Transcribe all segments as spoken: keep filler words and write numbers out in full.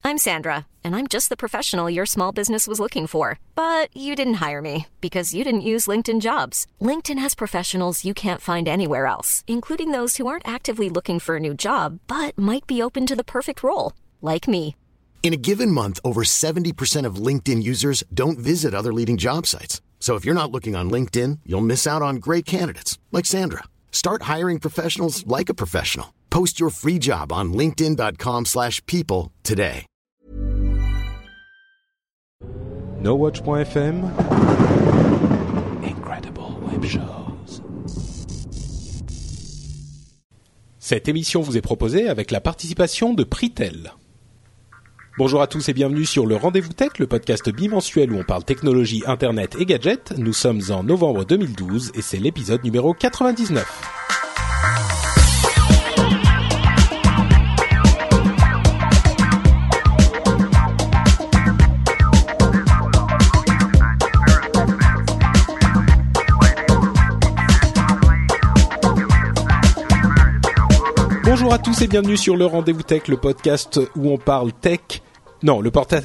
I'm Sandra, and I'm just the professional your small business was looking for. But you didn't hire me because you didn't use LinkedIn Jobs. LinkedIn has professionals you can't find anywhere else, including those who aren't actively looking for a new job, but might be open to the perfect role, like me. In a given month, over seventy percent of LinkedIn users don't visit other leading job sites. So if you're not looking on LinkedIn, you'll miss out on great candidates like Sandra. Start hiring professionals like a professional. Post your free job on linkedin.com slash people today. NoWatch point F M. Incredible Web Shows. Cette émission vous est proposée avec la participation de Pritel. Bonjour à tous et bienvenue sur le Rendez-vous Tech, le podcast bimensuel où on parle technologie, internet et gadgets. Nous sommes en novembre deux mille douze et c'est l'épisode numéro quatre-vingt-dix-neuf. Bonjour à tous et bienvenue sur le Rendez-vous Tech, le podcast où on parle tech. Non, le, porta-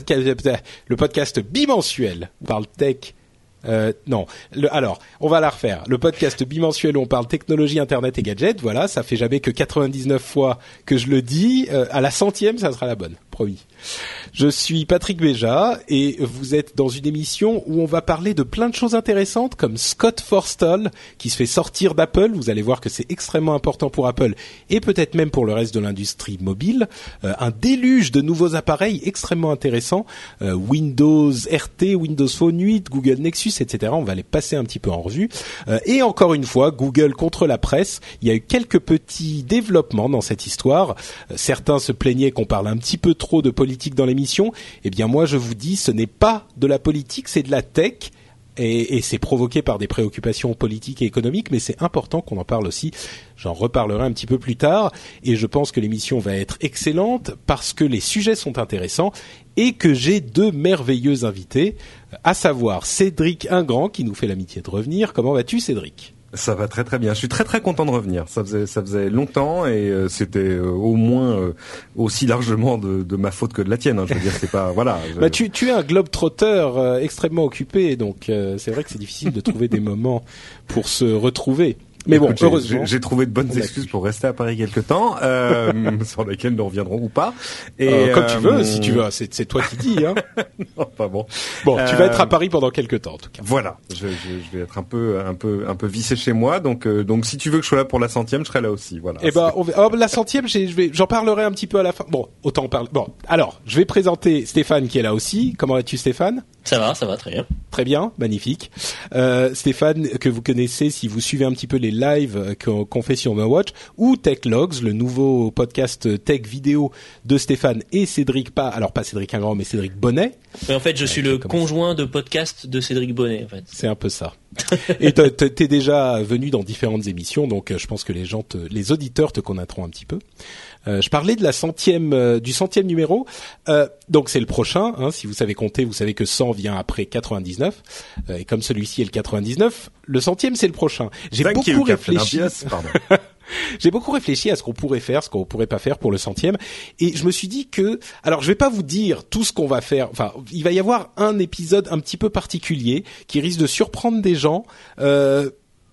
le podcast bimensuel parle tech. Euh, non, le, alors, on va la refaire. Le podcast bimensuel où on parle technologie, internet et gadgets. Voilà, ça fait jamais que quatre-vingt-dix-neuf fois que je le dis. Euh, à la centième, ça sera la bonne, promis. Je suis Patrick Béja et vous êtes dans une émission où on va parler de plein de choses intéressantes comme Scott Forstall qui se fait sortir d'Apple. Vous allez voir que c'est extrêmement important pour Apple et peut-être même pour le reste de l'industrie mobile. Euh, un déluge de nouveaux appareils extrêmement intéressants. Euh, Windows R T, Windows Phone huit, Google Nexus, et cetera. On va les passer un petit peu en revue. Euh, et encore une fois, Google contre la presse. Il y a eu quelques petits développements dans cette histoire. Euh, certains se plaignaient qu'on parle un petit peu trop de politique dans l'émission. Eh bien, moi, je vous dis, ce n'est pas de la politique, c'est de la tech. Et, et c'est provoqué par des préoccupations politiques et économiques, mais c'est important qu'on en parle aussi. J'en reparlerai un petit peu plus tard. Et je pense que l'émission va être excellente parce que les sujets sont intéressants et que j'ai deux merveilleux invités, à savoir Cédric Ingrand, qui nous fait l'amitié de revenir. Comment vas-tu, Cédric ? Ça va très très bien. Je suis très très content de revenir. Ça faisait ça faisait longtemps et euh, c'était euh, au moins euh, aussi largement de, de ma faute que de la tienne. Hein. Je veux dire, c'est pas voilà. Je... Bah tu tu es un globe-trotter euh, extrêmement occupé, donc euh, c'est vrai que c'est difficile de trouver des moments pour se retrouver. Mais bon, Écoute, heureusement, j'ai, j'ai trouvé de bonnes excuses pour rester à Paris quelque temps, euh, sur lesquelles nous reviendrons ou pas. Et euh, comme euh, tu veux, si tu veux, c'est, c'est toi qui dis. Hein. Non, pas bon. Bon, euh, tu vas être à Paris pendant quelques temps, en tout cas. Voilà, je, je, je vais être un peu, un peu, un peu vissé chez moi, donc, euh, donc si tu veux que je sois là pour la centième, je serai là aussi. Voilà. Eh ben, on va, oh, la centième, j'ai, je vais, j'en parlerai un petit peu à la fin. Bon, autant en parler. Bon, alors, je vais présenter Stéphane qui est là aussi. Comment vas-tu, Stéphane ? Ça va, ça va, très bien. Très bien, magnifique. Euh, Stéphane, que vous connaissez si vous suivez un petit peu les lives qu'on, qu'on fait sur NoWatch, ou Tech Logs, le nouveau podcast tech vidéo de Stéphane et Cédric, pas, alors pas Cédric Ingrand, mais Cédric Bonnet. Mais en fait, je suis euh, le conjoint ça. de podcast de Cédric Bonnet, en fait. C'est un peu ça. Et t'es déjà venu dans différentes émissions, donc je pense que les gens, te, les auditeurs te connaîtront un petit peu. Euh, je parlais de la centième, euh, du centième numéro. Euh, donc c'est le prochain. Hein, si vous savez compter, vous savez que cent vient après quatre-vingt-dix-neuf. Euh, et comme celui-ci est le quatre-vingt-dix-neuf, le centième c'est le prochain. J'ai Thank beaucoup you, réfléchi. Pardon. J'ai beaucoup réfléchi à ce qu'on pourrait faire, ce qu'on pourrait pas faire pour le centième, et je me suis dit que, alors je vais pas vous dire tout ce qu'on va faire. Enfin, il va y avoir un épisode un petit peu particulier qui risque de surprendre des gens. Euh,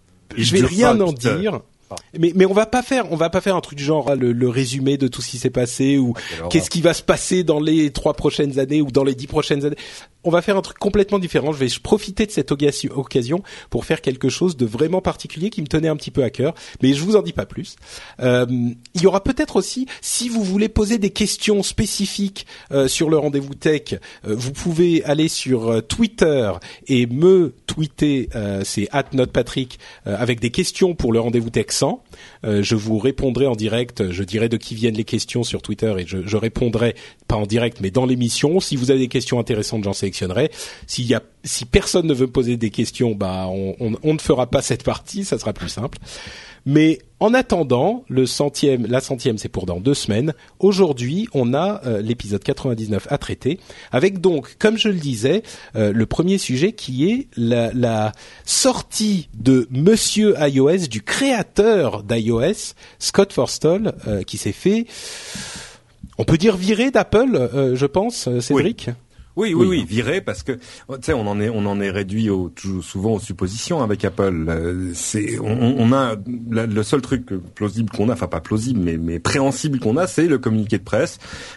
je vais rien en dire. Mais mais on va pas faire on va pas faire un truc du genre le, le résumé de tout ce qui s'est passé ou alors, qu'est-ce qui va se passer dans les trois prochaines années ou dans les dix prochaines années. On va faire un truc complètement différent. Je vais profiter de cette occasion pour faire quelque chose de vraiment particulier qui me tenait un petit peu à cœur. Mais je vous en dis pas plus. Euh, il y aura peut-être aussi, si vous voulez poser des questions spécifiques euh, sur le Rendez-vous Tech, euh, vous pouvez aller sur euh, Twitter et me tweeter, euh, c'est arobase notepatrick, euh, avec des questions pour le Rendez-vous Tech cent. Euh, je vous répondrai en direct. Je dirai de qui viennent les questions sur Twitter et je, je répondrai, pas en direct, mais dans l'émission. Si vous avez des questions intéressantes, j'en sélectionnerai. S'il y a, si personne ne veut me poser des questions, bah, on, on, on ne fera pas cette partie. Ça sera plus simple. Mais en attendant, le centième, la centième, c'est pour dans deux semaines. Aujourd'hui, on a euh, l'épisode quatre-vingt-dix-neuf à traiter, avec donc, comme je le disais, euh, le premier sujet qui est la, la sortie de Monsieur iOS, du créateur d'iOS, Scott Forstall, euh, qui s'est fait on peut dire viré d'Apple, euh, je pense, Cédric. Oui. Oui, oui, oui, oui, viré parce que tu sais, on en est, on en est réduit au, toujours, souvent aux suppositions avec Apple. Euh, c'est, on, on a la, le seul truc plausible qu'on a, enfin pas plausible, mais, mais préhensible qu'on a, c'est le communiqué de presse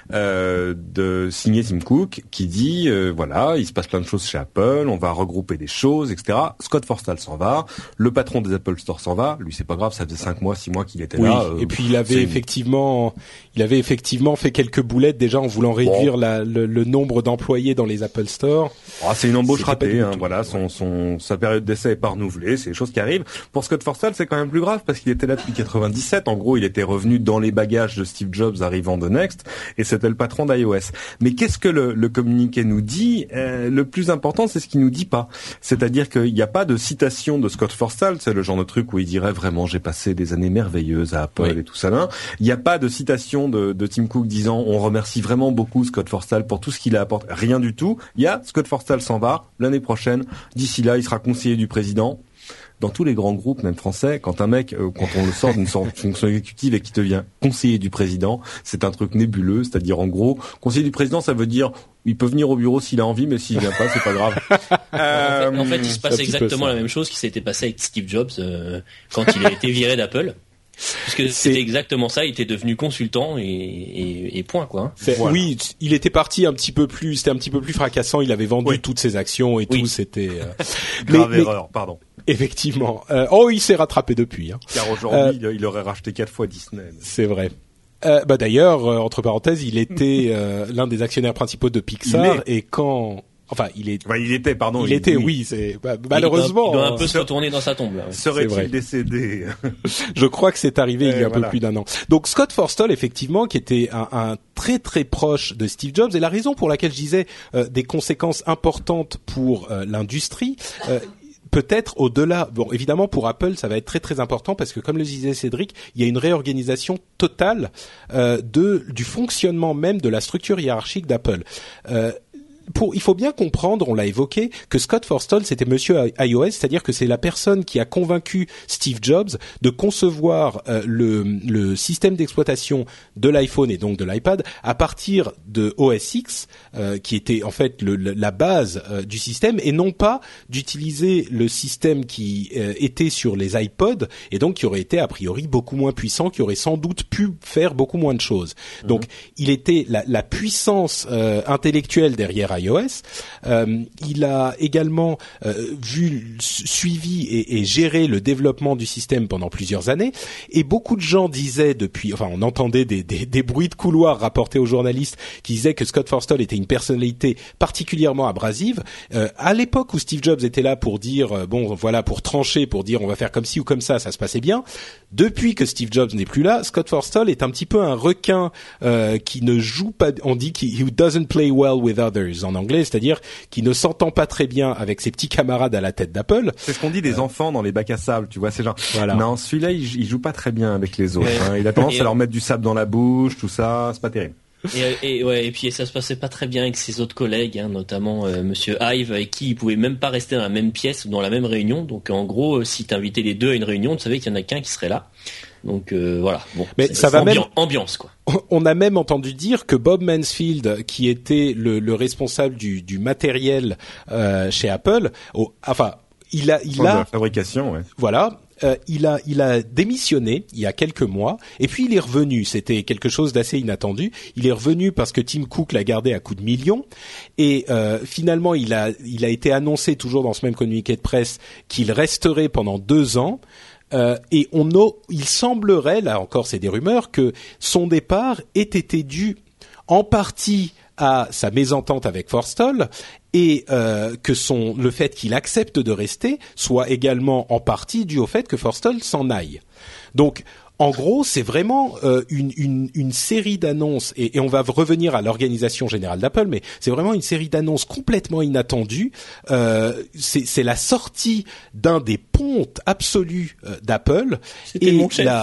euh, de signé Tim Cook qui dit, euh, voilà, il se passe plein de choses chez Apple, on va regrouper des choses, et cetera. Scott Forstall s'en va, le patron des Apple Store s'en va. Lui, c'est pas grave, ça faisait cinq mois, six mois qu'il était oui, là. Euh, et puis il avait effectivement, il avait effectivement fait quelques boulettes déjà en voulant réduire bon. la, le, le nombre d'employés dans les Apple Store. Oh, c'est une embauche ratée, hein, voilà, son, son, sa période d'essai est pas renouvelée, c'est des choses qui arrivent. Pour Scott Forstall, c'est quand même plus grave parce qu'il était là depuis quatre-vingt-dix-sept. En gros, il était revenu dans les bagages de Steve Jobs arrivant de Next et c'était le patron d'iOS. Mais qu'est-ce que le, le communiqué nous dit? euh, Le plus important, c'est ce qu'il nous dit pas. C'est-à-dire qu'il n'y a pas de citation de Scott Forstall, c'est le genre de truc où il dirait vraiment j'ai passé des années merveilleuses à Apple oui. et tout ça là. Il n'y a pas de citation de, de Tim Cook disant on remercie vraiment beaucoup Scott Forstall pour tout ce qu'il a apporté. Rien du tout. Il y a Scott Forstall s'en va l'année prochaine. D'ici là, il sera conseiller du président. Dans tous les grands groupes, même français, quand un mec, euh, quand on le sort d'une sorte de fonction exécutive et qui devient conseiller du président, c'est un truc nébuleux. C'est-à-dire, en gros, conseiller du président, ça veut dire il peut venir au bureau s'il a envie, mais s'il vient pas, c'est pas grave. euh, en, fait, en fait, il se passe exactement la même chose qui s'était passé avec Steve Jobs euh, quand il a été viré d'Apple. Puisque c'était exactement ça, il était devenu consultant et, et, et point quoi. Voilà. Oui, il était parti un petit peu plus, c'était un petit peu plus fracassant. Il avait vendu oui. toutes ses actions et oui. tout. C'était euh... grave mais, erreur, mais, pardon. Effectivement. Euh, oh, il s'est rattrapé depuis. Hein. Car aujourd'hui, euh, il aurait racheté quatre fois Disney. C'est vrai. Euh, bah d'ailleurs, euh, entre parenthèses, il était euh, l'un des actionnaires principaux de Pixar et quand. Enfin, il est. Enfin, il était, pardon. Il, il était, oui. oui c'est bah, malheureusement. Il doit, il doit un peu se retourner dans sa tombe. Là. Serait-il décédé? Je crois que c'est arrivé Et il y a voilà. un peu plus d'un an. Donc Scott Forstall, effectivement, qui était un, un très très proche de Steve Jobs, et la raison pour laquelle je disais euh, des conséquences importantes pour euh, l'industrie. Euh, Peut-être au-delà, bon évidemment pour Apple ça va être très très important parce que comme le disait Cédric, il y a une réorganisation totale euh, de du fonctionnement même de la structure hiérarchique d'Apple. Euh, Pour, il faut bien comprendre, on l'a évoqué, que Scott Forstall c'était Monsieur iOS, c'est-à-dire que c'est la personne qui a convaincu Steve Jobs de concevoir euh, le, le système d'exploitation de l'iPhone et donc de l'iPad à partir de O S X, euh, qui était en fait le, le, la base euh, du système, et non pas d'utiliser le système qui euh, était sur les iPods et donc qui aurait été a priori beaucoup moins puissant, qui aurait sans doute pu faire beaucoup moins de choses. Mmh. Donc il était la, la puissance euh, intellectuelle derrière iOS. Euh, il a également euh, vu, suivi et, et géré le développement du système pendant plusieurs années. Et beaucoup de gens disaient depuis, enfin, on entendait des, des, des bruits de couloir rapportés aux journalistes qui disaient que Scott Forstall était une personnalité particulièrement abrasive. Euh, à l'époque où Steve Jobs était là pour dire, euh, bon, voilà, pour trancher, pour dire on va faire comme ci ou comme ça, ça se passait bien. Depuis que Steve Jobs n'est plus là, Scott Forstall est un petit peu un requin euh, qui ne joue pas. On dit qu'il who doesn't play well with others en anglais, c'est-à-dire qui ne s'entend pas très bien avec ses petits camarades à la tête d'Apple. C'est ce qu'on dit des euh... enfants dans les bacs à sable, tu vois, c'est genre voilà. Non, celui-là il, il joue pas très bien avec les autres, hein. Il a tendance à leur mettre du sable dans la bouche, tout ça, c'est pas terrible. Et, et ouais, et puis ça se passait pas très bien avec ses autres collègues, hein, notamment euh, Monsieur Ive, avec qui il pouvait même pas rester dans la même pièce ou dans la même réunion. Donc en gros, euh, si t'invitais les deux à une réunion, tu savais qu'il y en a qu'un qui serait là. Donc euh, voilà. Bon, mais c'est, ça c'est va ambi- même ambiance quoi. On a même entendu dire que Bob Mansfield, qui était le, le responsable du, du matériel euh, chez Apple, au, enfin, il a, il oh, a la fabrication, ouais. Voilà. Euh, il a il a démissionné il y a quelques mois et puis il est revenu. C'était quelque chose d'assez inattendu. Il est revenu parce que Tim Cook l'a gardé à coups de millions et euh, finalement il a il a été annoncé toujours dans ce même communiqué de presse qu'il resterait pendant deux ans. Euh, et on a, il semblerait, là encore c'est des rumeurs, que son départ ait été dû en partie à sa mésentente avec Forstall et euh, que son le fait qu'il accepte de rester soit également en partie dû au fait que Forstall s'en aille. Donc en gros, c'est vraiment euh, une, une, une série d'annonces, et, et on va revenir à l'organisation générale d'Apple, mais c'est vraiment une série d'annonces complètement inattendues. Euh, c'est, c'est la sortie d'un des pontes absolus euh, d'Apple. C'était et mon chef. La...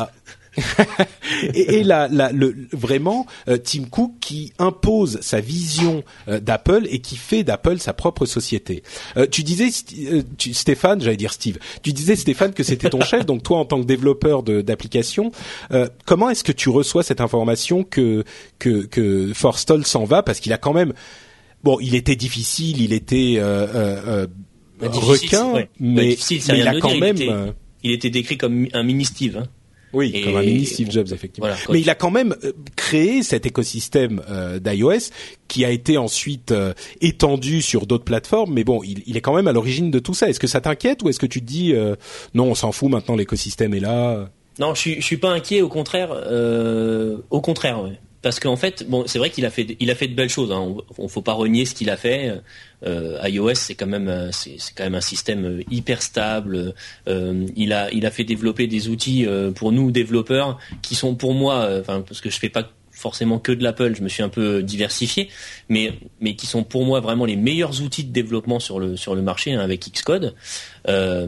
et, et la, la, le, vraiment, euh, Tim Cook qui impose sa vision euh, d'Apple et qui fait d'Apple sa propre société. Euh, tu disais, euh, tu, Stéphane, j'allais dire Steve, tu disais Stéphane que c'était ton chef, donc toi en tant que développeur de, d'application, euh, comment est-ce que tu reçois cette information que que, que Forstall s'en va, parce qu'il a quand même, bon, il était difficile, il était euh, euh, euh, requin, ouais. mais, ouais, difficile, mais il a de quand dire. même... Il était, euh, il était décrit comme un mini Steve, hein. Oui, et, comme un mini Steve Jobs, effectivement. Voilà, mais il a quand même créé cet écosystème euh, d'iOS qui a été ensuite euh, étendu sur d'autres plateformes. Mais bon, il, il est quand même à l'origine de tout ça. Est-ce que ça t'inquiète ou est-ce que tu te dis euh, non, on s'en fout, maintenant l'écosystème est là? Non, je suis, je suis pas inquiet. Au contraire, euh, au contraire, ouais. Parce qu'en fait, bon, c'est vrai qu'il a fait, il a fait de belles choses. Hein. On, on faut pas renier ce qu'il a fait. Euh, iOS, c'est quand même, c'est, c'est quand même un système hyper stable. Euh, il a, il a fait développer des outils euh, pour nous développeurs qui sont pour moi, enfin, euh, parce que je fais pas forcément que de l'Apple, je me suis un peu diversifié, mais mais qui sont pour moi vraiment les meilleurs outils de développement sur le sur le marché, hein, avec Xcode. Euh,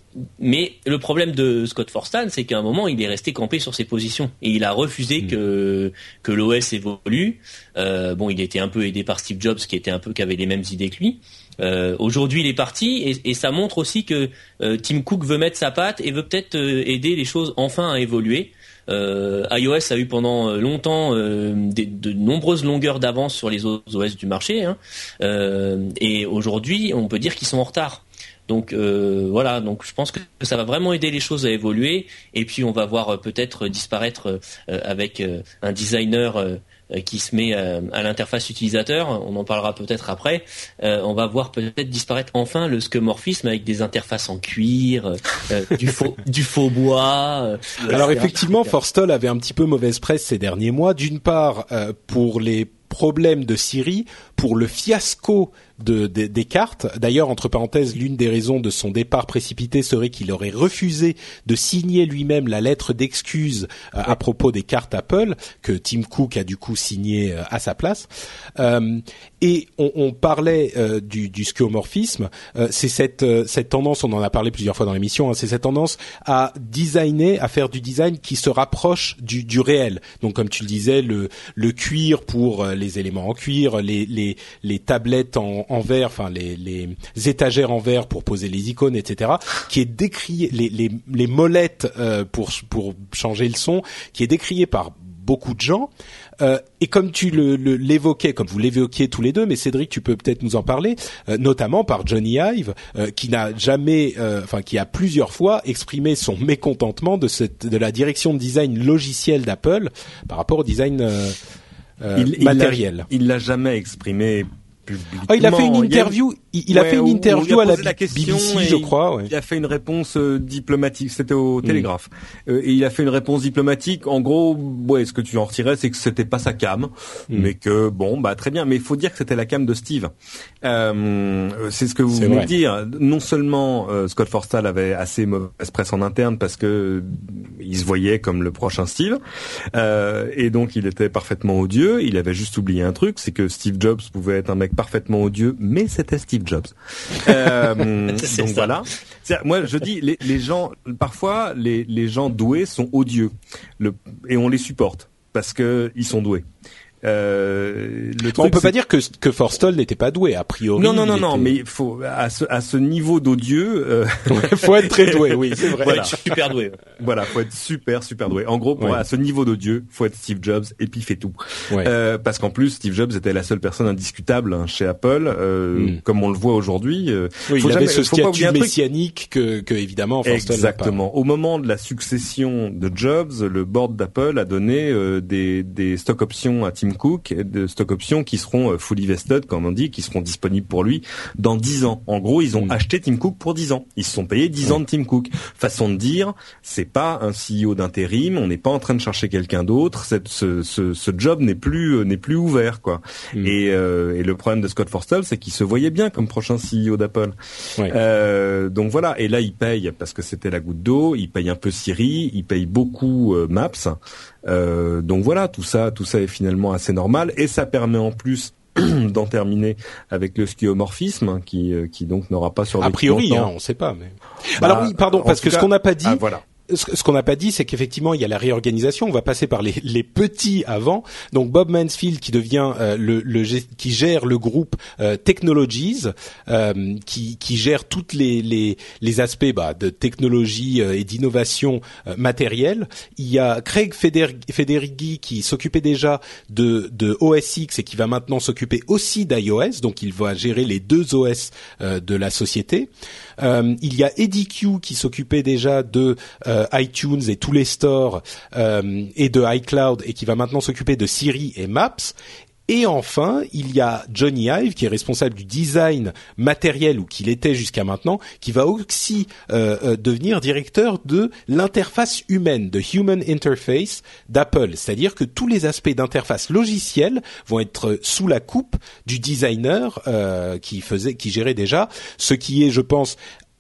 mais le problème de Scott Forstall, c'est qu'à un moment il est resté campé sur ses positions et il a refusé mmh. que que l'O S évolue. Euh, bon, il était un peu aidé par Steve Jobs, qui était un peu qui avait les mêmes idées que lui. Euh, aujourd'hui, il est parti et, et ça montre aussi que euh, Tim Cook veut mettre sa patte et veut peut-être euh, aider les choses enfin à évoluer. Euh, iOS a eu pendant longtemps euh, des, de nombreuses longueurs d'avance sur les autres O S du marché, hein, euh, et aujourd'hui on peut dire qu'ils sont en retard. Donc euh, voilà, donc je pense que ça va vraiment aider les choses à évoluer, et puis on va voir peut-être disparaître euh, avec euh, un designer euh, qui se met euh, à l'interface utilisateur, on en parlera peut-être après, euh, on va voir peut-être disparaître enfin le skeuomorphisme avec des interfaces en cuir, euh, du faux du faux bois. Euh, Alors effectivement, Forstall avait un petit peu mauvaise presse ces derniers mois, d'une part euh, pour les problèmes de Siri, pour le fiasco de, de, des cartes. D'ailleurs, entre parenthèses, l'une des raisons de son départ précipité serait qu'il aurait refusé de signer lui-même la lettre d'excuse euh, à propos des cartes Apple, que Tim Cook a du coup signé euh, à sa place. Euh, et on, on parlait euh, du, du skeuomorphisme. Euh, c'est cette, euh, cette tendance, on en a parlé plusieurs fois dans l'émission, hein, c'est cette tendance à designer, à faire du design qui se rapproche du, du réel. Donc, comme tu le disais, le, le cuir pour euh, les éléments en cuir, les, les, les tablettes en, en verre, enfin les, les étagères en verre pour poser les icônes, et cetera, qui est décrié, les, les, les molettes euh, pour, pour changer le son, qui est décrié par beaucoup de gens. Euh, et comme tu le, le, l'évoquais, comme vous l'évoquiez tous les deux, mais Cédric, tu peux peut-être nous en parler, euh, notamment par Johnny Ive, euh, qui n'a jamais, euh, enfin qui a plusieurs fois exprimé son mécontentement de cette, de la direction de design logiciel d'Apple par rapport au design euh, euh, il, matériel. Il l'a, il l'a jamais exprimé publiquement. Ah, il a fait une interview. Il, il ouais, a fait une interview à la, la B B C, je crois. Ouais. Il a fait une réponse euh, diplomatique. C'était au Télégraphe. Mmh. Euh, et il a fait une réponse diplomatique. En gros, ouais, ce que tu en retirais, c'est que c'était pas sa cam, mmh. mais que bon, bah très bien. Mais il faut dire que c'était la cam de Steve. Euh, c'est ce que vous c'est venez vrai. de dire. Non seulement euh, Scott Forstall avait assez mauvaise presse en interne parce que euh, il se voyait comme le prochain Steve, euh, et donc il était parfaitement odieux. Il avait juste oublié un truc, c'est que Steve Jobs pouvait être un mec parfaitement odieux, mais c'était Steve Jobs. Euh, donc ça. Voilà. C'est-à-dire, moi, je dis, les, les gens, parfois, les, les gens doués sont odieux, le, et on les supporte parce que ils sont doués. Euh, le bon, on peut c'est... pas dire que que Forstall n'était pas doué a priori. Non non non était... non, mais il faut à ce à ce niveau d'odieux, euh... faut être très doué, oui, c'est vrai. Voilà. Faut être super doué. Voilà, faut être super super doué. En gros, pour, ouais. à ce niveau d'odieux, faut être Steve Jobs et puis fait tout. Ouais. Euh, parce qu'en plus, Steve Jobs était la seule personne indiscutable hein, chez Apple, euh, mm. comme on le voit aujourd'hui. Euh, oui, faut il jamais, avait ce faut statut messianique que que évidemment Forstall Exactement. n'a pas. Au moment de la succession de Jobs, le board d'Apple a donné euh, des des stock options à Tim Cook. De stock options qui seront fully vested, comme on dit, qui seront disponibles pour lui dans dix ans. En gros, ils ont mmh. acheté Tim Cook pour dix ans. Ils se sont payés dix mmh. ans de Tim Cook. Façon de dire, c'est pas un C E O d'intérim, on n'est pas en train de chercher quelqu'un d'autre. Cette, ce, ce, ce job n'est plus n'est plus ouvert, quoi. Mmh. Et, euh, et le problème de Scott Forstall, c'est qu'il se voyait bien comme prochain C E O d'Apple. Ouais. Euh, donc voilà. Et là, il paye parce que c'était la goutte d'eau. Il paye un peu Siri, il paye beaucoup euh, Maps. Euh, donc voilà, tout ça, tout ça est finalement assez normal et ça permet en plus d'en terminer avec le skeuomorphisme qui, qui donc n'aura pas survécu. A priori, hein, on ne sait pas. Mais... Bah, Alors oui, pardon, parce que cas, ce qu'on n'a pas dit, ah, voilà. ce qu'on n'a pas dit, c'est qu'effectivement, il y a la réorganisation. On va passer par les, les petits avant. Donc, Bob Mansfield qui devient euh, le, le qui gère le groupe euh, Technologies, euh, qui, qui gère toutes les les, les aspects bah, de technologie euh, et d'innovation euh, matérielle. Il y a Craig Feder- Federighi qui s'occupait déjà de de O S X et qui va maintenant s'occuper aussi d'iOS. Donc, il va gérer les deux O S euh, de la société. Euh, il y a Eddie Q qui s'occupait déjà de euh, iTunes et tous les stores euh, et de iCloud et qui va maintenant s'occuper de Siri et Maps. Et enfin, il y a Johnny Ive qui est responsable du design matériel ou qu'il était jusqu'à maintenant, qui va aussi euh, euh, devenir directeur de l'interface humaine, de Human Interface d'Apple. C'est-à-dire que tous les aspects d'interface logicielle vont être sous la coupe du designer euh, qui faisait, qui gérait déjà, ce qui est, je pense,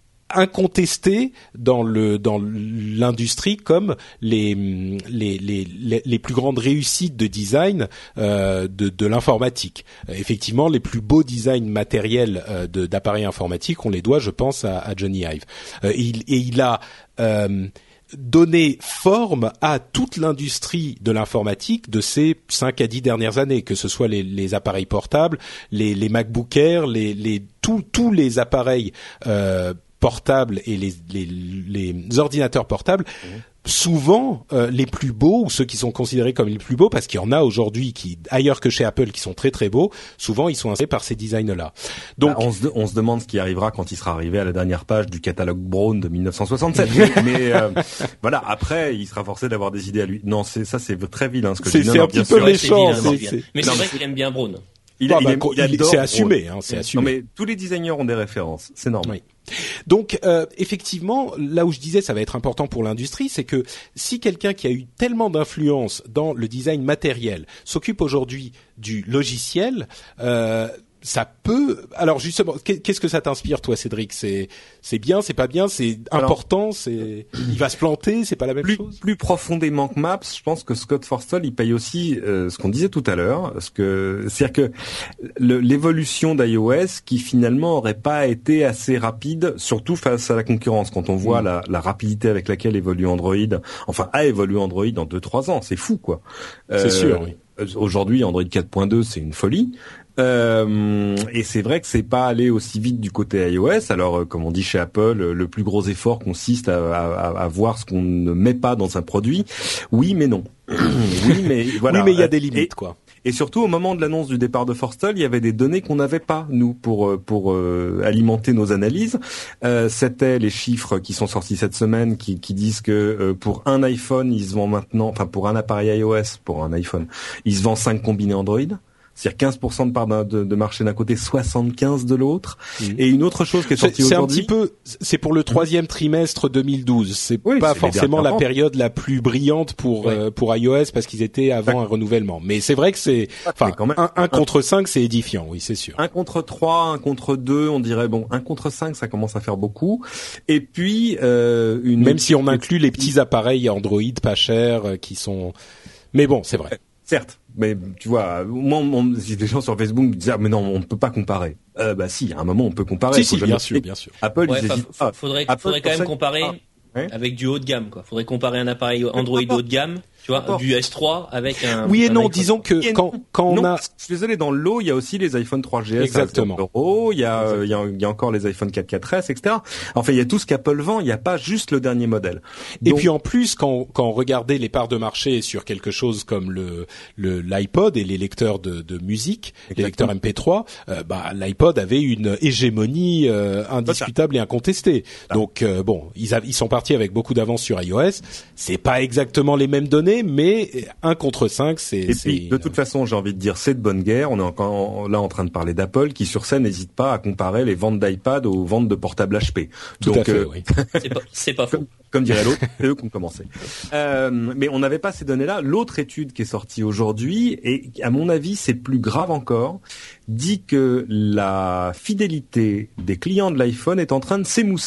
incontesté dans le dans l'industrie comme les les les les plus grandes réussites de design euh, de de l'informatique. Euh, effectivement, les plus beaux designs matériels euh, de d'appareils informatiques, on les doit, je pense, à, à Johnny Ive. Euh, il, et il a euh, donner forme à toute l'industrie de l'informatique de ces cinq à dix dernières années, que ce soit les, les appareils portables, les, les MacBook Air, les, les tous tous les appareils euh, portables et les, les, les ordinateurs portables. Mmh. Souvent euh, les plus beaux ou ceux qui sont considérés comme les plus beaux, parce qu'il y en a aujourd'hui qui ailleurs que chez Apple qui sont très très beaux, souvent ils sont inspirés par ces designs-là. Donc bah, on, se, on se demande ce qui arrivera quand il sera arrivé à la dernière page du catalogue Braun de dix-neuf cent soixante-sept. mais mais euh, voilà, après il sera forcé d'avoir des idées à lui. Non, c'est ça, c'est très vilain ce que c'est, je dis. C'est non, un petit peu sûr, méchant. c'est c'est... C'est... Mais c'est vrai qu'il aime bien Braun. Il, ah, il, bah, aime, il, il adore c'est assumé, Braun. Hein, c'est assumé. Non mais tous les designers ont des références, c'est normal. Oui. Donc euh, effectivement, là où je disais ça va être important pour l'industrie, c'est que si quelqu'un qui a eu tellement d'influence dans le design matériel s'occupe aujourd'hui du logiciel, euh, ça peut. Alors justement, qu'est-ce que ça t'inspire, toi, Cédric ? C'est c'est bien, c'est pas bien, c'est important, Alors, c'est il va se planter, c'est pas la même plus, chose. Plus profondément que Maps, je pense que Scott Forstall il paye aussi euh, ce qu'on disait tout à l'heure, ce que c'est-à-dire que le, l'évolution d'iOS qui finalement aurait pas été assez rapide, surtout face à la concurrence. Quand on voit mmh. la, la rapidité avec laquelle évolue Android, enfin a évolué Android en deux trois ans, c'est fou quoi. Euh, c'est sûr. Oui. Aujourd'hui, Android quatre point deux, c'est une folie. Euh, et c'est vrai que c'est pas allé aussi vite du côté iOS. Alors, euh, comme on dit chez Apple, le plus gros effort consiste à, à, à voir ce qu'on ne met pas dans un produit. Oui, mais non. oui, mais voilà. Oui, mais il y a des limites, et, quoi. Et surtout, au moment de l'annonce du départ de Forstall, il y avait des données qu'on n'avait pas, nous, pour pour euh, alimenter nos analyses. Euh, c'était les chiffres qui sont sortis cette semaine qui, qui disent que euh, pour un iPhone, il se vend maintenant, enfin pour un appareil iOS, pour un iPhone, il se vend cinq combinés Android. C'est-à-dire quinze pour cent de part de, de marché d'un côté, soixante-quinze de l'autre. Mmh. Et une autre chose qui est sortie c'est, aujourd'hui... C'est un petit peu, c'est pour le troisième mmh. trimestre deux mille douze. C'est oui, pas c'est forcément la période la plus brillante pour ouais. euh, pour iOS parce qu'ils étaient avant ouais. un renouvellement. Mais c'est vrai que c'est, enfin, un, un contre cinq, c'est édifiant, oui, c'est sûr. Un contre trois, un contre deux, on dirait bon, un contre cinq, ça commence à faire beaucoup. Et puis euh, une même si on inclut les petits appareils Android pas chers euh, qui sont, mais bon, c'est vrai. Certes, mais tu vois, moi, on, les gens sur Facebook me disaient ah, mais non, on ne peut pas comparer. Euh, bah si, à un moment on peut comparer. Si, si, bien sûr, bien sûr. Apple, ouais, ils hésitent pas. Faudrait, Apple, faudrait quand même comparer ah, ouais. avec du haut de gamme, quoi. Faudrait comparer un appareil Android haut de gamme. Tu vois, D'accord. du S trois avec un... Oui et un non, iPhone. disons que quand, quand on non, a... Je suis désolé, dans le lot, il y a aussi les iPhone trois G S Exactement. à zéro euros, il y a, il y a, il y a encore les iPhone quatre quatre S, et cetera. Enfin, il y a tout ce qu'Apple vend, il n'y a pas juste le dernier modèle. Donc... Et puis en plus, quand, quand on regardait les parts de marché sur quelque chose comme le, le l'iPod et les lecteurs de, de musique, Exactement. les lecteurs M P trois, euh, bah, l'iPod avait une hégémonie euh, indiscutable et incontestée. Ah. Donc euh, bon, ils, a, ils sont partis avec beaucoup d'avance sur iOS. C'est pas exactement les mêmes données, mais un contre cinq, c'est... Et c'est... puis, de toute façon, j'ai envie de dire, c'est de bonne guerre. On est encore là en train de parler d'Apple, qui sur scène n'hésite pas à comparer les ventes d'iPad aux ventes de portables H P. Tout Donc, à fait, euh... oui. c'est pas, c'est pas faux. Comme, comme dirait l'autre, c'est eux qui ont commencé. Euh, mais on n'avait pas ces données-là. L'autre étude qui est sortie aujourd'hui, et à mon avis, c'est plus grave encore, dit que la fidélité des clients de l'iPhone est en train de s'émousser.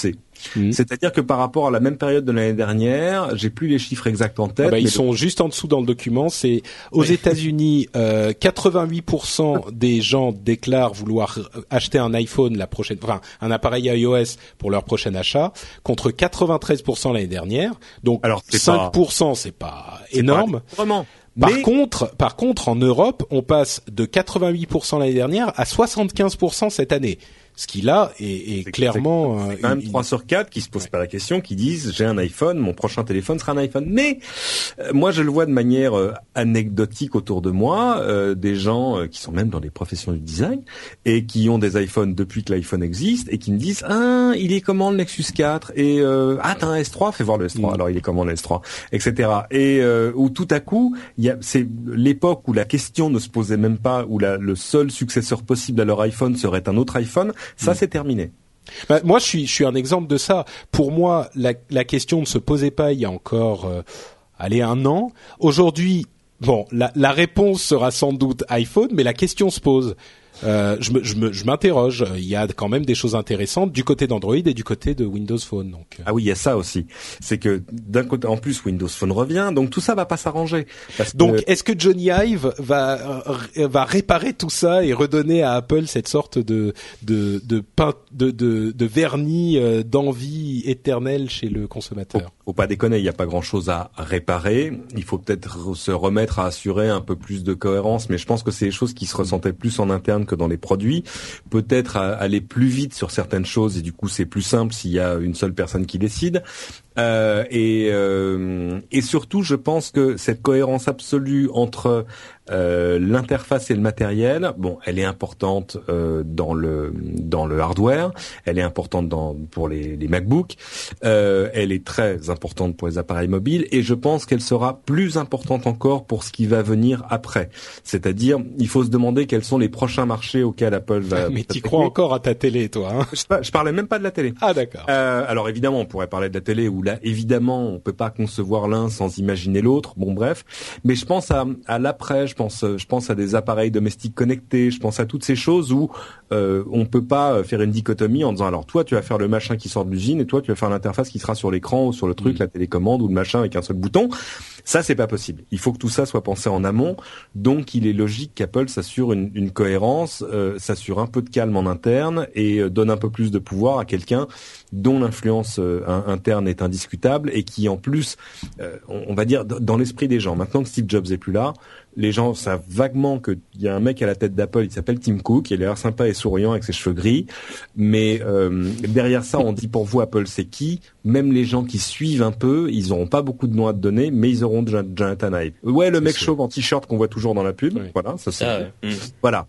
Mmh. C'est-à-dire que par rapport à la même période de l'année dernière, j'ai plus les chiffres exacts en tête. Ah bah, ils mais sont le... juste en dessous dans le document. C'est aux oui. États-Unis, euh, quatre-vingt-huit pour cent des gens déclarent vouloir acheter un iPhone la prochaine, enfin un appareil iOS pour leur prochain achat, contre quatre-vingt-treize pour cent l'année dernière. Donc alors, c'est cinq pour cent, pas... c'est pas c'est énorme. Pas vraiment. Par mais... contre, par contre, en Europe, on passe de quatre-vingt-huit pour cent l'année dernière à soixante-quinze pour cent cette année. Ce qui là est, est c'est, clairement c'est, c'est quand même une... trois sur quatre qui se posent ouais. pas la question, qui disent j'ai un iPhone, mon prochain téléphone sera un iPhone. Mais euh, moi je le vois de manière euh, anecdotique autour de moi, euh, des gens euh, qui sont même dans les professions du design et qui ont des iPhones depuis que l'iPhone existe et qui me disent ah il est comment le Nexus quatre et euh, ah t'as un S trois, fais voir le S trois. Mmh. Alors il est comment le S trois, et cetera. Et euh, où tout à coup il y a c'est l'époque où la question ne se posait même pas, où la, le seul successeur possible à leur iPhone serait un autre iPhone. Ça, mmh. c'est terminé. Bah, moi, je suis, je suis un exemple de ça. Pour moi, la, la question ne se posait pas il y a encore, euh, allez, un an. Aujourd'hui, bon, la, la réponse sera sans doute iPhone, mais la question se pose. Euh, je, me, je, me, je m'interroge. Il y a quand même des choses intéressantes du côté d'Android et du côté de Windows Phone. Donc. Ah oui, il y a ça aussi. C'est que d'un côté, en plus, Windows Phone revient, donc tout ça va pas s'arranger. Parce donc, que... est-ce que Johnny Ive va va réparer tout ça et redonner à Apple cette sorte de de de peint, de, de, de vernis d'envie éternelle chez le consommateur? Faut, faut pas déconner, il y a pas grand-chose à réparer. Il faut peut-être se remettre à assurer un peu plus de cohérence, mais je pense que c'est des choses qui se ressentaient plus en interne que dans les produits, peut-être à aller plus vite sur certaines choses et du coup c'est plus simple s'il y a une seule personne qui décide. Euh, et, euh, et surtout, je pense que cette cohérence absolue entre euh, l'interface et le matériel, bon, elle est importante euh, dans le dans le hardware, elle est importante dans pour les, les MacBooks, euh, elle est très importante pour les appareils mobiles, et je pense qu'elle sera plus importante encore pour ce qui va venir après. C'est-à-dire, il faut se demander quels sont les prochains marchés auxquels Apple va. Mais tu crois encore à ta télé, toi hein? je, je parlais même pas de la télé. Ah d'accord. Euh, alors évidemment, on pourrait parler de la télé où là, évidemment, on peut pas concevoir l'un sans imaginer l'autre. Bon, bref. Mais je pense à, à l'après. Je pense, je pense à des appareils domestiques connectés. Je pense à toutes ces choses où euh, on peut pas faire une dichotomie en disant alors toi, tu vas faire le machin qui sort de l'usine et toi, tu vas faire l'interface qui sera sur l'écran ou sur le truc, mmh. la télécommande ou le machin avec un seul bouton. Ça, c'est pas possible. Il faut que tout ça soit pensé en amont. Donc, il est logique qu'Apple s'assure une, une cohérence, euh, s'assure un peu de calme en interne et euh, donne un peu plus de pouvoir à quelqu'un dont l'influence euh, interne est indiscutable et qui, en plus, euh, on, on va dire, dans l'esprit des gens, maintenant que Steve Jobs est plus là, les gens savent vaguement qu'il y a un mec à la tête d'Apple, il s'appelle Tim Cook, il a l'air sympa et souriant avec ses cheveux gris, mais euh, derrière ça, on dit pour vous Apple c'est qui? Même les gens qui suivent un peu, ils n'auront pas beaucoup de noms à te donner, mais ils auront Jonathan Ive. Ouais, le c'est mec sûr. Chauve en t-shirt qu'on voit toujours dans la pub, oui. Voilà, ça c'est ah, ouais. mmh. Voilà.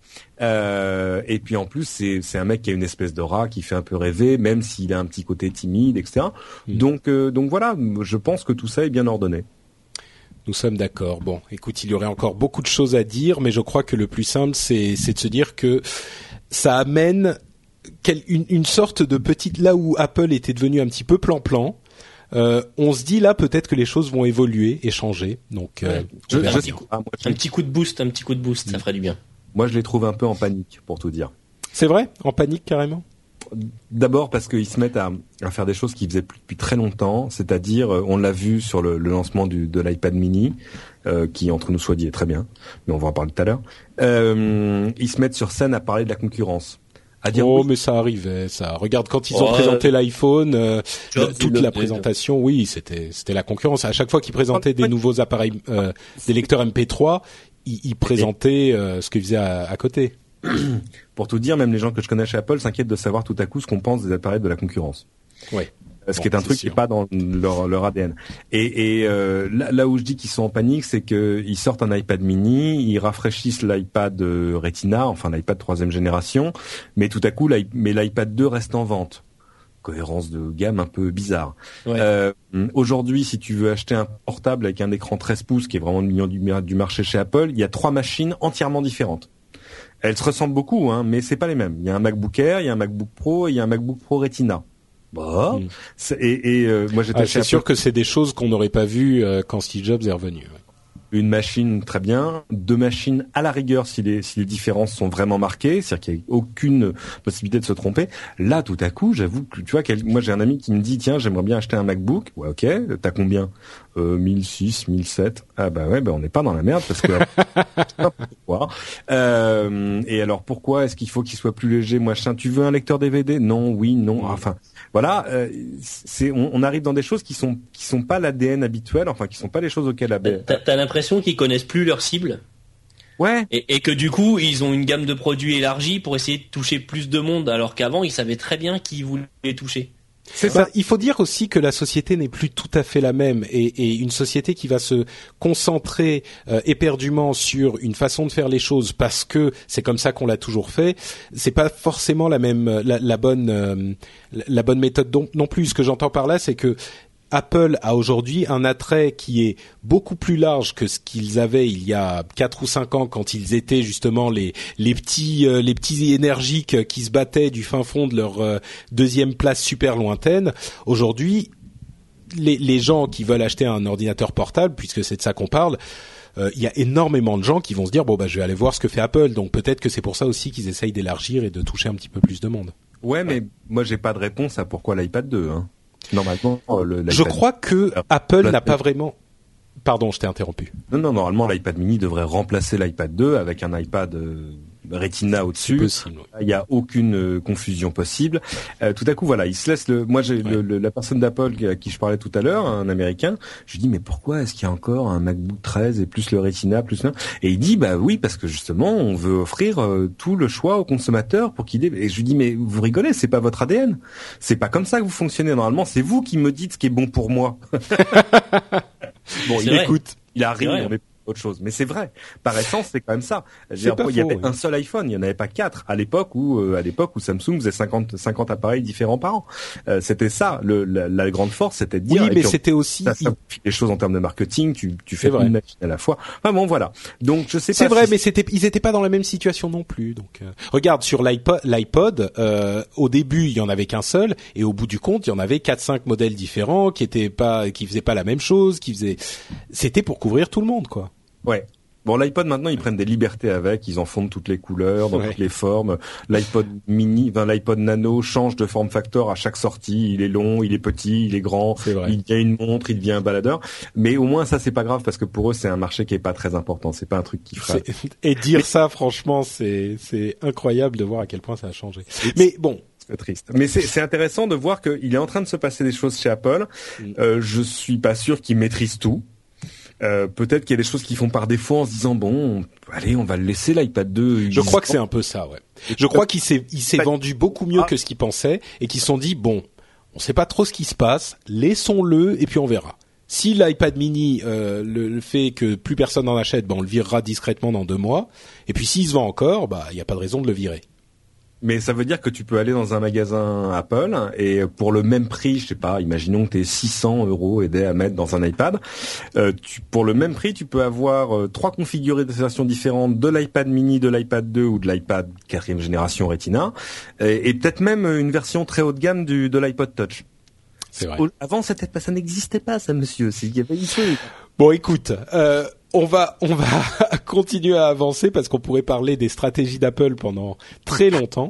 Euh, et puis en plus, c'est c'est un mec qui a une espèce d'aura qui fait un peu rêver, même s'il a un petit côté timide, et cetera. Mmh. Donc euh, donc voilà, je pense que tout ça est bien ordonné. Nous sommes d'accord. Bon, écoute, il y aurait encore beaucoup de choses à dire, mais je crois que le plus simple, c'est, c'est de se dire que ça amène quel, une, une sorte de petite... Là où Apple était devenu un petit peu plan-plan, euh, on se dit là peut-être que les choses vont évoluer et changer. Donc, euh, ouais, je, je, un, petit coup, ah, moi, un petit coup de boost, un petit coup de boost, ça ferait du bien. Moi, je les trouve un peu en panique, pour tout dire. C'est vrai ? En panique, carrément ? D'abord parce qu'ils se mettent à, à faire des choses qu'ils faisaient depuis très longtemps, c'est-à-dire, on l'a vu sur le, le lancement du, de l'iPad mini, euh, qui entre nous soit dit est très bien, mais on va en parler tout à l'heure. Euh, ils se mettent sur scène à parler de la concurrence. À dire oh, oui. mais ça arrivait, ça. Regarde quand ils ont oh, présenté euh, l'iPhone, euh, toute la présentation, oui, c'était c'était la concurrence. À chaque fois qu'ils présentaient des nouveaux appareils, euh, des lecteurs M P trois, ils, ils présentaient euh, ce qu'ils faisaient à, à côté. Pour tout dire, même les gens que je connais chez Apple s'inquiètent de savoir tout à coup ce qu'on pense des appareils de la concurrence. Oui. Ce bon, qui est un truc sûr. Qui n'est pas dans leur, leur A D N. Et, et euh, là, là où je dis qu'ils sont en panique, c'est qu'ils sortent un iPad mini, ils rafraîchissent l'iPad Retina, enfin l'iPad troisième génération, mais tout à coup, mais l'iPad deux reste en vente. Cohérence de gamme un peu bizarre. Ouais. Euh, aujourd'hui, si tu veux acheter un portable avec un écran treize pouces, qui est vraiment le million du, du marché chez Apple, il y a trois machines entièrement différentes. Elles se ressemblent beaucoup, hein, mais c'est pas les mêmes. Il y a un MacBook Air, il y a un MacBook Pro et il y a un MacBook Pro Retina. Bah, mmh. c'est, et, et euh, moi j'étais ah, chez c'est Apple. sûr que c'est des choses qu'on n'aurait pas vues euh, quand Steve Jobs est revenu. Ouais. une machine très bien, deux machines à la rigueur si les si les différences sont vraiment marquées, c'est-à-dire qu'il n'y a aucune possibilité de se tromper. Là, tout à coup, j'avoue que tu vois, quel, moi j'ai un ami qui me dit tiens, j'aimerais bien acheter un MacBook. Ouais, ok, t'as combien? euh, mille six, mille sept. Ah bah ouais, bah on n'est pas dans la merde parce que pourquoi euh, et alors pourquoi est-ce qu'il faut qu'il soit plus léger? Moi, tu veux un lecteur D V D? Non, oui, non. Enfin, voilà, euh, c'est on, on arrive dans des choses qui sont qui sont pas l'A D N habituel, enfin qui sont pas les choses auxquelles la T'as, t'as l'impression qu'ils connaissent plus leur cible. Ouais. Et, et que du coup, ils ont une gamme de produits élargie pour essayer de toucher plus de monde, alors qu'avant, ils savaient très bien qui voulaient toucher. C'est bah, ça. Il faut dire aussi que la société n'est plus tout à fait la même, et, et une société qui va se concentrer euh, éperdument sur une façon de faire les choses parce que c'est comme ça qu'on l'a toujours fait, c'est pas forcément la même, la, la bonne, euh, la bonne méthode non, non plus. Ce que j'entends par là, c'est que Apple a aujourd'hui un attrait qui est beaucoup plus large que ce qu'ils avaient il y a quatre ou cinq ans quand ils étaient justement les les petits euh, les petits énergiques qui se battaient du fin fond de leur euh, deuxième place super lointaine. Aujourd'hui, les les gens qui veulent acheter un ordinateur portable, puisque c'est de ça qu'on parle, euh, il y a énormément de gens qui vont se dire bon bah je vais aller voir ce que fait Apple. Donc peut-être que c'est pour ça aussi qu'ils essayent d'élargir et de toucher un petit peu plus de monde. Ouais, mais moi j'ai pas de réponse à pourquoi l'iPad deux, hein. Normalement, le, je crois que Apple n'a pas vraiment. Pardon, je t'ai interrompu. Non, non, normalement l'iPad mini devrait remplacer l'iPad deux avec un iPad euh, Retina au-dessus. Possible. Il y a aucune euh, confusion possible. Euh, tout à coup, voilà, il se laisse le. Moi, j'ai ouais. le, le, la personne d'Apple à qui je parlais tout à l'heure, un Américain. Je lui dis mais pourquoi est-ce qu'il y a encore un MacBook treize et plus le Retina plus le... Et il dit bah oui parce que justement on veut offrir euh, tout le choix aux consommateurs pour qu'il. Et je lui dis mais vous rigolez, c'est pas votre A D N. C'est pas comme ça que vous fonctionnez normalement. C'est vous qui me dites ce qui est bon pour moi. Bon, c'est il vrai. écoute, il arrive, on met autre chose. Mais c'est vrai. Par essence, c'est quand même ça. C'est pas il y faux, avait oui. un seul iPhone, il y en avait pas quatre. À l'époque où, euh, à l'époque où Samsung faisait cinquante, cinquante appareils différents par an. Euh, c'était ça. Le, la, la grande force, c'était de dire. Oui, mais puis, c'était aussi. Ça simplifie les choses en termes de marketing. Tu, tu fais C'est vrai. une machine à la fois. Enfin bon, voilà. Donc, je sais pas. C'est vrai, si mais c'était, ils étaient pas dans la même situation non plus. Donc, euh, regarde sur l'iPod, l'iPod euh, au début, il y en avait qu'un seul, et au bout du compte, il y en avait quatre, cinq modèles différents qui étaient pas, qui faisaient pas la même chose, qui faisaient. C'était pour couvrir tout le monde, quoi. Ouais. Bon, l'iPod maintenant, ils prennent des libertés avec, ils en font de toutes les couleurs, dans ouais. toutes les formes. L'iPod mini, enfin, l'iPod nano change de form factor à chaque sortie. Il est long, il est petit, il est grand, c'est vrai. Il devient une montre, il devient un baladeur. Mais au moins ça, c'est pas grave parce que pour eux, c'est un marché qui est pas très important. C'est pas un truc qui fera. Et dire Mais... ça, franchement, c'est c'est incroyable de voir à quel point ça a changé. Mais bon. C'est triste. Mais c'est, c'est intéressant de voir qu'il est en train de se passer des choses chez Apple. Mm. Euh, je suis pas sûr qu'ils maîtrisent tout. Euh, peut-être qu'il y a des choses qu'ils font par défaut en se disant bon, allez, on va le laisser l'iPad deux. Je crois que c'est un peu ça, ouais. Je crois qu'il s'est, il s'est vendu beaucoup mieux que ce qu'ils pensaient et qu'ils se sont dit bon, on sait pas trop ce qui se passe, laissons-le et puis on verra. Si l'iPad mini euh, le, le fait que plus personne en achète, ben on le virera discrètement dans deux mois. Et puis s'il se vend encore, bah il y a pas de raison de le virer. Mais ça veut dire que tu peux aller dans un magasin Apple et pour le même prix, je sais pas, imaginons que t'aies six cents euros aidés à mettre dans un iPad, euh, tu, pour le même prix, tu peux avoir euh, trois configurations différentes de l'iPad mini, de l'iPad deux ou de l'iPad quatrième génération Retina, et, et peut-être même une version très haut de gamme du, de l'iPod Touch. C'est vrai. Avant, ça, ça n'existait pas, ça, monsieur. C'est, il y avait une chose. Bon, écoute, euh, on va on va continuer à avancer parce qu'on pourrait parler des stratégies d'Apple pendant très longtemps.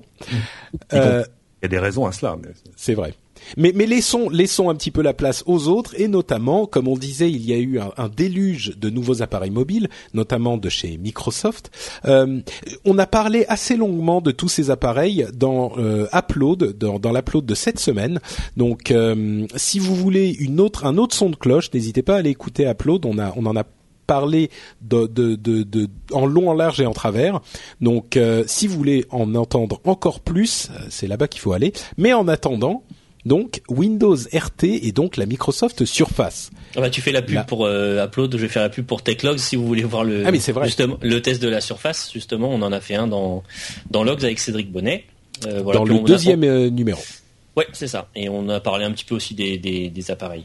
Euh, il y a des raisons à cela. Mais... C'est vrai. Mais, mais laissons, laissons un petit peu la place aux autres et notamment, comme on disait, il y a eu un, un déluge de nouveaux appareils mobiles, notamment de chez Microsoft. Euh, on a parlé assez longuement de tous ces appareils dans euh, Upload, dans, dans l'Upload de cette semaine. Donc, euh, si vous voulez une autre, un autre son de cloche, n'hésitez pas à aller écouter Upload. On a, on en a parler de, de, de, de, en long, en large et en travers. Donc, euh, si vous voulez en entendre encore plus, c'est là-bas qu'il faut aller. Mais en attendant, donc Windows R T et donc la Microsoft Surface. Ah bah tu fais la pub là. Pour euh, Upload, je vais faire la pub pour TechLogs si vous voulez voir le ah mais c'est vrai. Justement, le test de la Surface. Justement, on en a fait un dans dans Logs avec Cédric Bonnet. Euh, voilà, dans le deuxième a... numéro. Ouais, c'est ça. Et on a parlé un petit peu aussi des des, des appareils.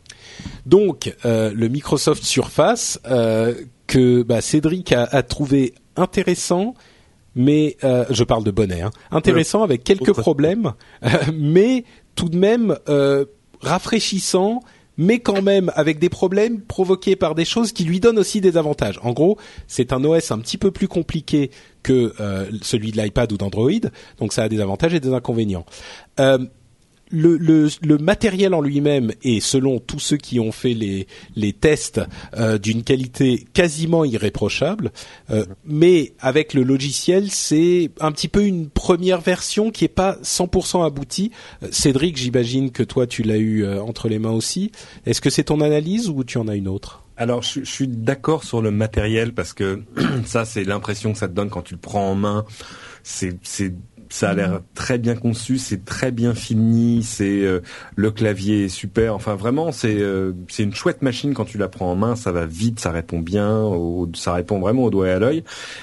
Donc, euh, le Microsoft Surface euh, que bah, Cédric a, a trouvé intéressant, mais euh, je parle de Bonnet, hein, intéressant ouais. avec quelques problèmes, euh, mais tout de même euh, rafraîchissant, mais quand même avec des problèmes provoqués par des choses qui lui donnent aussi des avantages. En gros, c'est un O S un petit peu plus compliqué que euh, celui de l'iPad ou d'Android, donc ça a des avantages et des inconvénients. Euh, Le, le, le matériel en lui-même est, selon tous ceux qui ont fait les, les tests, euh, d'une qualité quasiment irréprochable. Euh, mais avec le logiciel, c'est un petit peu une première version qui est pas cent pour cent aboutie. Euh, Cédric, j'imagine que toi, tu l'as eu euh, entre les mains aussi. Est-ce que c'est ton analyse ou tu en as une autre ? Alors, je, je suis d'accord sur le matériel parce que ça, c'est l'impression que ça te donne quand tu le prends en main. C'est, c'est Ça a l'air très bien conçu, c'est très bien fini, c'est euh, le clavier est super. Enfin vraiment, c'est euh, c'est une chouette machine quand tu la prends en main. Ça va vite, ça répond bien, au, ça répond vraiment au doigt et à l'œil.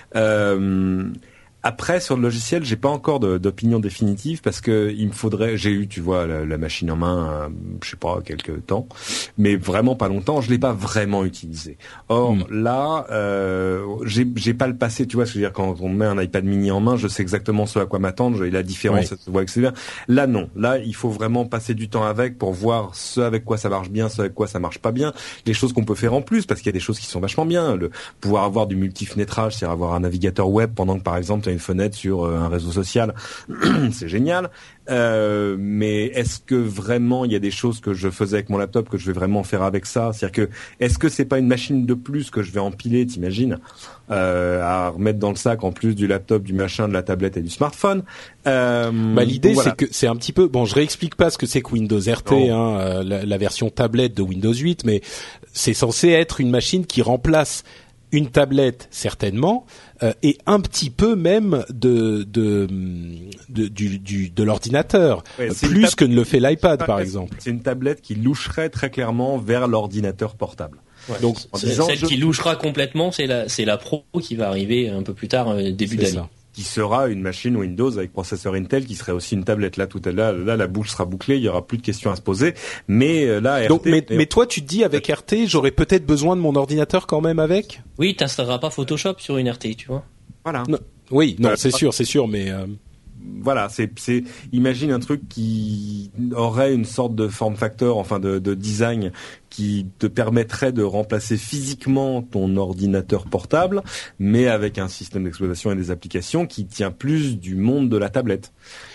Euh, Après, sur le logiciel, j'ai pas encore de, d'opinion définitive parce que il me faudrait. J'ai eu, tu vois, la, la machine en main, euh, je sais pas, quelques temps, mais vraiment pas longtemps. Je l'ai pas vraiment utilisé. Or mmh. là, euh, j'ai, j'ai pas le passé. Tu vois, ce que je veux dire, quand on met un iPad mini en main, je sais exactement ce à quoi m'attendre. Et la différence, ça se voit que c'est bien. Là, non. Là, il faut vraiment passer du temps avec pour voir ce avec quoi ça marche bien, ce avec quoi ça marche pas bien, les choses qu'on peut faire en plus, parce qu'il y a des choses qui sont vachement bien. Le pouvoir avoir du multifenêtrage, c'est-à-dire avoir un navigateur web pendant que, par exemple, tu as une fenêtre sur un réseau social, c'est génial. Euh, mais est-ce que vraiment il y a des choses que je faisais avec mon laptop que je vais vraiment faire avec ça ? C'est-à-dire que est-ce que c'est pas une machine de plus que je vais empiler, t'imagines, euh, à remettre dans le sac en plus du laptop, du machin, de la tablette et du smartphone. Euh, bah l'idée voilà. c'est que c'est un petit peu bon. Je réexplique pas ce que c'est que Windows R T, hein, euh, la, la version tablette de Windows huit, mais c'est censé être une machine qui remplace une tablette certainement euh, et un petit peu même de de de du, du de l'ordinateur, ouais, plus tab- que ne le fait l'iPad par exemple. C'est une tablette qui loucherait très clairement vers l'ordinateur portable. Ouais. Donc en disant, celle je... qui louchera complètement, c'est la c'est la Pro qui va arriver un peu plus tard, euh, début d'année. Ça. Qui sera une machine Windows avec processeur Intel, qui serait aussi une tablette. Là, tout à là, là, la boucle sera bouclée, il y aura plus de questions à se poser. Mais là, R T. Donc, mais, mais toi, tu te dis avec R T, j'aurais peut-être besoin de mon ordinateur quand même avec. Oui, t'installeras pas Photoshop sur une R T, tu vois. Voilà. Non, oui, non, c'est sûr, c'est sûr, mais. Euh... Voilà, c'est, c'est, imagine un truc qui aurait une sorte de form factor, enfin de, de design, qui te permettrait de remplacer physiquement ton ordinateur portable, mais avec un système d'exploitation et des applications qui tient plus du monde de la tablette.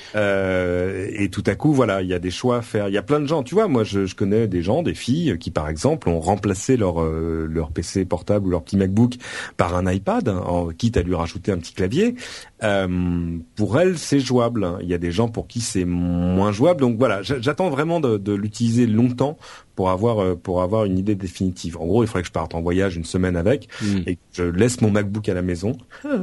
Euh, et tout à coup, voilà, il y a des choix à faire. Il y a plein de gens, tu vois, moi je, je connais des gens, des filles qui par exemple ont remplacé leur euh, leur P C portable ou leur petit MacBook par un iPad, hein, en, quitte à lui rajouter un petit clavier. Euh, pour elles, c'est jouable. Hein. Il y a des gens pour qui c'est moins jouable. Donc voilà, j'attends vraiment de, de l'utiliser longtemps pour avoir pour avoir une idée définitive. En gros, il faudrait que je parte en voyage une semaine avec mmh. et que je laisse mon MacBook à la maison.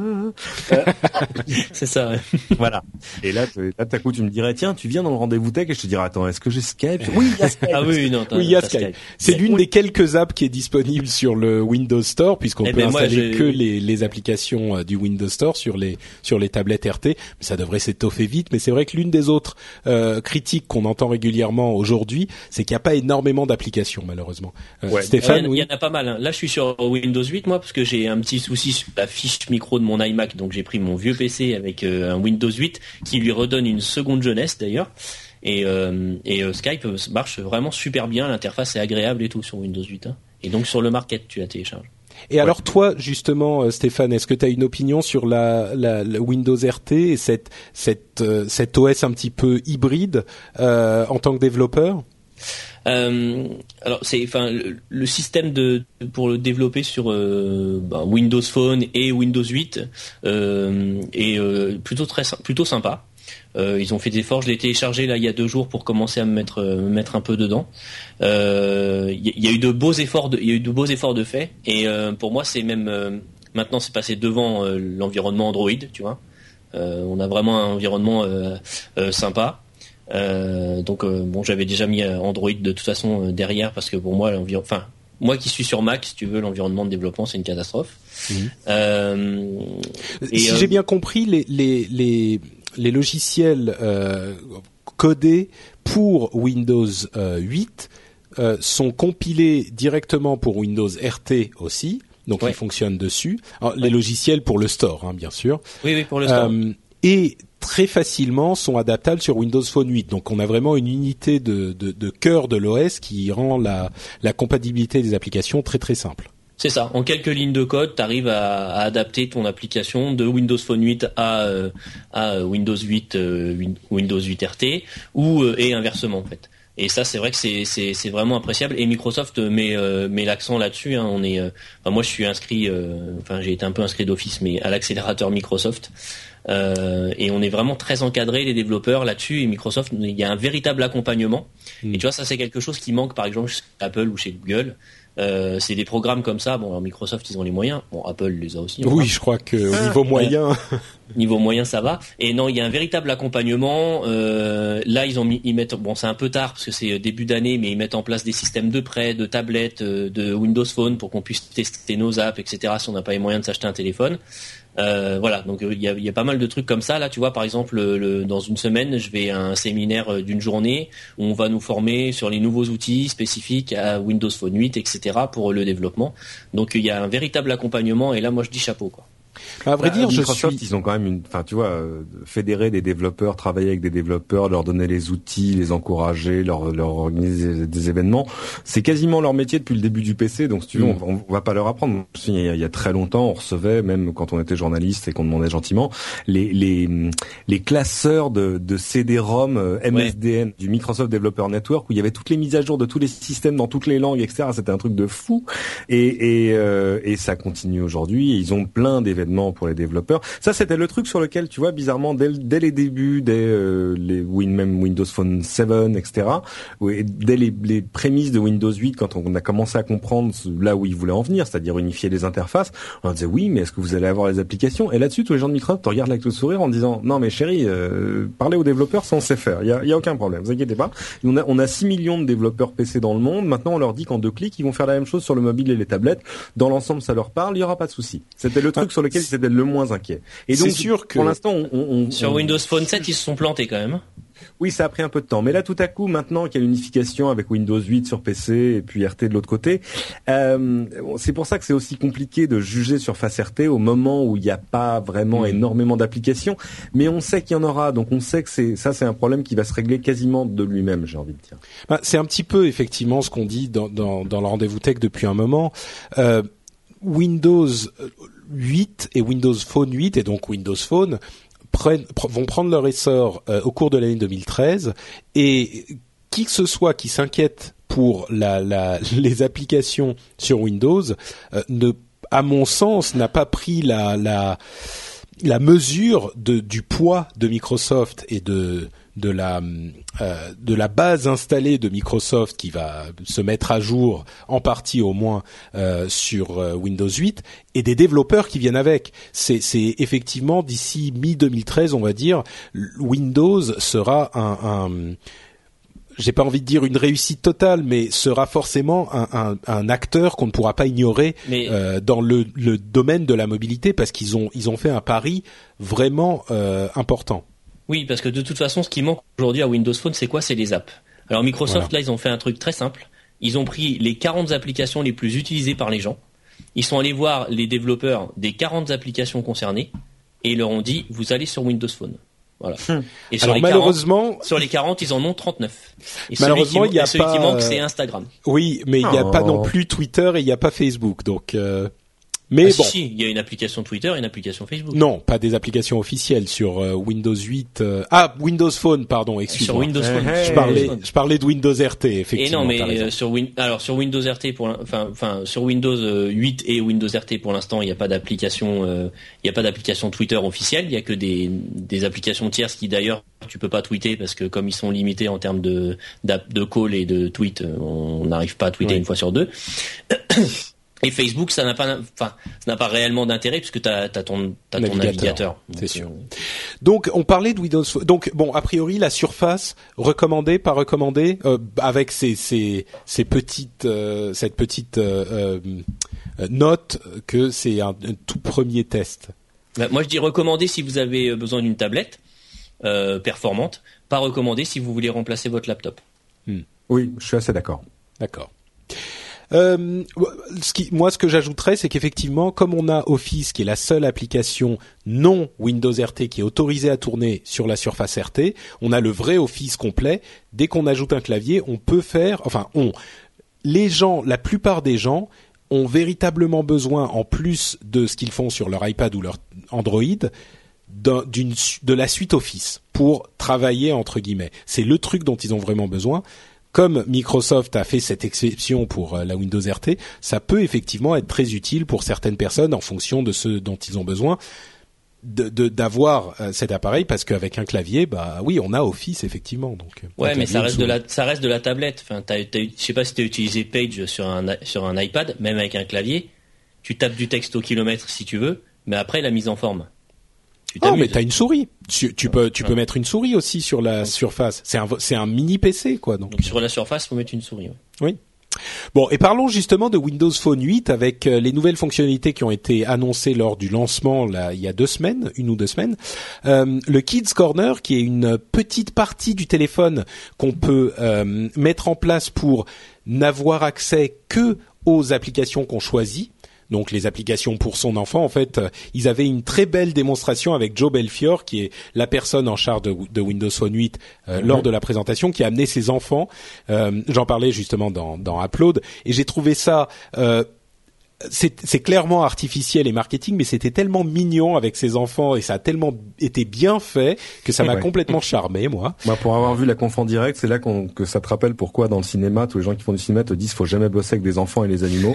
C'est ça. Ouais. Voilà. Et là, là, tout à coup, tu me dirais, tiens, tu viens dans le rendez-vous tech, et je te dirais, attends, est-ce que j'ai Skype ? Oui, il y a Skype. Ah oui, non, oui, il y a Skype. Skype. C'est l'une oui. des quelques apps qui est disponible sur le Windows Store, puisqu'on eh peut ben installer moi, que les, les applications du Windows Store sur les sur les tablettes R T. Mais ça devrait s'étoffer vite. Mais c'est vrai que l'une des autres euh, critiques qu'on entend régulièrement aujourd'hui, c'est qu'il n'y a pas énormément d'applications, malheureusement. Euh, ouais. Stéphane, il oui. y en a pas mal. Hein. Là, je suis sur Windows huit, moi, parce que j'ai un petit souci sur la fiche micro de mon iMac, donc j'ai pris mon vieux P C avec euh, un Windows huit qui lui redonne une seconde jeunesse d'ailleurs. Et, euh, et euh, Skype marche vraiment super bien. L'interface est agréable et tout sur Windows huit. Hein. Et donc sur le market, tu la télécharges. Et ouais. Alors toi, justement, Stéphane, est-ce que tu as une opinion sur la, la, la Windows R T et cette, cette, euh, cet O S un petit peu hybride euh, en tant que développeur ? Euh, alors c'est, enfin, le, le système de pour le développer sur euh, bah, Windows Phone et Windows huit euh, est euh, plutôt très plutôt sympa. Euh, ils ont fait des efforts. Je l'ai téléchargé là il y a deux jours pour commencer à me mettre me mettre un peu dedans. Il euh, y, y a eu de beaux efforts de il y a eu de beaux efforts de fait et euh, pour moi c'est même euh, maintenant c'est passé devant euh, l'environnement Android, tu vois. Euh, on a vraiment un environnement euh, euh, sympa. Euh, donc euh, bon, j'avais déjà mis Android de toute façon euh, derrière parce que pour moi l'environnement, enfin moi qui suis sur Mac, si tu veux, l'environnement de développement c'est une catastrophe. Mmh. Euh, et, si euh, j'ai bien compris, les les les les logiciels euh, codés pour Windows euh, huit euh, sont compilés directement pour Windows R T aussi, donc ouais. ils fonctionnent dessus. Alors, ouais. Les logiciels pour le store, hein, bien sûr. Oui, oui, pour le store. Euh, et très facilement sont adaptables sur Windows Phone huit. Donc on a vraiment une unité de, de, de cœur de l'O S qui rend la, la compatibilité des applications très très simple. C'est ça. En quelques lignes de code, tu arrives à, à adapter ton application de Windows Phone huit à, euh, à Windows huit, euh, Windows huit R T ou euh, et inversement en fait. Et ça, c'est vrai que c'est c'est, c'est vraiment appréciable. Et Microsoft met euh, met l'accent là-dessus. Hein. On est, euh, enfin, moi, je suis inscrit, euh, enfin, j'ai été un peu inscrit d'office, mais à l'accélérateur Microsoft. Euh, et on est vraiment très encadré les développeurs là-dessus. Et Microsoft, il y a un véritable accompagnement. Mmh. Et tu vois, ça, c'est quelque chose qui manque, par exemple, chez Apple ou chez Google. Euh, c'est des programmes comme ça. Bon, alors Microsoft, ils ont les moyens. Bon, Apple les a aussi. Oui, je crois que au niveau moyen, niveau moyen, ça va. Et non, il y a un véritable accompagnement. Euh, là, ils ont mis, ils mettent. Bon, c'est un peu tard parce que c'est début d'année, mais ils mettent en place des systèmes de prêt, de tablettes, de Windows Phone pour qu'on puisse tester nos apps, et cetera. Si on n'a pas les moyens de s'acheter un téléphone. Euh, voilà, donc il y a, y a pas mal de trucs comme ça. Là, tu vois, par exemple, le, le, dans une semaine, je vais à un séminaire d'une journée où on va nous former sur les nouveaux outils spécifiques à Windows Phone huit, et cetera pour le développement. Donc il y a un véritable accompagnement. Et là, moi, je dis chapeau, quoi. À vrai dire, je Microsoft, suis... ils ont quand même une, enfin, tu vois, euh, fédérer des développeurs, travailler avec des développeurs, leur donner les outils, les encourager, leur, leur organiser des événements. C'est quasiment leur métier depuis le début du P C. Donc, si tu veux, mm. on, on va pas leur apprendre. Il y, a, il y a très longtemps, on recevait, même quand on était journaliste et qu'on demandait gentiment, les, les, les classeurs de, de C D ROM euh, M S D N ouais. du Microsoft Developer Network où il y avait toutes les mises à jour de tous les systèmes dans toutes les langues, et cetera. C'était un truc de fou. Et, et, euh, et ça continue aujourd'hui. Ils ont plein d'événements pour les développeurs. Ça, c'était le truc sur lequel, tu vois, bizarrement, dès, dès les débuts, dès euh, les Win, même Windows Phone sept, et cetera, ouais, dès les, les prémices de Windows huit, quand on a commencé à comprendre là où ils voulaient en venir, c'est-à-dire unifier les interfaces, on disait oui, mais est-ce que vous allez avoir les applications ? Et là-dessus, tous les gens de Microsoft te regardent avec le sourire en disant non, mais chérie, euh, parlez aux développeurs, ça on sait faire. Il y a, il y a aucun problème, vous inquiétez pas. Et on a, on a six millions de développeurs P C dans le monde. Maintenant, on leur dit qu'en deux clics, ils vont faire la même chose sur le mobile et les tablettes. Dans l'ensemble, ça leur parle, il y aura pas de souci. C'était le truc sur lequel c'était le moins inquiet. Et donc, c'est sûr que pour l'instant, on, on, sur on... Windows Phone sept, ils se sont plantés quand même. Oui, ça a pris un peu de temps. Mais là, tout à coup, maintenant qu'il y a l'unification avec Windows huit sur P C et puis R T de l'autre côté, euh, c'est pour ça que c'est aussi compliqué de juger Surface R T au moment où il n'y a pas vraiment mmh. énormément d'applications. Mais on sait qu'il y en aura, donc on sait que c'est ça, c'est un problème qui va se régler quasiment de lui-même, j'ai envie de dire. Bah, c'est un petit peu effectivement ce qu'on dit dans, dans, dans le rendez-vous tech depuis un moment. Euh, Windows huit et Windows Phone huit et donc Windows Phone prennent, pr- vont prendre leur essor euh, au cours de l'année deux mille treize et qui que ce soit qui s'inquiète pour la, la, les applications sur Windows euh, ne, à mon sens, n'a pas pris la, la, la mesure de, du poids de Microsoft et de de la euh, de la base installée de Microsoft qui va se mettre à jour en partie au moins euh, sur euh, Windows huit et des développeurs qui viennent avec. C'est c'est effectivement d'ici mi deux mille treize, on va dire, Windows sera un, un j'ai pas envie de dire une réussite totale, mais sera forcément un, un, un acteur qu'on ne pourra pas ignorer mais... euh, dans le, le domaine de la mobilité parce qu'ils ont ils ont fait un pari vraiment euh, important. Oui, parce que de toute façon, ce qui manque aujourd'hui à Windows Phone, c'est quoi ? C'est les apps. Alors Microsoft, voilà. Là, ils ont fait un truc très simple. Ils ont pris les quarante applications les plus utilisées par les gens. Ils sont allés voir les développeurs des quarante applications concernées et ils leur ont dit, vous allez sur Windows Phone. Voilà. Hum. Et sur Alors les malheureusement, quarante, sur les quarante, ils en ont trente-neuf. Et malheureusement, il y a celui pas. Celui qui manque, c'est Instagram. Oui, mais il n'y a oh. pas non plus Twitter et il n'y a pas Facebook, donc. Euh... Mais ah, bon. Si, si, il y a une application Twitter et une application Facebook. Non, pas des applications officielles sur euh, Windows huit. Euh... Ah, Windows Phone, pardon, excuse-moi. Sur Windows Phone. Hey, je parlais, je parlais de Windows R T, effectivement. Et non, mais euh, sur Win... alors sur Windows R T pour, enfin, enfin sur Windows huit et Windows R T pour l'instant, il n'y a pas d'application, euh, il n'y a pas d'application Twitter officielle. Il y a que des des applications tierces qui d'ailleurs tu peux pas tweeter parce que comme ils sont limités en termes de de call et de tweet, on n'arrive pas à tweeter oui. une fois sur deux. Et Facebook, ça n'a pas, enfin, ça n'a pas réellement d'intérêt puisque t'as, t'as ton, t'as ton navigateur. navigateur. C'est donc, sûr. Euh... Donc, on parlait de Windows. Donc, bon, a priori, la Surface recommandée, pas recommandée, euh, avec ces, ces, ces petites, euh, cette petite euh, euh, note que c'est un, un tout premier test. Bah, moi, je dis recommandé si vous avez besoin d'une tablette euh, performante, pas recommandé si vous voulez remplacer votre laptop. Hmm. Oui, je suis assez d'accord. D'accord. Euh, ce qui, moi, ce que j'ajouterais, c'est qu'effectivement, comme on a Office, qui est la seule application non Windows R T qui est autorisée à tourner sur la Surface R T, on a le vrai Office complet. Dès qu'on ajoute un clavier, on peut faire, enfin, on, les gens, la plupart des gens ont véritablement besoin, en plus de ce qu'ils font sur leur iPad ou leur Android, d'un, d'une, de la suite Office pour travailler entre guillemets. C'est le truc dont ils ont vraiment besoin. Comme Microsoft a fait cette exception pour la Windows R T, ça peut effectivement être très utile pour certaines personnes en fonction de ce dont ils ont besoin de, de d'avoir euh, cet appareil, parce qu'avec un clavier, bah oui, on a Office effectivement. Donc ouais, mais ça reste de la ça reste de la tablette. Enfin, t'as, t'as, je sais pas si t'as utilisé Page sur un sur un iPad, même avec un clavier, tu tapes du texte au kilomètre si tu veux, mais après la mise en forme. Oh, mais t'as une souris. Tu, tu peux, tu peux mettre une souris aussi sur la Surface. C'est un, c'est un mini P C, quoi. Donc, donc sur la Surface, faut mettre une souris. Ouais. Oui. Bon, et parlons justement de Windows Phone huit avec euh, les nouvelles fonctionnalités qui ont été annoncées lors du lancement, là, il y a deux semaines, une ou deux semaines. Euh, le Kids Corner, qui est une petite partie du téléphone qu'on peut euh, mettre en place pour n'avoir accès que aux applications qu'on choisit. Donc les applications pour son enfant, en fait, euh, ils avaient une très belle démonstration avec Joe Belfiore, qui est la personne en charge de, de Windows Phone huit euh, mmh. lors de la présentation, qui a amené ses enfants. Euh, j'en parlais justement dans, dans Upload, et j'ai trouvé ça... Euh, c'est, c'est clairement artificiel et marketing, mais c'était tellement mignon avec ses enfants et ça a tellement été bien fait que ça m'a ouais. complètement charmé, moi. Bah, pour avoir vu la conf en direct, c'est là qu'on, que ça te rappelle pourquoi dans le cinéma, tous les gens qui font du cinéma te disent faut jamais bosser avec des enfants et les animaux,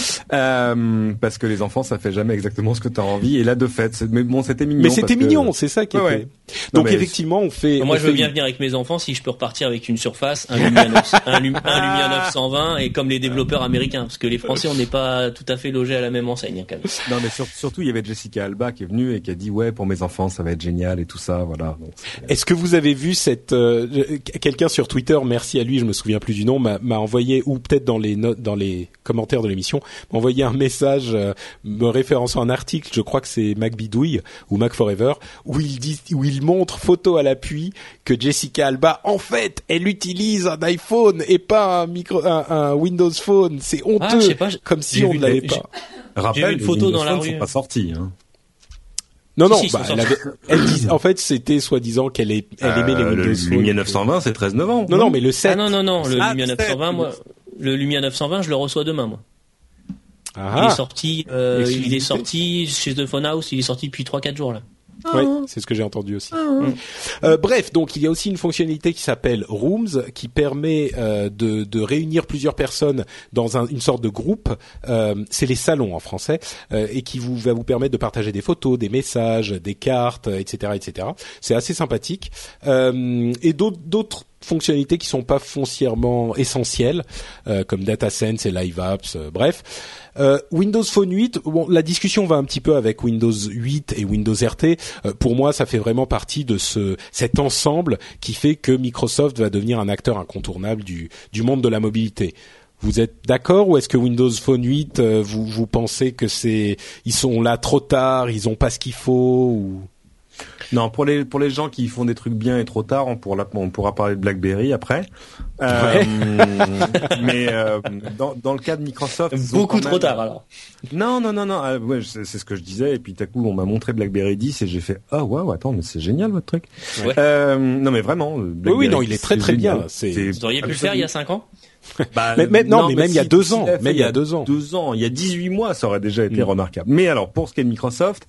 euh, parce que les enfants ça fait jamais exactement ce que t'as envie. Et là de fait, c'est, mais bon, c'était mignon. Mais c'était mignon, que... c'est ça qui ouais, était. Ouais. Donc non, effectivement, on fait. Moi, on je veux fait... bien venir avec mes enfants si je peux repartir avec une Surface, un Lumia, neuf, un, Lum, un Lumia neuf cent vingt et comme les développeurs américains, parce que les Français on n'est pas tout à fait logés à la même enseigne hein, quand même. Non mais sur, surtout il y avait Jessica Alba qui est venue et qui a dit ouais pour mes enfants ça va être génial et tout ça, voilà. Donc, est-ce que vous avez vu cette euh, quelqu'un sur Twitter, merci à lui, je me souviens plus du nom, m'a, m'a envoyé, ou peut-être dans les notes, dans les commentaires de l'émission, m'a envoyé un message euh, me référençant un article, je crois que c'est Mac Bidouille ou Mac Forever, où il dit, où il montre photo à l'appui que Jessica Alba, en fait, elle utilise un iPhone et pas un micro, un, un Windows Phone. C'est honteux, ah, je sais pas, comme si on ne l'avait pas. Rappel, j'ai vu une photo dans la rue. Sont pas sortis, hein. Non, non, si, si, bah, elle avait, elle dit, en fait, c'était soi-disant qu'elle est, elle aimait euh, les Windows le Phone. Le Lumia neuf cent vingt, c'est treize novembre. Non, non, mais le sept. Ah non, non, non, le ah, Lumia neuf cent vingt, moi, le Lumia neuf cent vingt, je le reçois demain, moi. Ah. Il est sorti, euh, il est sorti chez The Phone House, il est sorti depuis trois quatre jours, là. Oui, c'est ce que j'ai entendu aussi. Mmh. Euh, bref, donc il y a aussi une fonctionnalité qui s'appelle Rooms, qui permet euh, de, de réunir plusieurs personnes dans un, une sorte de groupe. Euh, c'est les salons en français, euh, et qui vous va vous permettre de partager des photos, des messages, des cartes, et cetera, et cetera. C'est assez sympathique. Euh, et d'autres, d'autres fonctionnalités qui sont pas foncièrement essentielles, euh, comme DataSense et Live Apps. Euh, bref. Euh, Windows Phone huit, bon, la discussion va un petit peu avec Windows huit et Windows R T. Euh, pour moi, ça fait vraiment partie de ce cet ensemble qui fait que Microsoft va devenir un acteur incontournable du du monde de la mobilité. Vous êtes d'accord, ou est-ce que Windows Phone huit, euh, vous vous pensez que c'est ils sont là trop tard, ils ont pas ce qu'il faut ou... Non, pour les pour les gens qui font des trucs bien et trop tard, on pourra on pourra parler de BlackBerry après. Euh, ouais. mais euh, dans dans le cas de Microsoft, beaucoup trop même... tard alors. Non non non non, euh, ouais, c'est, c'est ce que je disais, et puis tout à coup on m'a montré BlackBerry dix et j'ai fait ah oh, waouh attends mais c'est génial votre truc. Ouais. Euh, non mais vraiment. Oui oui non il est très très génial. bien. C'est... c'est... Vous auriez pu le faire il y a cinq ans. Bah, mais, mais, non, non, mais, mais même si, il y a deux si ans, même il y a deux ans, deux ans, il y a dix-huit mois, ça aurait déjà été mmh. remarquable. Mais alors, pour ce qui est de Microsoft,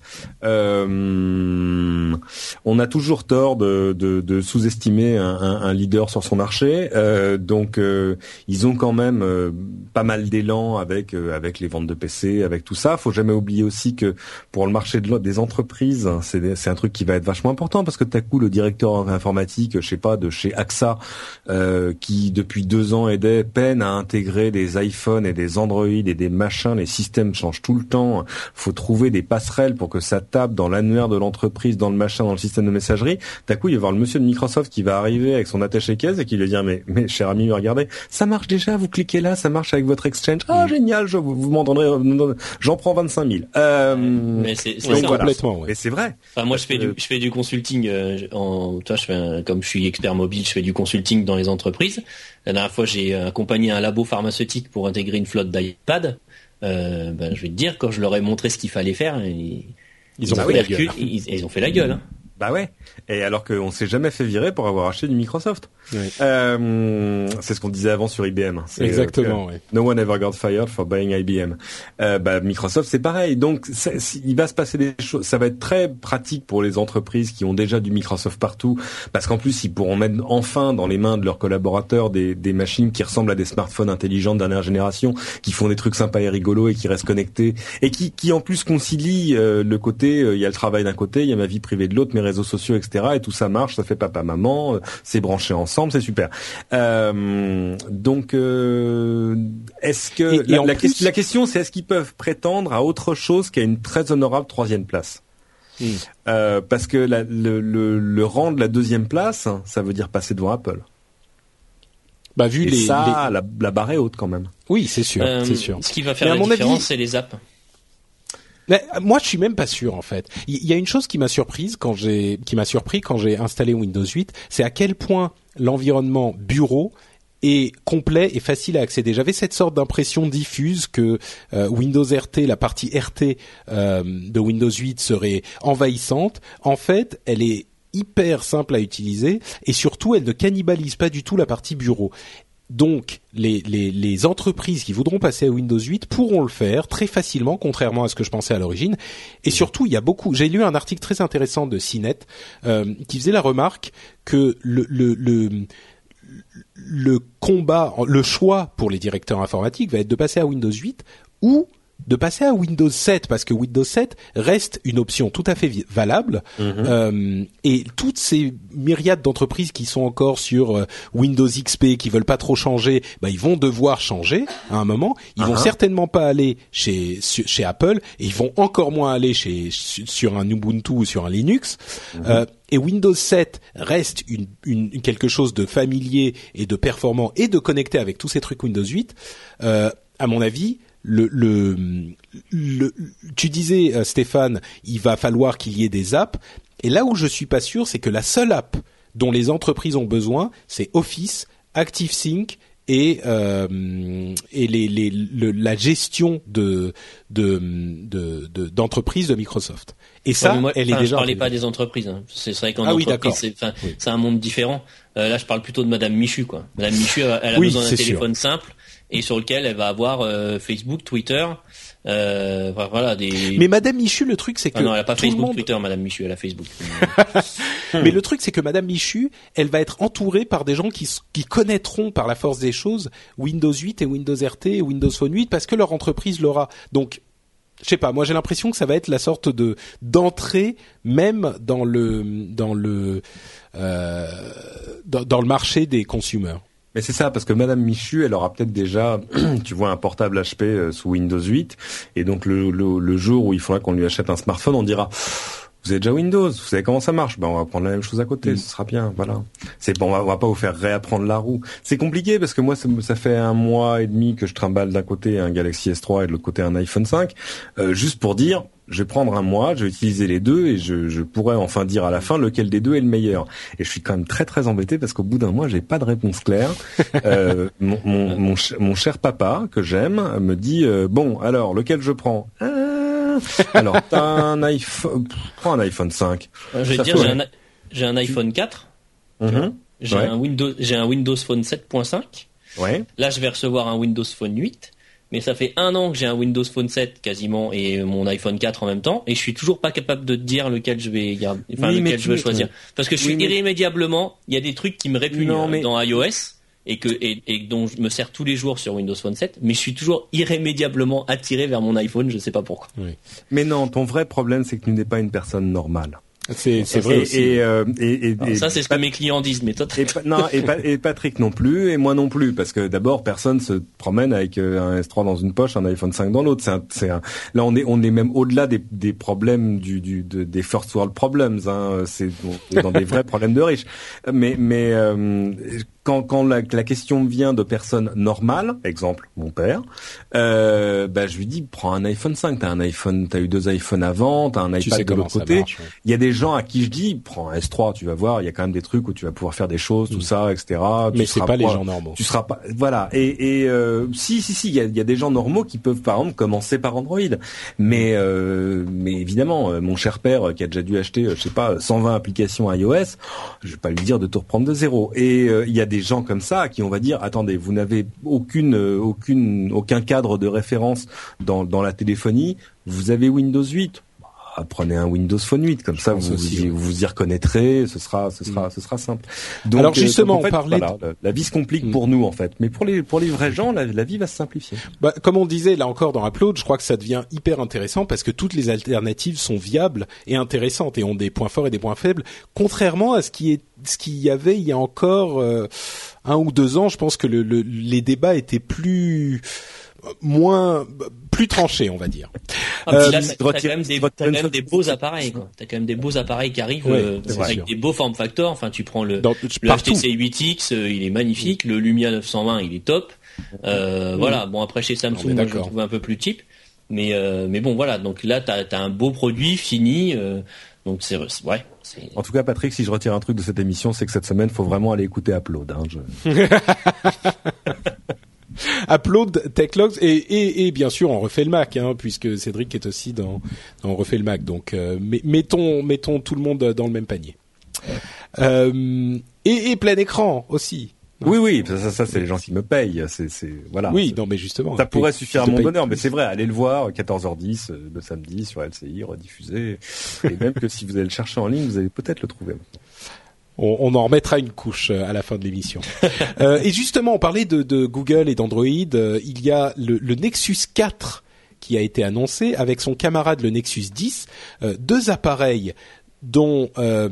euh, on a toujours tort de, de, de sous-estimer un, un, un leader sur son marché. Euh, donc, euh, ils ont quand même euh, pas mal d'élan avec euh, avec les ventes de P C, avec tout ça. Faut jamais oublier aussi que pour le marché de, des entreprises, c'est, c'est un truc qui va être vachement important parce que tout à coup, le directeur informatique, je sais pas, de chez A X A, euh, qui depuis deux ans aidait peine à intégrer des iPhones et des Android et des machins, les systèmes changent tout le temps, faut trouver des passerelles pour que ça tape dans l'annuaire de l'entreprise, dans le machin. machin dans le système de messagerie, d'un coup il va y avoir le monsieur de Microsoft qui va arriver avec son attaché-caisse et qui lui dire mais mais cher ami, regardez, ça marche déjà, vous cliquez là, ça marche avec votre Exchange. Ah, génial, je, vous, vous m'en donnerez, j'en prends vingt-cinq mille. Euh, mais c'est, c'est oui, ça, complètement, ouais. Mais c'est vrai. Enfin, moi, je fais du, je fais du consulting, euh, en, toi, je fais un, comme je suis expert mobile, je fais du consulting dans les entreprises. La dernière fois, j'ai accompagné un labo pharmaceutique pour intégrer une flotte d'iPad. Euh, ben, je vais te dire, quand je leur ai montré ce qu'il fallait faire, ils, ils ont, ont fait la gueule. Ils, ils ont fait la gueule, hein. Bah ouais. Et alors qu'on s'est jamais fait virer pour avoir acheté du Microsoft. Oui. Euh, c'est ce qu'on disait avant sur I B M. C'est, Exactement. Euh, oui. No one ever got fired for buying I B M. Euh, bah Microsoft c'est pareil. Donc c'est, il va se passer des choses. Ça va être très pratique pour les entreprises qui ont déjà du Microsoft partout, parce qu'en plus ils pourront mettre enfin dans les mains de leurs collaborateurs des, des machines qui ressemblent à des smartphones intelligents de dernière génération, qui font des trucs sympas et rigolos et qui restent connectés et qui, qui en plus concilient euh, le côté. Il euh, y a le travail d'un côté, il y a ma vie privée de l'autre, mes réseaux sociaux, et cetera. Et tout ça marche, ça fait papa maman, euh, c'est branché ensemble, c'est super. Euh, donc, euh, est-ce que et, la, et la, plus... la question, c'est est-ce qu'ils peuvent prétendre à autre chose qu'à une très honorable troisième place? Mmh. Euh, parce que la, le, le, le rang de la deuxième place, ça veut dire passer devant Apple. Bah vu et les, ça, les... La, la barre est haute quand même. Oui, c'est sûr, euh, c'est sûr. Ce qui va faire la différence, avis... c'est les apps. Mais moi, je suis même pas sûr en fait. Il y a une chose qui m'a surprise quand j'ai, qui m'a surpris quand j'ai installé Windows huit, c'est à quel point l'environnement bureau est complet et facile à accéder. J'avais cette sorte d'impression diffuse que euh, Windows R T, la partie R T euh, de Windows huit serait envahissante. En fait, elle est hyper simple à utiliser et surtout, elle ne cannibalise pas du tout la partie bureau. Donc, les, les, les entreprises qui voudront passer à Windows huit pourront le faire très facilement, contrairement à ce que je pensais à l'origine. Et surtout, il y a beaucoup. J'ai lu un article très intéressant de C net euh, qui faisait la remarque que le, le, le, le combat, le choix pour les directeurs informatiques va être de passer à Windows huit ou de passer à Windows sept, parce que Windows sept reste une option tout à fait valable. Mmh. Euh, et toutes ces myriades d'entreprises qui sont encore sur euh, Windows X P, qui veulent pas trop changer, bah ils vont devoir changer à un moment. Ils uh-huh. vont certainement pas aller chez chez Apple, et ils vont encore moins aller chez sur un Ubuntu ou sur un Linux. Mmh. Euh, et Windows sept reste une, une quelque chose de familier et de performant et de connecté avec tous ces trucs Windows huit. Euh, à mon avis. Le, le, le, tu disais, euh, Stéphane, il va falloir qu'il y ait des apps. Et là où je suis pas sûr, c'est que la seule app dont les entreprises ont besoin, c'est Office, ActiveSync et euh, et les, les, le, la gestion de de, de de d'entreprises de Microsoft. Et ça, ouais, moi, elle est déjà. Je parlais pas des entreprises. Hein. C'est vrai qu'en ah, entreprise, oui, c'est, enfin, oui. c'est un monde différent. Euh, là, je parle plutôt de Madame Michu, quoi. Madame Michu, elle, elle a oui, besoin d'un téléphone sûr. simple et sur lequel elle va avoir euh, Facebook, Twitter, euh, voilà des. Mais Madame Michu, le truc c'est que ah non, elle a pas Facebook, monde... Twitter, Madame Michu, elle a Facebook. Mais le truc c'est que Madame Michu, elle va être entourée par des gens qui qui connaîtront par la force des choses Windows huit et Windows R T et Windows Phone huit parce que leur entreprise l'aura. Donc je sais pas, moi j'ai l'impression que ça va être la sorte de d'entrée même dans le dans le euh, dans, dans le marché des consumers. Mais c'est ça, parce que Madame Michu, elle aura peut-être déjà, tu vois, un portable H P euh, sous Windows huit, et donc le, le, le jour où il faudra qu'on lui achète un smartphone, on dira vous avez déjà Windows, vous savez comment ça marche, ben on va prendre la même chose à côté, mmh. ce sera bien, voilà. C'est bon, on va, on va pas vous faire réapprendre la roue. C'est compliqué parce que moi ça, ça fait un mois et demi que je trimballe d'un côté un Galaxy S trois et de l'autre côté un iPhone cinq, euh, juste pour dire je vais prendre un mois, je vais utiliser les deux et je, je pourrais enfin dire à la fin lequel des deux est le meilleur. Et je suis quand même très très embêté parce qu'au bout d'un mois, j'ai pas de réponse claire. euh, mon, mon, mon, mon cher papa que j'aime me dit euh, bon alors lequel je prends ah, alors t'as un iPhone, prends un iPhone cinq. Euh, je vais te dire, j'ai un, j'ai un iPhone quatre. Mm-hmm. J'ai ouais. un Windows, j'ai un Windows Phone sept point cinq. Ouais. Là, je vais recevoir un Windows Phone huit. Mais ça fait un an que j'ai un Windows Phone sept quasiment et mon iPhone quatre en même temps et je suis toujours pas capable de dire lequel je vais garder, enfin oui, lequel je veux choisir. Parce que je suis oui, irrémédiablement, il y a des trucs qui me répugnent non, mais... dans iOS et que et, et dont je me sers tous les jours sur Windows Phone sept, mais je suis toujours irrémédiablement attiré vers mon iPhone, je sais pas pourquoi. Oui. Mais non, ton vrai problème c'est que tu n'es pas une personne normale. C'est, c'est vrai et, aussi. Et, euh, et, et, et ça, c'est ce que mes clients disent, mais toi, et, non, et, et Patrick non plus, et moi non plus, parce que d'abord, personne se promène avec un S trois dans une poche, un iPhone cinq dans l'autre. C'est un, c'est un, là, on est, on est même au-delà des, des problèmes du, du, de, des first world problems. Hein. C'est on est dans des vrais problèmes de riches. Mais, mais euh, quand, quand la, la question vient de personnes normales, exemple mon père, euh, bah, je lui dis, prends un iPhone cinq. T'as un iPhone, t'as eu deux iPhones avant, t'as un iPad de l'autre côté. Marche, ouais. Il y a des gens à qui je dis, prends un S trois, tu vas voir, il y a quand même des trucs où tu vas pouvoir faire des choses, tout mmh. ça, et cetera. Mais tu c'est pas, pas les gens normaux. Tu seras pas, voilà. Et, et euh, si, si, si, il y a, il y a des gens normaux qui peuvent, par exemple, commencer par Android. Mais, euh, mais évidemment, mon cher père qui a déjà dû acheter, je sais pas, cent vingt applications iOS, je vais pas lui dire de tout reprendre de zéro. Et euh, il y a des gens comme ça qui on va dire, attendez, vous n'avez aucune, aucune, aucun cadre de référence dans, dans la téléphonie. Vous avez Windows huit. Prenez un Windows Phone huit, comme je ça vous aussi, vous, vous y reconnaîtrez, ce sera ce sera mmh. ce sera simple. Donc, alors justement, euh, en fait, on parlait voilà, de... la vie se complique mmh. pour nous en fait, mais pour les pour les vrais gens, la, la vie va se simplifier. Bah, comme on disait là encore dans Upload, je crois que ça devient hyper intéressant parce que toutes les alternatives sont viables et intéressantes et ont des points forts et des points faibles, contrairement à ce qui est ce qu'il y avait il y a encore euh, un ou deux ans. Je pense que le, le, les débats étaient plus moins plus tranché, on va dire. Ah, euh, là, t'as, t'as quand même des, t'as quand même des beaux appareils, quoi. T'as quand même des beaux appareils qui arrivent, ouais, euh, avec sûr. des beaux form factors. Enfin, tu prends le, Dans, le H T C huit X, euh, il est magnifique. Mmh. Le Lumia neuf cent vingt, il est top. Euh, mmh. Voilà. Bon, après, chez Samsung, moi, je le trouve un peu plus cheap. Mais, euh, mais bon, voilà. Donc là, t'as, t'as un beau produit fini, euh, donc c'est, ouais. C'est... En tout cas, Patrick, si je retire un truc de cette émission, c'est que cette semaine, faut vraiment aller écouter Upload, hein. Je... Upload, Techlogs et, et, et bien sûr on refait le Mac, hein, puisque Cédric est aussi dans, dans on refait le Mac. Donc euh, mettons mettons tout le monde dans le même panier. Euh, et, et plein écran aussi. Oui oui, ça, ça, ça c'est les gens qui me payent. C'est, c'est voilà. Oui, c'est, non mais justement. Ça pourrait suffire à mon bonheur, mais c'est vrai. Allez le voir, quatorze heures dix le samedi sur L C I, rediffusé. Et même que si vous allez le chercher en ligne, vous allez peut-être le trouver. On, on en remettra une couche à la fin de l'émission. euh, et justement, on parlait de, de Google et d'Android. Euh, il y a le, le Nexus quatre qui a été annoncé avec son camarade le Nexus dix. Euh, deux appareils dont, euh,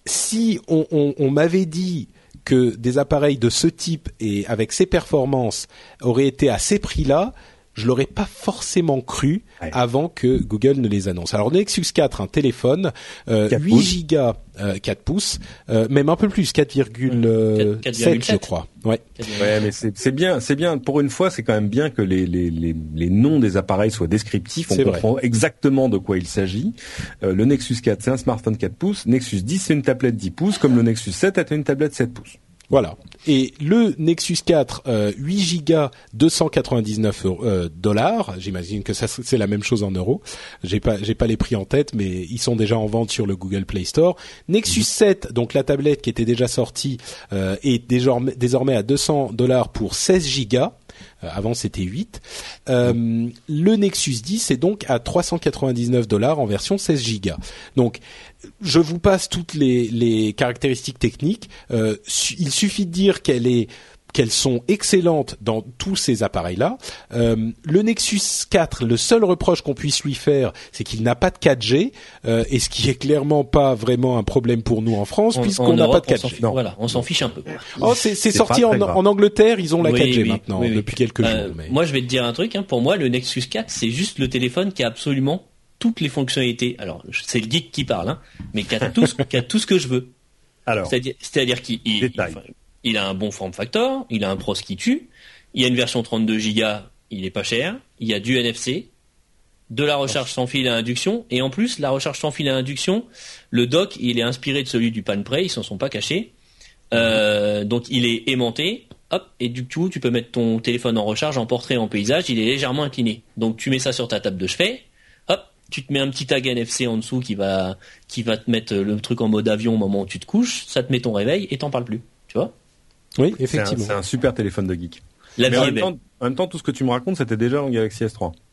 si on, on, on m'avait dit que des appareils de ce type et avec ces performances auraient été à ces prix-là, je l'aurais pas forcément cru ouais. avant que Google ne les annonce. Alors Nexus quatre, un téléphone, euh, huit gigas, euh, quatre pouces, euh, même un peu plus, quatre virgule sept je crois. Ouais. Ouais, mais c'est, c'est bien, c'est bien. Pour une fois, c'est quand même bien que les les les, les noms des appareils soient descriptifs. On c'est comprend vrai. exactement de quoi il s'agit. Euh, le Nexus quatre, c'est un smartphone quatre pouces. Nexus dix, c'est une tablette dix pouces, comme le Nexus sept était une tablette sept pouces. Voilà. Et le Nexus quatre, euh, huit gigas, deux cent quatre-vingt-dix-neuf euh, dollars. J'imagine que ça c'est la même chose en euros. J'ai pas j'ai pas les prix en tête, mais ils sont déjà en vente sur le Google Play Store. Nexus mmh. sept, donc la tablette qui était déjà sortie, euh, est désormais désormais à deux cents dollars pour seize gigas. Euh, avant c'était huit. Euh, mmh. Le Nexus dix est donc à trois cent quatre-vingt-dix-neuf dollars en version seize gigas. Donc je vous passe toutes les, les caractéristiques techniques. Euh, su- il suffit de dire qu'elle est, qu'elles sont excellentes dans tous ces appareils-là. Euh, le Nexus quatre, le seul reproche qu'on puisse lui faire, c'est qu'il n'a pas de quatre G, euh, et ce qui est clairement pas vraiment un problème pour nous en France, on, puisqu'on n'a pas de quatre G. On voilà, on s'en fiche un peu. Oh, c'est, c'est, c'est sorti en, en Angleterre, ils ont la oui, quatre G oui, maintenant, oui, oui. depuis quelques euh, jours. Mais... Moi, je vais te dire un truc. Hein, pour moi, le Nexus quatre, c'est juste le téléphone qui a absolument toutes les fonctionnalités. Alors, c'est le geek qui parle, hein, mais qui a tout, qui a tout ce que je veux. Alors, c'est-à-dire, c'est-à-dire qu'il il, il, il a un bon form factor, il a un pros qui tue, il y a une version trente-deux gigas, il est pas cher, il y a du N F C, de la recharge sans fil à induction, et en plus, la recharge sans fil à induction, le dock, il est inspiré de celui du PanPray, ils s'en sont pas cachés, euh, donc il est aimanté, hop, et du coup, tu peux mettre ton téléphone en recharge, en portrait, en paysage, il est légèrement incliné. Donc, tu mets ça sur ta table de chevet, hop, tu te mets un petit tag N F C en dessous qui va, qui va te mettre le truc en mode avion au moment où tu te couches, ça te met ton réveil et t'en parles plus. Tu vois? Oui, effectivement. C'est un, c'est un super téléphone de geek. La Mais vie en, est même belle. temps, en même temps, tout ce que tu me racontes, c'était déjà en Galaxy S trois.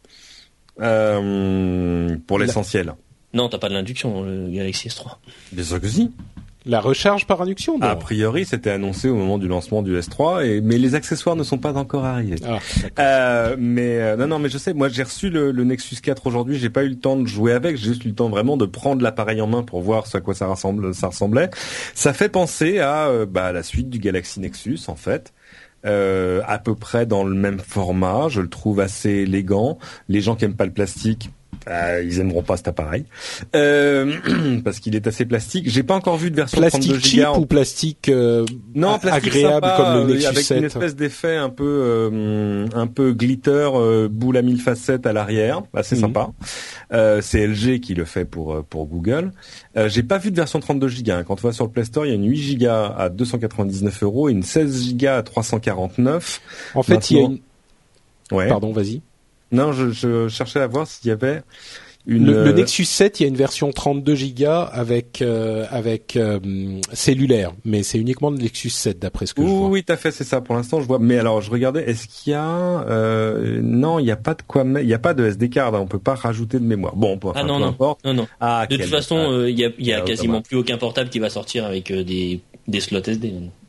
Euh, pour l'essentiel. Non, t'as pas de l'induction, le Galaxy S trois. Bien sûr que si. La recharge par induction, non. A priori, c'était annoncé au moment du lancement du S trois, et mais les accessoires ne sont pas encore arrivés. Ah, euh, mais euh, non, non, mais je sais. Moi, j'ai reçu le, le Nexus quatre aujourd'hui. J'ai pas eu le temps de jouer avec. J'ai juste eu le temps vraiment de prendre l'appareil en main pour voir à quoi ça ressemble. Ça ressemblait. Ça fait penser à euh, bah, la suite du Galaxy Nexus, en fait. Euh, à peu près dans le même format. Je le trouve assez élégant. Les gens qui aiment pas le plastique, Euh, ils aimeront pas cet appareil euh, parce qu'il est assez plastique. J'ai pas encore vu de version plastique trente-deux giga cheap ou plastique euh, non plastique agréable sympa, comme le Nexus avec sept. Une espèce d'effet un peu euh, un peu glitter, euh, boule à mille facettes à l'arrière, assez mmh. sympa. Euh, c'est L G qui le fait pour pour Google. Euh, j'ai pas vu de version trente-deux giga. Hein. Quand on va sur le Play Store, il y a une huit giga à deux cent quatre-vingt-dix-neuf euros et une seize giga à trois cent quarante-neuf. En fait, Maintenant... il y a une. Ouais. Pardon, vas-y. Non, je, je cherchais à voir s'il y avait une... Le, le Nexus sept, il y a une version trente-deux giga avec euh, avec euh, cellulaire, mais c'est uniquement le Nexus sept d'après ce que Ouh, je vois. Oui, tout à fait, c'est ça. Pour l'instant, je vois. Mais alors, je regardais. Est-ce qu'il y a euh, Non, il n'y a pas de quoi. Il n'y a pas de S D card. Hein, on peut pas rajouter de mémoire. Bon, enfin, ah non, peu non, importe. non, non. Ah, de toute façon, il euh, y a, y a ah, quasiment plus aucun portable qui va sortir avec euh, des des slots S D. Non.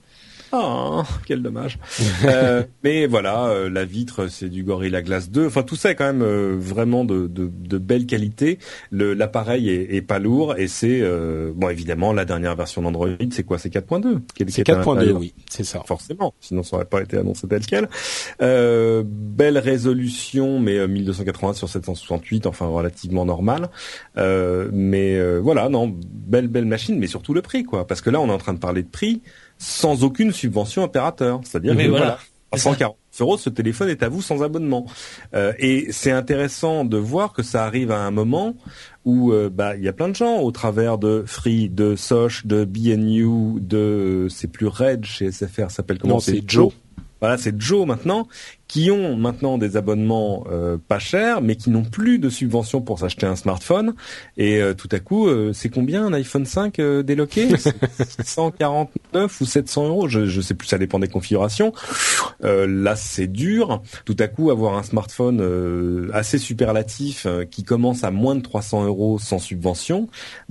Ah, quel dommage. euh, mais voilà, euh, la vitre, c'est du Gorilla Glass deux. Enfin, tout ça est quand même euh, vraiment de, de, de belle qualité. Le, l'appareil est, est pas lourd et c'est euh, bon évidemment la dernière version d'Android. C'est quoi? C'est quatre point deux. C'est quatre point deux, oui, c'est ça. Forcément, sinon ça aurait pas été annoncé tel quel. Euh, belle résolution, mais euh, mille deux cent quatre-vingts sur sept cent soixante-huit, enfin relativement normal. Euh, mais euh, voilà, non, belle belle machine, mais surtout le prix, quoi. Parce que là, on est en train de parler de prix sans aucune subvention opérateur. C'est-à-dire mais que voilà, voilà, à cent quarante euros, ce téléphone est à vous sans abonnement. Euh, et c'est intéressant de voir que ça arrive à un moment où euh, bah il y a plein de gens au travers de Free, de Soch, de B N U, de c'est plus Red chez S F R, ça s'appelle comment? Non, c'est Joe. Voilà, c'est Joe maintenant, qui ont maintenant des abonnements euh, pas chers, mais qui n'ont plus de subvention pour s'acheter un smartphone. Et euh, tout à coup, euh, c'est combien un iPhone cinq euh, déloqué? cent quarante-neuf ou sept cents euros, je, je sais plus, ça dépend des configurations. Euh, là, c'est dur. Tout à coup, avoir un smartphone euh, assez superlatif euh, qui commence à moins de trois cents euros sans subvention,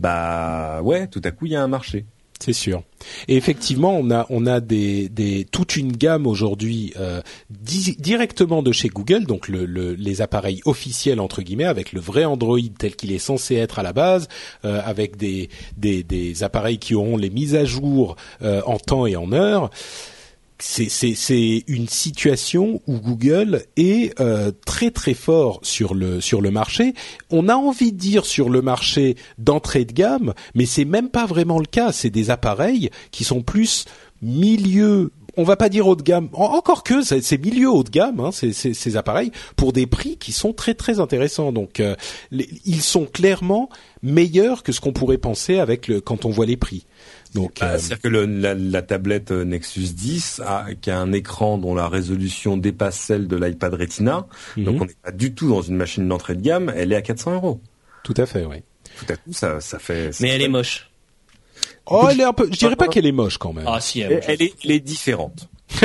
bah ouais, tout à coup, il y a un marché. C'est sûr. Et effectivement, on a on a des des toute une gamme aujourd'hui euh, di- directement de chez Google, donc le, le les appareils officiels entre guillemets avec le vrai Android tel qu'il est censé être à la base, euh, avec des des des appareils qui auront les mises à jour euh, en temps et en heure. C'est, c'est, c'est une situation où Google est euh, très très fort sur le sur le marché. On a envie de dire sur le marché d'entrée de gamme, mais c'est même pas vraiment le cas. C'est des appareils qui sont plus milieu. On va pas dire haut de gamme, encore que c'est, c'est milieu haut de gamme, hein, ces, ces, ces appareils, pour des prix qui sont très très intéressants. Donc, euh, les, ils sont clairement meilleurs que ce qu'on pourrait penser avec le quand on voit les prix. Donc, bah, euh, c'est-à-dire que le, la, la tablette Nexus dix a, qui a un écran dont la résolution dépasse celle de l'iPad Retina, mm-hmm. donc on n'est pas du tout dans une machine d'entrée de gamme. Elle est à quatre cents euros. Tout à fait, oui. Tout à coup, ça, ça fait. Ça Mais fait... elle est moche. Oh, elle est un peu. Je dirais pas qu'elle est moche quand même. Ah si, elle, elle, est, elle est différente.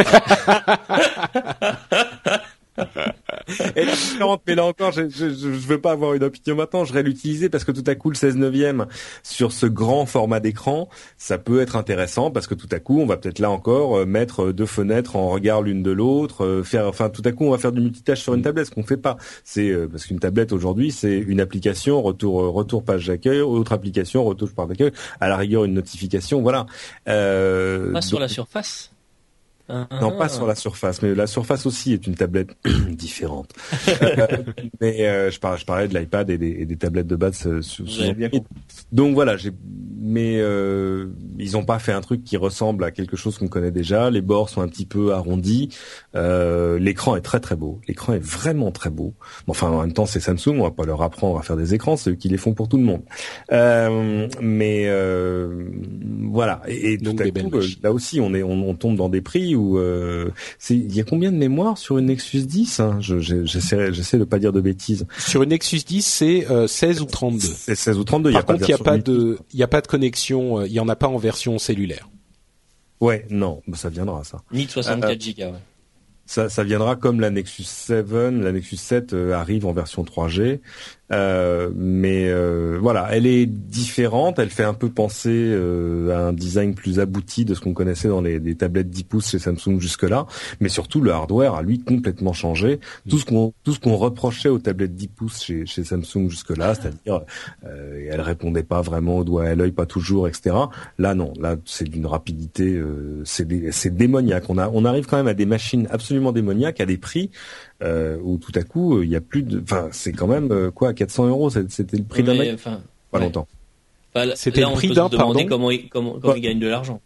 Elle est différente, mais là encore, je, je, je veux pas avoir une opinion maintenant. Je vais l'utiliser parce que tout à coup, le seize neuvième sur ce grand format d'écran, ça peut être intéressant parce que tout à coup, on va peut-être là encore mettre deux fenêtres en regard l'une de l'autre, faire, enfin, tout à coup, on va faire du multitâche sur une tablette, ce qu'on fait pas. C'est parce qu'une tablette aujourd'hui, c'est une application, retour, retour page d'accueil, autre application, retour page d'accueil, à la rigueur une notification, voilà. Euh, pas sur donc... la Surface. Ah, non, pas sur la Surface, mais la Surface aussi est une tablette différente. euh, mais euh, je, parlais, je parlais de l'iPad et des, et des tablettes de base. Euh, sous, sous bien donc voilà, j'ai, mais euh, ils ont pas fait un truc qui ressemble à quelque chose qu'on connaît déjà. Les bords sont un petit peu arrondis. Euh, l'écran est très très beau. L'écran est vraiment très beau. Bon, enfin, en même temps, c'est Samsung. On va pas leur apprendre à faire des écrans. C'est eux qui les font pour tout le monde. Euh, mais euh, voilà. Et, et donc, tout à coup, là aussi, on est, on, on tombe dans des prix où euh, c'est, il y a combien de mémoire sur une Nexus dix, hein? Je, j'essaie, j'essaie de pas dire de bêtises. Sur une Nexus dix, c'est euh, seize ou trente-deux. C'est seize ou trente-deux. Par contre, il y a pas de, il y a pas de connexion. Il y en a pas en version cellulaire. Ouais, non, ça viendra ça. Ni de soixante-quatre euh, gigas. Ouais. Ça, ça viendra comme la Nexus sept. La Nexus sept euh, arrive en version trois G. Euh, mais euh, voilà, elle est différente, elle fait un peu penser euh, à un design plus abouti de ce qu'on connaissait dans les, les tablettes dix pouces chez Samsung jusque-là, mais surtout le hardware a lui complètement changé. Tout ce qu'on tout ce qu'on reprochait aux tablettes dix pouces chez, chez Samsung jusque-là, c'est-à-dire euh, elle répondait pas vraiment au doigt et à l'œil, pas toujours, et cetera. Là non, là c'est d'une rapidité, euh, c'est dé, c'est démoniaque. On a on arrive quand même à des machines absolument démoniaques à des prix euh, où tout à coup il y a plus de, enfin c'est quand même euh, quoi, quatre cents euros, c'était le prix d'un mec. Enfin, pas ouais. longtemps. Enfin, là, c'était là, le on prix peut d'un, se demander pardon. comment ils, comment, comment Ouais. ils gagnent de l'argent.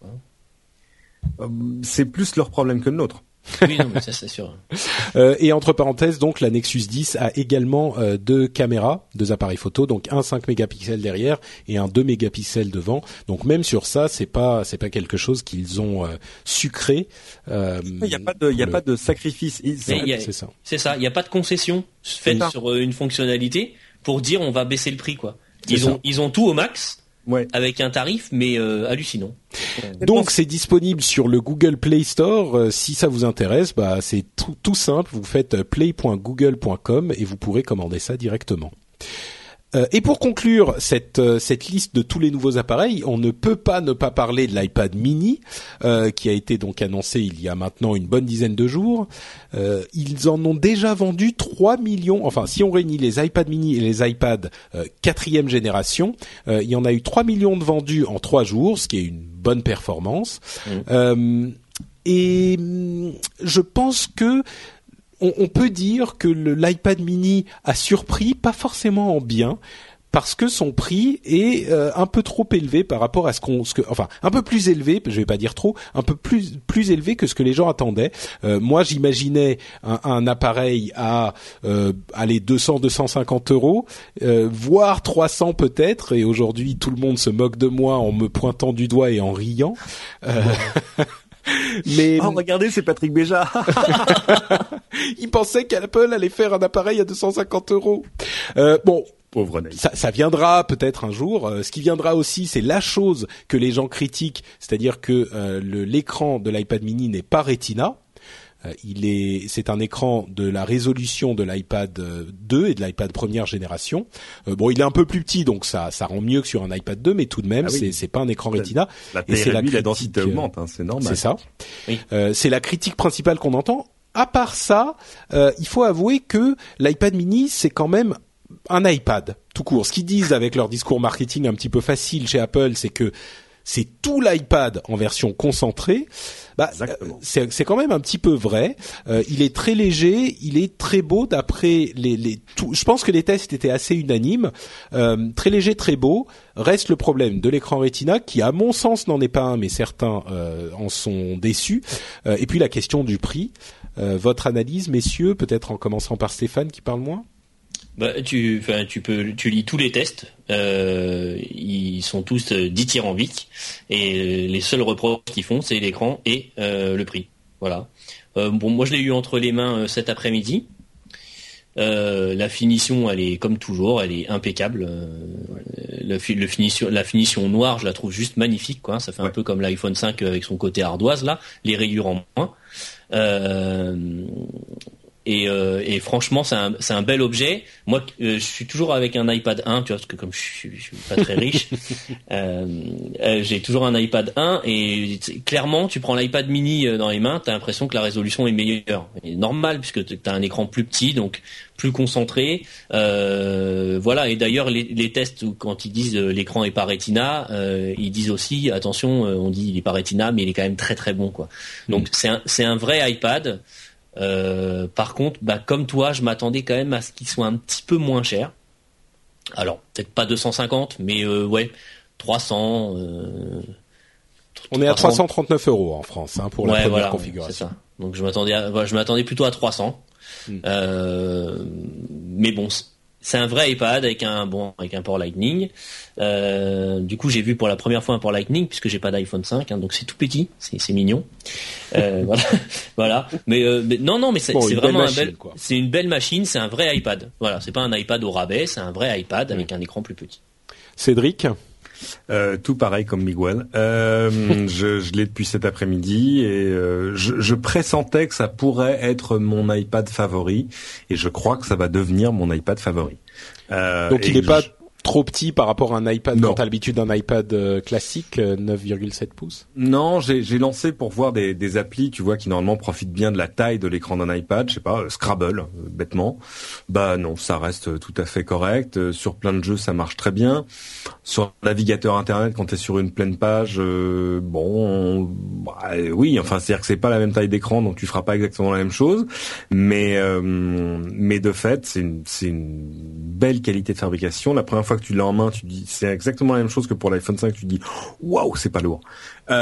Quoi. Euh, c'est plus leur problème que le nôtre. Oui, non, mais ça c'est sûr. Euh, et entre parenthèses, donc la Nexus dix a également euh, deux caméras, deux appareils photo, donc un cinq mégapixels derrière et un deux mégapixels devant. Donc même sur ça, c'est pas c'est pas quelque chose qu'ils ont euh, sucré. Euh, Il y a pas de il y a le... pas de sacrifice. Ils, Mais y a, c'est ça. C'est ça. Il y a pas de concession faite sur une fonctionnalité pour dire on va baisser le prix, quoi. Ils C'est ont ça. ils ont tout au max. Ouais. Avec un tarif, mais euh, hallucinant. Donc c'est disponible sur le Google Play Store. Euh, si ça vous intéresse, bah c'est tout, tout simple. Vous faites play point google point com et vous pourrez commander ça directement. Euh, et pour conclure cette euh, cette liste de tous les nouveaux appareils, on ne peut pas ne pas parler de l'iPad mini euh, qui a été donc annoncé il y a maintenant une bonne dizaine de jours. Euh, ils en ont déjà vendu trois millions. Enfin, si on réunit les iPad mini et les iPad euh, quatrième génération, euh, il y en a eu trois millions de vendus en trois jours, ce qui est une bonne performance. Mmh. Euh, et je pense que On, on peut dire que le, l'iPad mini a surpris, pas forcément en bien, parce que son prix est euh, un peu trop élevé par rapport à ce qu'on, ce que, enfin, un peu plus élevé, je vais pas dire trop, un peu plus plus élevé que ce que les gens attendaient. Euh, moi, j'imaginais un, un appareil à euh, aller deux cents, deux cent cinquante euros, euh, voire trois cents peut-être. Et aujourd'hui, tout le monde se moque de moi en me pointant du doigt et en riant. Euh, Mais oh, regardez, c'est Patrick Béja. Il pensait qu'Apple allait faire un appareil à deux cent cinquante euros. Euh, bon. Pauvre naïf. Ça, ça viendra peut-être un jour. Euh, ce qui viendra aussi, c'est la chose que les gens critiquent, c'est-à-dire que euh, le, l'écran de l'iPad mini n'est pas Retina. Euh, il est, c'est un écran de la résolution de l'iPad deux et de l'iPad première génération. Euh, bon, il est un peu plus petit, donc ça, ça rend mieux que sur un iPad deux, mais tout de même, ah oui. c'est, c'est pas un écran Retina. La, la, et c'est la, critique, la densité augmente, hein, c'est normal. C'est ça. Oui. Euh, c'est la critique principale qu'on entend. À part ça, euh, il faut avouer que l'iPad mini, c'est quand même un iPad tout court. Ce qu'ils disent avec leur discours marketing un petit peu facile chez Apple, c'est que c'est tout l'iPad en version concentrée. Bah, c'est, c'est quand même un petit peu vrai. Euh, il est très léger, il est très beau d'après les, les tout, je pense que les tests étaient assez unanimes. Euh, très léger, très beau. Reste le problème de l'écran Retina qui, à mon sens, n'en est pas un, mais certains euh, en sont déçus. Euh, et puis la question du prix. Euh, votre analyse, messieurs, peut-être en commençant par Stéphane qui parle moins. Bah, tu, enfin, tu peux, tu lis tous les tests. Euh, ils sont tous euh, dithyrambiques et les seuls reproches qu'ils font, c'est l'écran et euh, le prix. Voilà. Euh, bon, moi, je l'ai eu entre les mains euh, cet après-midi. Euh, la finition, elle est comme toujours, elle est impeccable. Euh, le, le finition, la finition noire, je la trouve juste magnifique, quoi. Ça fait ouais. un peu comme l'iPhone cinq avec son côté ardoise là, les rayures en moins. Euh, Et, euh, et franchement, c'est un, c'est un bel objet. Moi, euh, je suis toujours avec un iPad un, tu vois, parce que comme je suis, je suis pas très riche, euh, euh, j'ai toujours un iPad un. Et clairement, tu prends l'iPad mini dans les mains, t'as l'impression que la résolution est meilleure. Et normal, puisque t'as un écran plus petit, donc plus concentré. Euh, voilà. Et d'ailleurs, les, les tests où quand ils disent euh, l'écran est pas Retina, euh, ils disent aussi attention, euh, on dit il est pas Retina, mais il est quand même très très bon, quoi. Donc mmh. c'est un, c'est un vrai iPad. Euh, par contre, bah, comme toi, je m'attendais quand même à ce qu'il soit un petit peu moins cher. Alors, peut-être pas deux cent cinquante, mais euh, ouais, trois cents. Euh, On est à trois cent trente-neuf euros en France hein, pour la ouais, première voilà, configuration. C'est ça. Donc je m'attendais, à, voilà, je m'attendais plutôt à trois cents. Hmm. Euh, mais bon, c'est un vrai iPad avec un bon avec un port Lightning. Euh, du coup, j'ai vu pour la première fois un port Lightning puisque j'ai pas d'iPhone cinq, hein, donc c'est tout petit, c'est, c'est mignon. Euh, voilà, voilà. Mais, euh, mais non, non, mais c'est, bon, c'est vraiment machine, un bel, quoi. C'est une belle machine, c'est un vrai iPad. Voilà, c'est pas un iPad au rabais, c'est un vrai iPad avec mmh. un écran plus petit. Cédric. Euh, tout pareil comme Miguel. Euh, je, je l'ai depuis cet après-midi et euh, je, je pressentais que ça pourrait être mon iPad favori et je crois que ça va devenir mon iPad favori. Euh, Donc il n'est pas je... trop petit par rapport à un iPad, non. Quand t'as l'habitude d'un iPad euh, classique, euh, neuf virgule sept pouces. Non, j'ai, j'ai lancé pour voir des, des applis, tu vois, qui normalement profitent bien de la taille de l'écran d'un iPad, je sais pas, euh, Scrabble, euh, bêtement. Bah non, ça reste tout à fait correct. Euh, sur plein de jeux, ça marche très bien. Sur le navigateur internet, quand t'es sur une pleine page, euh, bon, bah, oui, enfin, c'est-à-dire que c'est pas la même taille d'écran, donc tu feras pas exactement la même chose. Mais, euh, mais de fait, c'est une, c'est une belle qualité de fabrication. La première fois que tu l'as en main, tu dis, c'est exactement la même chose que pour l'iPhone cinq, tu dis, waouh, c'est pas lourd.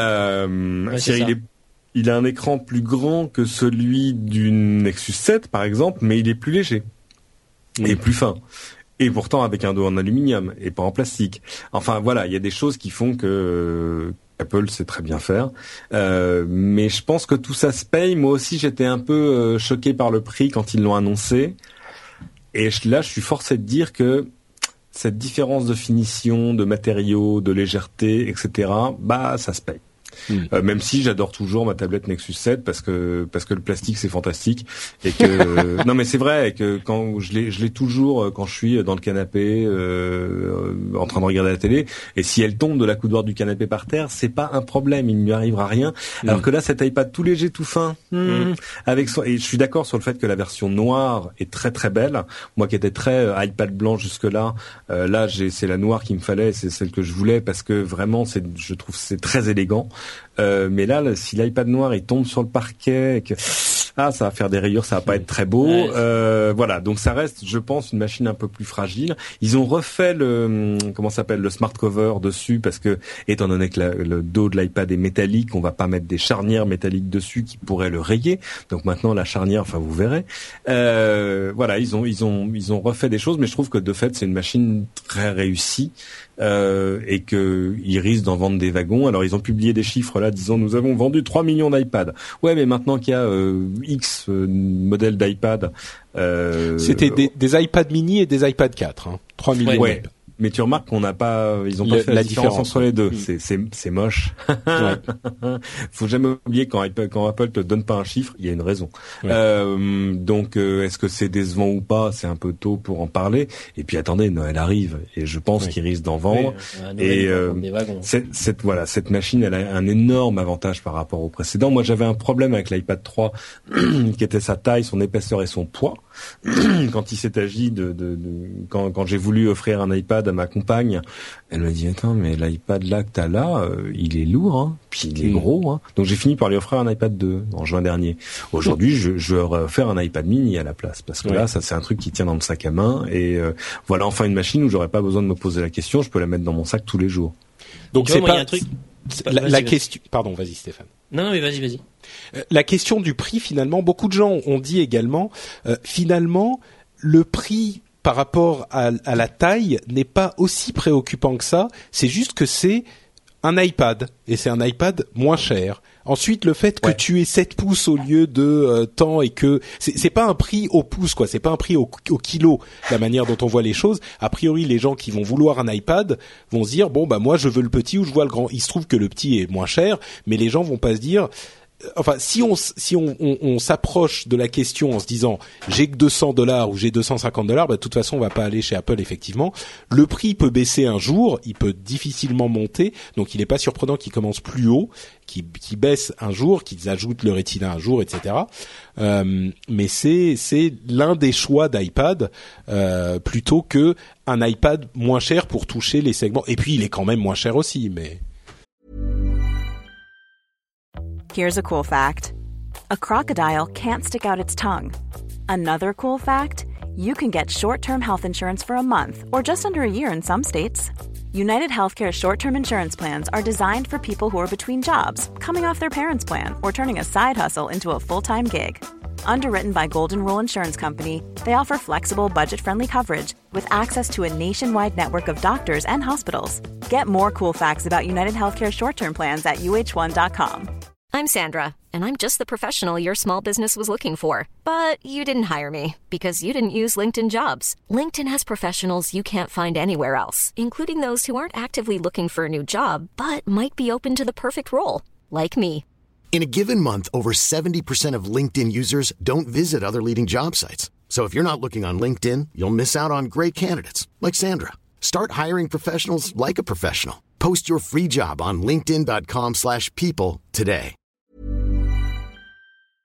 Euh, ouais, c'est il est, il a un écran plus grand que celui d'une Nexus sept, par exemple, mais il est plus léger. Mmh. Et plus fin. Et pourtant avec un dos en aluminium et pas en plastique. Enfin voilà, il y a des choses qui font que euh, Apple sait très bien faire. Euh, mais je pense que tout ça se paye. Moi aussi, j'étais un peu euh, choqué par le prix quand ils l'ont annoncé. Et là, je suis forcé de dire que cette différence de finition, de matériaux, de légèreté, et cetera, bah ça se paye. Mmh. Euh, même si j'adore toujours ma tablette Nexus sept parce que parce que le plastique c'est fantastique et que non mais c'est vrai et que quand je l'ai je l'ai toujours quand je suis dans le canapé euh, en train de regarder la télé et si elle tombe de la coudoir du canapé par terre c'est pas un problème, il ne lui arrivera rien. Mmh. Alors que là cet iPad tout léger tout fin mmh, mmh. avec son, et je suis d'accord sur le fait que la version noire est très très belle. Moi qui étais très euh, iPad blanc jusque là, euh, là j'ai c'est la noire qu'il me fallait, c'est celle que je voulais parce que vraiment c'est je trouve c'est très élégant. Euh, mais là, si l'iPad noir il tombe sur le parquet, et que ah ça va faire des rayures, ça va pas être très beau. Ouais. Euh, voilà, donc ça reste, je pense, une machine un peu plus fragile. Ils ont refait le comment ça s'appelle le smart cover dessus parce que étant donné que la, le dos de l'iPad est métallique, on va pas mettre des charnières métalliques dessus qui pourraient le rayer. Donc maintenant la charnière, enfin vous verrez. Euh, voilà, ils ont ils ont ils ont refait des choses, mais je trouve que de fait c'est une machine très réussie. Euh, et que ils risquent d'en vendre des wagons. Alors ils ont publié des chiffres là disant nous avons vendu trois millions d'iPad. Ouais, mais maintenant qu'il y a euh, X euh, modèles d'iPad, euh, c'était des, des iPad mini et des iPad quatre, hein. trois millions. Ouais. Mais tu remarques qu'on n'a pas, ils ont pas le, fait la, la différence, différence entre les deux. Mmh. C'est, c'est, c'est moche. Ouais. Faut jamais oublier quand Apple, quand Apple te donne pas un chiffre, il y a une raison. Ouais. Euh, donc, euh, est-ce que c'est décevant ou pas? C'est un peu tôt pour en parler. Et puis, attendez, Noël arrive et je pense ouais. qu'ils risquent d'en vendre. Oui, Noël, et euh, cette, cette, voilà, cette machine, elle a un énorme avantage par rapport au précédent. Moi, j'avais un problème avec l'iPad trois, qui était sa taille, son épaisseur et son poids. Quand il s'est agi de, de, de quand, quand j'ai voulu offrir un iPad à ma compagne, elle m'a dit attends mais l'iPad là que t'as là, euh, il est lourd, hein, puis il est mmh. gros, hein. Donc j'ai fini par lui offrir un iPad deux en juin dernier. Aujourd'hui, je, je vais offrir un iPad mini à la place parce que ouais. là, ça c'est un truc qui tient dans le sac à main et euh, voilà enfin une machine où j'aurais pas besoin de me poser la question, je peux la mettre dans mon sac tous les jours. Donc c'est pas un truc. La, la question. Pardon, vas-y Stéphane. Non, non mais vas-y, vas-y. La question du prix, finalement, beaucoup de gens ont dit également, euh, finalement, le prix par rapport à, à la taille n'est pas aussi préoccupant que ça. C'est juste que c'est un iPad et c'est un iPad moins cher. Ensuite, le fait que ouais. tu aies sept pouces au lieu de euh, tant et que c'est, c'est pas un prix au pouce, quoi. C'est pas un prix au, au kilo, la manière dont on voit les choses. A priori, les gens qui vont vouloir un iPad vont se dire bon bah moi je veux le petit ou je vois le grand. Il se trouve que le petit est moins cher, mais les gens vont pas se dire. Enfin, si on si on, on, on s'approche de la question en se disant j'ai que deux cents dollars ou j'ai deux cent cinquante dollars, bah de toute façon on va pas aller chez Apple effectivement. Le prix peut baisser un jour, il peut difficilement monter, donc il n'est pas surprenant qu'il commence plus haut, qu'il, qu'il baisse un jour, qu'ils ajoutent le Retina un jour, et cetera. Euh, mais c'est c'est l'un des choix d'iPad euh, plutôt que un iPad moins cher pour toucher les segments. Et puis il est quand même moins cher aussi, mais. Here's a cool fact. A crocodile can't stick out its tongue. Another cool fact, you can get short-term health insurance for a month or just under a year in some states. United Healthcare short-term insurance plans are designed for people who are between jobs, coming off their parents' plan, or turning a side hustle into a full-time gig. Underwritten by Golden Rule Insurance Company, they offer flexible, budget-friendly coverage with access to a nationwide network of doctors and hospitals. Get more cool facts about United Healthcare short-term plans at U H one dot com. I'm Sandra, and I'm just the professional your small business was looking for. But you didn't hire me because you didn't use LinkedIn Jobs. LinkedIn has professionals you can't find anywhere else, including those who aren't actively looking for a new job, but might be open to the perfect role, like me. In a given month, over seventy percent of LinkedIn users don't visit other leading job sites. So if you're not looking on LinkedIn, you'll miss out on great candidates like Sandra. Start hiring professionals like a professional. Post your free job on linkedin.com slash people today. Stéphane ?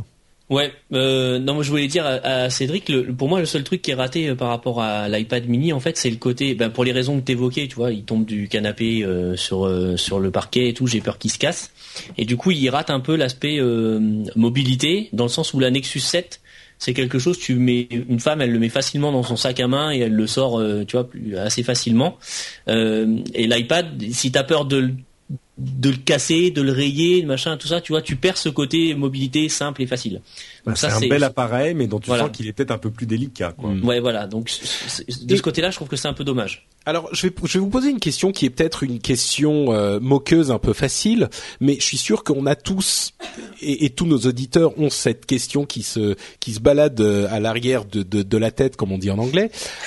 Ouais, euh, non, moi je voulais dire à, à Cédric, le, pour moi le seul truc qui est raté euh, par rapport à l'iPad mini, en fait, c'est le côté, ben, pour les raisons que t'évoquais, tu vois, il tombe du canapé euh, sur euh, sur le parquet et tout, j'ai peur qu'il se casse, et du coup il rate un peu l'aspect euh, mobilité, dans le sens où la Nexus sept, c'est quelque chose, tu mets une femme, elle le met facilement dans son sac à main et elle le sort, euh, tu vois, plus, assez facilement. Euh, et l'iPad, si t'as peur de de le casser, de le rayer, machin, tout ça, tu vois, tu perds ce côté mobilité simple et facile. Donc bah, ça, c'est un c'est... bel appareil, mais dont tu voilà. sens qu'il est peut-être un peu plus délicat, quoi. Mmh. Ouais, voilà. Donc de et... ce côté-là, je trouve que c'est un peu dommage. Alors, je vais, je vais vous poser une question qui est peut-être une question euh, moqueuse, un peu facile, mais je suis sûr qu'on a tous et, et tous nos auditeurs ont cette question qui se qui se balade à l'arrière de de, de la tête, comme on dit en anglais.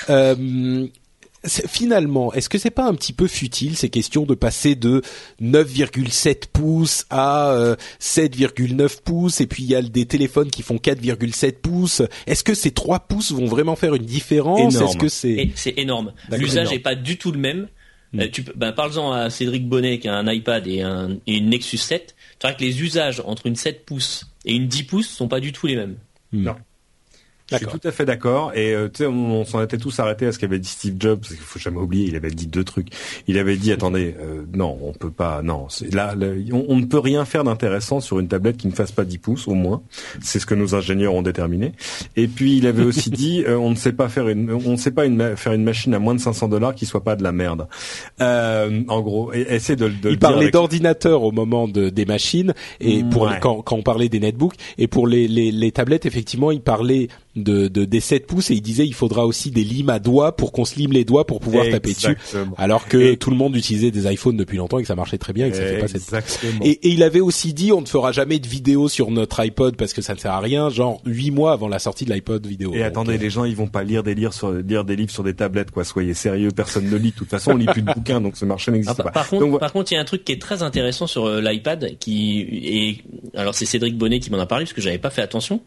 Euh, Finalement, est-ce que c'est pas un petit peu futile ces questions de passer de neuf virgule sept pouces à euh, sept virgule neuf pouces, et puis il y a des téléphones qui font quatre virgule sept pouces. Est-ce que ces trois pouces vont vraiment faire une différence? Énorme. Est-ce que c'est et c'est énorme. D'accord, L'usage énorme. est pas du tout le même. Mmh. Euh, tu peux, ben, parle-en à Cédric Bonnet qui a un iPad et, un, et une Nexus sept. Tu vois que les usages entre une sept pouces et une dix pouces sont pas du tout les mêmes. Mmh. Non. Je suis tout à fait d'accord, et euh, tu sais, on, on s'en était tous arrêtés à ce qu'avait dit Steve Jobs, parce qu'il faut jamais oublier, il avait dit deux trucs. Il avait dit, attendez, euh, non, on peut pas, non, c'est, là, là on, on ne peut rien faire d'intéressant sur une tablette qui ne fasse pas dix pouces, au moins. C'est ce que nos ingénieurs ont déterminé. Et puis il avait aussi dit, euh, on ne sait pas faire une, on ne sait pas une, faire une machine à moins de cinq cents dollars qui soit pas de la merde. Euh, en gros, essaie de, de. Il parlait avec... d'ordinateur au moment de des machines, et pour ouais. quand, quand on parlait des netbooks, et pour les les, les tablettes, effectivement, il parlait de, de des sept pouces, et il disait il faudra aussi des limes à doigts pour qu'on se lime les doigts pour pouvoir Exactement. taper dessus, alors que et tout le monde utilisait des iPhones depuis longtemps et que ça marchait très bien et que ça fait pas cette... et, et il avait aussi dit on ne fera jamais de vidéo sur notre iPod parce que ça ne sert à rien, genre huit mois avant la sortie de l'iPod vidéo. Et donc, attendez, euh... les gens ils vont pas lire des livres sur lire des livres sur des tablettes, quoi, soyez sérieux, personne ne lit, de toute façon on lit plus de bouquins, donc ce marché n'existe ah, pas. Par contre, donc, par contre, il y a un truc qui est très intéressant sur euh, l'iPad, qui est, alors c'est Cédric Bonnet qui m'en a parlé parce que j'avais pas fait attention,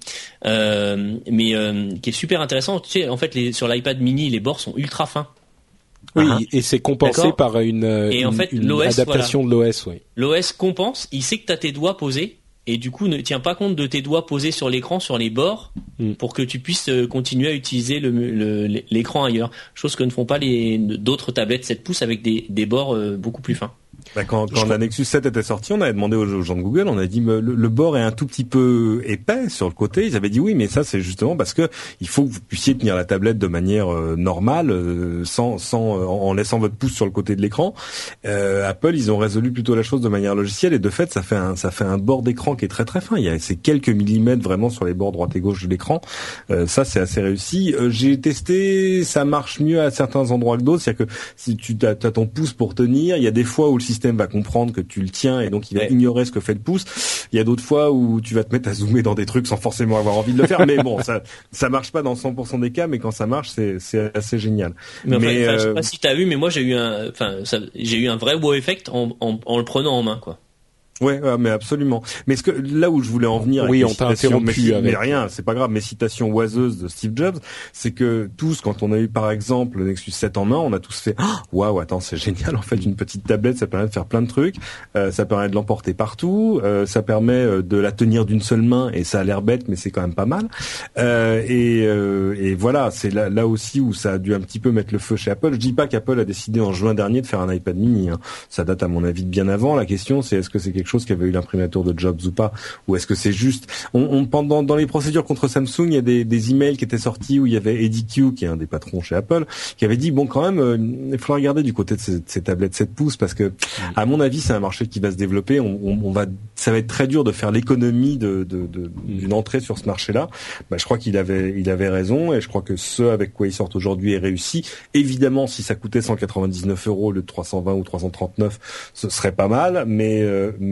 euh, mais euh, qui est super intéressant. Tu sais, en fait, les, sur l'iPad mini, les bords sont ultra fins. Oui, uh-huh. et c'est compensé D'accord. par une, et une, en fait, une l'O S, adaptation voilà. de l'O S. Oui. L'O S compense, il sait que tu as tes doigts posés, et du coup ne tient pas compte de tes doigts posés sur l'écran, sur les bords, mm. pour que tu puisses continuer à utiliser le, le, l'écran ailleurs. Chose que ne font pas les d'autres tablettes sept pouces avec des, des bords euh, beaucoup plus fins. Bah quand quand la Nexus sept était sortie, on avait demandé aux gens de Google, on a dit le, le bord est un tout petit peu épais sur le côté. Ils avaient dit oui, mais ça c'est justement parce que il faut que vous puissiez tenir la tablette de manière euh, normale, euh, sans sans euh, en laissant votre pouce sur le côté de l'écran. Euh, Apple, ils ont résolu plutôt la chose de manière logicielle, et de fait ça fait un ça fait un bord d'écran qui est très très fin. Il y a ces quelques millimètres vraiment sur les bords droite et gauche de l'écran. Euh, ça c'est assez réussi. Euh, j'ai testé, ça marche mieux à certains endroits que d'autres. C'est-à-dire que si tu as, as ton pouce pour tenir, il y a des fois où le système va comprendre que tu le tiens et donc il va ouais. ignorer ce que fait le pouce. Il y a d'autres fois où tu vas te mettre à zoomer dans des trucs sans forcément avoir envie de le faire, mais bon, ça ça marche pas dans cent pour cent des cas, mais quand ça marche, c'est c'est assez génial. Mais, enfin, mais enfin, euh... je sais pas si t'as vu, mais moi j'ai eu un, enfin, ça, j'ai eu un vrai wow effect en, en en le prenant en main, quoi. Ouais, ouais, mais absolument. Mais ce que là où je voulais en venir, oui, avec on t'a interrompu mais, avec... mais rien, c'est pas grave. Mes citations oiseuses de Steve Jobs, c'est que tous, quand on a eu par exemple le Nexus sept en main, on a tous fait waouh, wow, attends, c'est génial. En fait, une petite tablette, ça permet de faire plein de trucs. Euh, ça permet de l'emporter partout. Euh, ça permet de la tenir d'une seule main, et ça a l'air bête, mais c'est quand même pas mal. Euh, et, euh, et voilà, c'est là, là aussi où ça a dû un petit peu mettre le feu chez Apple. Je dis pas qu'Apple a décidé en juin dernier de faire un iPad mini. Hein. Ça date à mon avis de bien avant. La question, c'est est-ce que c'est quelque chose qui avait eu l'imprimateur de Jobs ou pas, ou est-ce que c'est juste on, on pendant dans les procédures contre Samsung, il y a des, des emails qui étaient sortis où il y avait Eddie Q, qui est un des patrons chez Apple, qui avait dit bon quand même euh, il faudra regarder du côté de ces, de ces tablettes sept pouces, parce que à mon avis c'est un marché qui va se développer. On, on, on va ça va être très dur de faire l'économie de, de, de d'une entrée sur ce marché-là. Bah, je crois qu'il avait il avait raison, et je crois que ce avec quoi ils sortent aujourd'hui est réussi. Évidemment, si ça coûtait cent quatre-vingt-dix-neuf euros au lieu de trois cent vingt ou trois cent trente-neuf, ce serait pas mal, mais euh, mais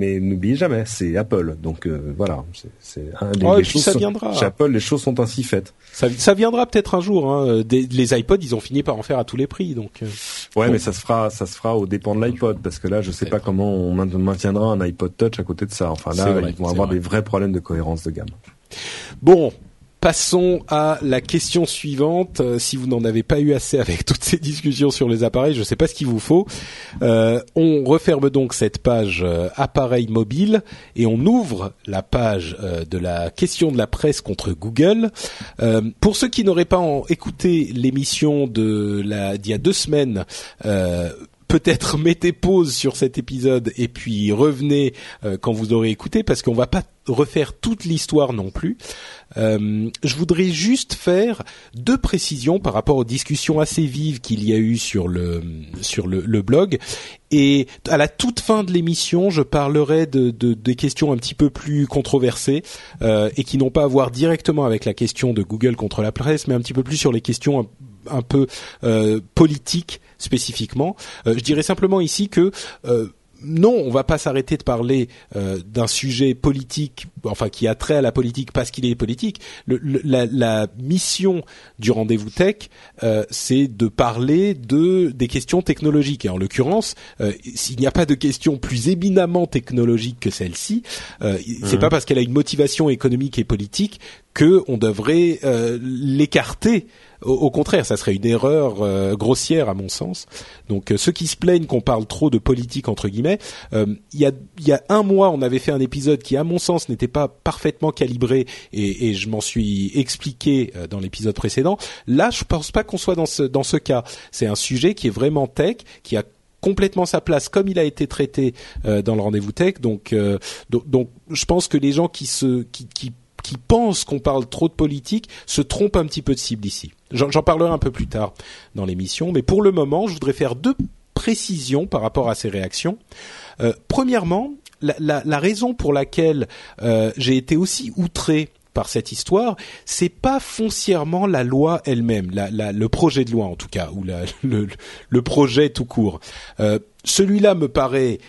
mais n'oubliez jamais, c'est Apple. Donc euh, voilà, c'est, c'est un des, oh, les choses. Ça viendra. Chez Apple, les choses sont ainsi faites. Ça, ça viendra peut-être un jour. Hein. Des, les iPods, ils ont fini par en faire à tous les prix. Donc. Euh, ouais, bon. mais ça se fera, ça se fera aux dépens de l'iPod, parce que là, je sais c'est pas vrai. Comment on maintiendra un iPod Touch à côté de ça. Enfin là, vrai, ils vont avoir vrai. des vrais problèmes de cohérence de gamme. Bon. Passons à la question suivante. Euh, si vous n'en avez pas eu assez avec toutes ces discussions sur les appareils, je ne sais pas ce qu'il vous faut. Euh, on referme donc cette page euh, appareil mobile et on ouvre la page euh, de la question de la presse contre Google. Euh, pour ceux qui n'auraient pas en, écouté l'émission de la d'il y a deux semaines, euh, peut-être mettez pause sur cet épisode et puis revenez euh, quand vous aurez écouté, parce qu'on va pas refaire toute l'histoire non plus. Euh, je voudrais juste faire deux précisions par rapport aux discussions assez vives qu'il y a eu sur le sur le, le blog. Et à la toute fin de l'émission, je parlerai de, de des questions un petit peu plus controversées euh, et qui n'ont pas à voir directement avec la question de Google contre la presse, mais un petit peu plus sur les questions un, un peu euh, politiques spécifiquement. Euh, je dirais simplement ici que euh, non, on va pas s'arrêter de parler euh, d'un sujet politique, enfin qui a trait à la politique parce qu'il est politique. Le, le, la, la mission du rendez-vous tech, euh, c'est de parler de des questions technologiques. Et en l'occurrence, euh, s'il n'y a pas de question plus éminemment technologique que celle-ci, euh, mmh. c'est pas parce qu'elle a une motivation économique et politique que on devrait euh, l'écarter. Au, au contraire, ça serait une erreur euh, grossière à mon sens. Donc euh, ceux qui se plaignent qu'on parle trop de politique entre guillemets, euh, il y a il y a un mois, on avait fait un épisode qui à mon sens n'était pas parfaitement calibré et, et je m'en suis expliqué euh, dans l'épisode précédent. Là, je pense pas qu'on soit dans ce dans ce cas. C'est un sujet qui est vraiment tech, qui a complètement sa place comme il a été traité euh, dans le rendez-vous tech. Donc, euh, donc donc je pense que les gens qui se qui qui qui pensent qu'on parle trop de politique se trompent un petit peu de cible ici. J'en, j'en parlerai un peu plus tard dans l'émission, mais pour le moment, je voudrais faire deux précisions par rapport à ces réactions. Euh, premièrement, la, la, la raison pour laquelle euh, j'ai été aussi outré par cette histoire, c'est pas foncièrement la loi elle-même, la, la, le projet de loi en tout cas, ou la, le, le projet tout court. Euh, celui-là me paraît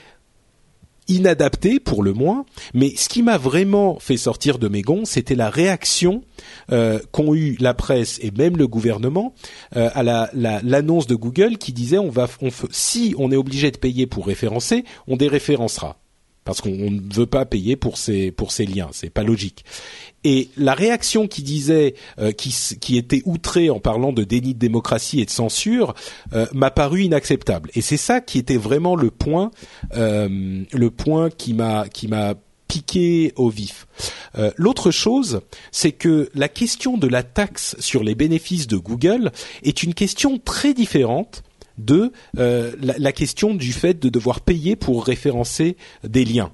inadapté pour le moins, mais ce qui m'a vraiment fait sortir de mes gonds, c'était la réaction euh, qu'ont eu la presse et même le gouvernement euh, à la, la, l'annonce de Google qui disait on va, on, si on est obligé de payer pour référencer, on déréférencera. Parce qu'on ne veut pas payer pour ces pour ces liens, c'est pas logique. Et la réaction qui disait, euh, qui qui était outrée en parlant de déni de démocratie et de censure, euh, m'a paru inacceptable. Et c'est ça qui était vraiment le point, euh, le point qui m'a qui m'a piqué au vif. Euh, l'autre chose, c'est que la question de la taxe sur les bénéfices de Google est une question très différente de euh, la, la question du fait de devoir payer pour référencer des liens.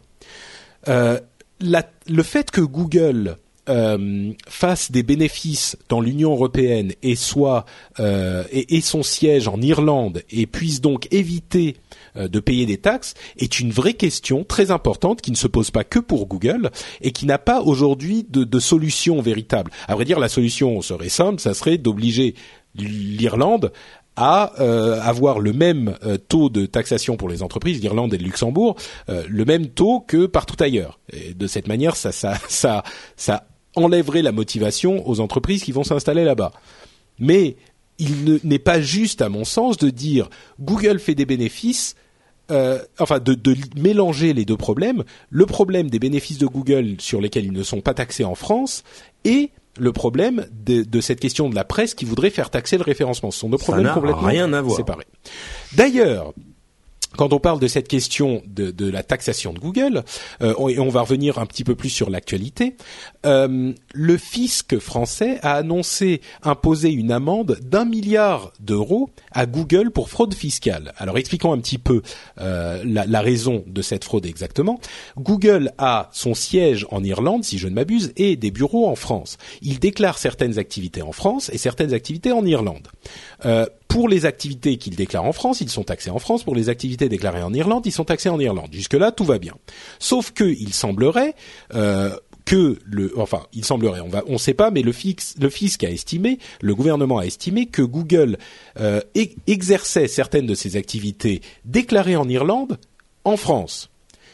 Euh, la, le fait que Google euh, fasse des bénéfices dans l'Union européenne et soit euh, et, et son siège en Irlande et puisse donc éviter euh, de payer des taxes est une vraie question très importante qui ne se pose pas que pour Google et qui n'a pas aujourd'hui de, de solution véritable. À vrai dire, la solution serait simple, ça serait d'obliger l'Irlande à euh, avoir le même euh, taux de taxation pour les entreprises, l'Irlande et le Luxembourg, euh, le même taux que partout ailleurs. Et de cette manière, ça, ça, ça, ça enlèverait la motivation aux entreprises qui vont s'installer là-bas. Mais il ne, n'est pas juste, à mon sens, de dire Google fait des bénéfices, euh, enfin de, de mélanger les deux problèmes, le problème des bénéfices de Google sur lesquels ils ne sont pas taxés en France et le problème de, de cette question de la presse qui voudrait faire taxer le référencement. Ce sont deux problèmes complètement rien à voir. séparés. D'ailleurs, quand on parle de cette question de, de la taxation de Google, euh, on, et on va revenir un petit peu plus sur l'actualité, euh, le fisc français a annoncé imposer une amende d'un milliard d'euros à Google pour fraude fiscale. Alors expliquons un petit peu euh, la, la raison de cette fraude exactement. Google a son siège en Irlande, si je ne m'abuse, et des bureaux en France. Il déclare certaines activités en France et certaines activités en Irlande. Euh, Pour les activités qu'il déclare en France, ils sont taxés en France. Pour les activités déclarées en Irlande, ils sont taxés en Irlande. Jusque-là, tout va bien. Sauf que il semblerait euh, que le, enfin, il semblerait, on va, on sait pas, mais le fisc, le fisc a estimé, le gouvernement a estimé que Google euh, exerçait certaines de ses activités déclarées en Irlande en France.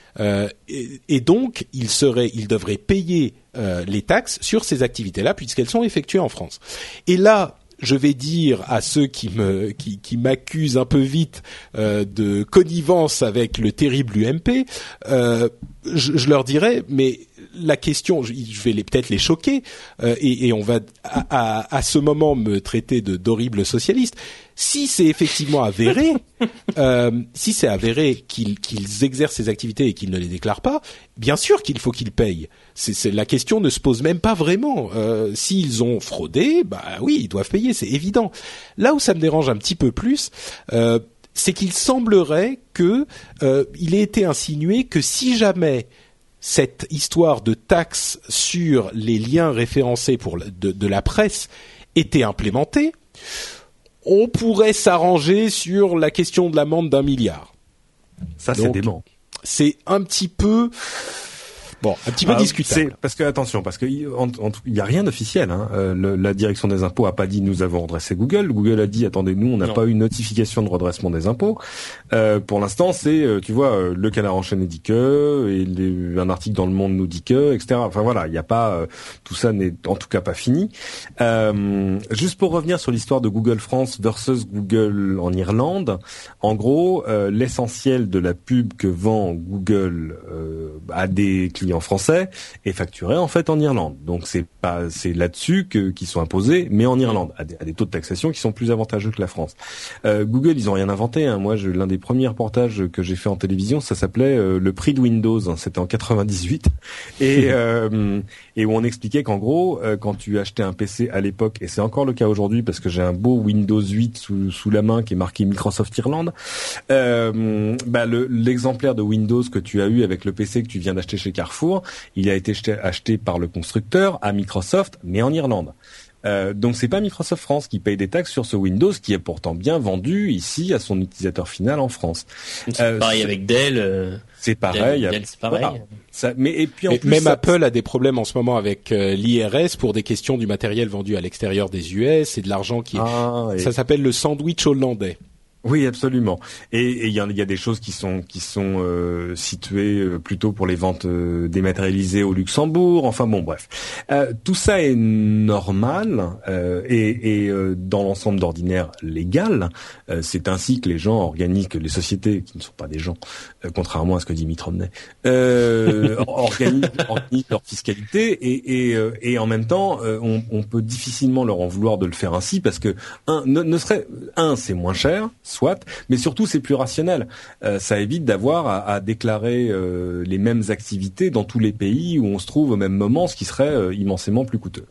Euh, et, et donc, il serait, il devrait payer euh, les taxes sur ces activités-là puisqu'elles sont effectuées en France. Et là, je vais dire à ceux qui me qui, qui m'accusent un peu vite euh, de connivence avec le terrible U M P, euh, je, je leur dirais, mais la question, je, je vais les, peut-être les choquer, euh, et, et on va à, à, à ce moment me traiter de d'horrible socialiste. Si c'est effectivement avéré, euh, si c'est avéré qu'ils, qu'ils exercent ces activités et qu'ils ne les déclarent pas, bien sûr qu'il faut qu'ils payent. C'est, c'est, la question ne se pose même pas vraiment. Euh, s'ils ont fraudé, bah oui, ils doivent payer, c'est évident. Là où ça me dérange un petit peu plus, euh, c'est qu'il semblerait que euh, il ait été insinué que si jamais cette histoire de taxe sur les liens référencés pour la, de, de la presse était implémentée, on pourrait s'arranger sur la question de l'amende d'un milliard. Ça, Donc, c'est dément. C'est un petit peu... Bon, un petit peu ah, discutable. C'est parce que attention, parce que il y a rien d'officiel. Hein. Euh, le, la direction des impôts a pas dit nous avons redressé Google. Google a dit attendez nous on n'a pas eu notification de redressement des impôts. Euh, pour l'instant c'est euh, tu vois euh, le Canard enchaîné dit que et les, un article dans Le Monde nous dit que et cetera. Enfin voilà il y a pas euh, tout ça n'est en tout cas pas fini. Euh, juste pour revenir sur l'histoire de Google France versus Google en Irlande. En gros euh, l'essentiel de la pub que vend Google euh, à des clients en français est facturé en fait en Irlande. Donc c'est pas c'est là-dessus que qu'ils sont imposés, mais en Irlande à des, à des taux de taxation qui sont plus avantageux que la France. Euh, Google ils ont rien inventé. Hein. Moi je, l'un des premiers reportages que j'ai fait en télévision, ça s'appelait euh, le prix de Windows. Hein. C'était en quatre-vingt-dix-huit et euh, et où on expliquait qu'en gros euh, quand tu achetais un P C à l'époque et c'est encore le cas aujourd'hui parce que j'ai un beau Windows huit sous sous la main qui est marqué Microsoft Irlande. Euh, bah le l'exemplaire de Windows que tu as eu avec le P C que tu viens d'acheter chez Carrefour, il a été acheté par le constructeur à Microsoft, mais en Irlande. Euh, donc c'est pas Microsoft France qui paye des taxes sur ce Windows qui est pourtant bien vendu ici à son utilisateur final en France. C'est euh, pareil c'est, avec Dell. Euh, c'est pareil. Dell, Dell, c'est pareil. Voilà. Ça, mais et puis en et plus, même ça, Apple a des problèmes en ce moment avec euh, l'I R S pour des questions du matériel vendu à l'extérieur des U S et de l'argent qui est. Ah, et... Ça s'appelle le sandwich hollandais. Oui, absolument. Et il y, y a des choses qui sont qui sont euh, situées euh, plutôt pour les ventes euh, dématérialisées au Luxembourg. Enfin bon, bref, euh, tout ça est normal euh, et, et euh, dans l'ensemble d'ordinaire légal. Euh, c'est ainsi que les gens organisent, que les sociétés qui ne sont pas des gens, euh, contrairement à ce que dit Mitt Romney, euh, organisent, organisent leur fiscalité et et, euh, et en même temps, euh, on, on peut difficilement leur en vouloir de le faire ainsi parce que un ne, ne serait un c'est moins cher. Soit, mais surtout c'est plus rationnel. Euh, ça évite d'avoir à, à déclarer euh, les mêmes activités dans tous les pays où on se trouve au même moment, ce qui serait euh, immensément plus coûteux.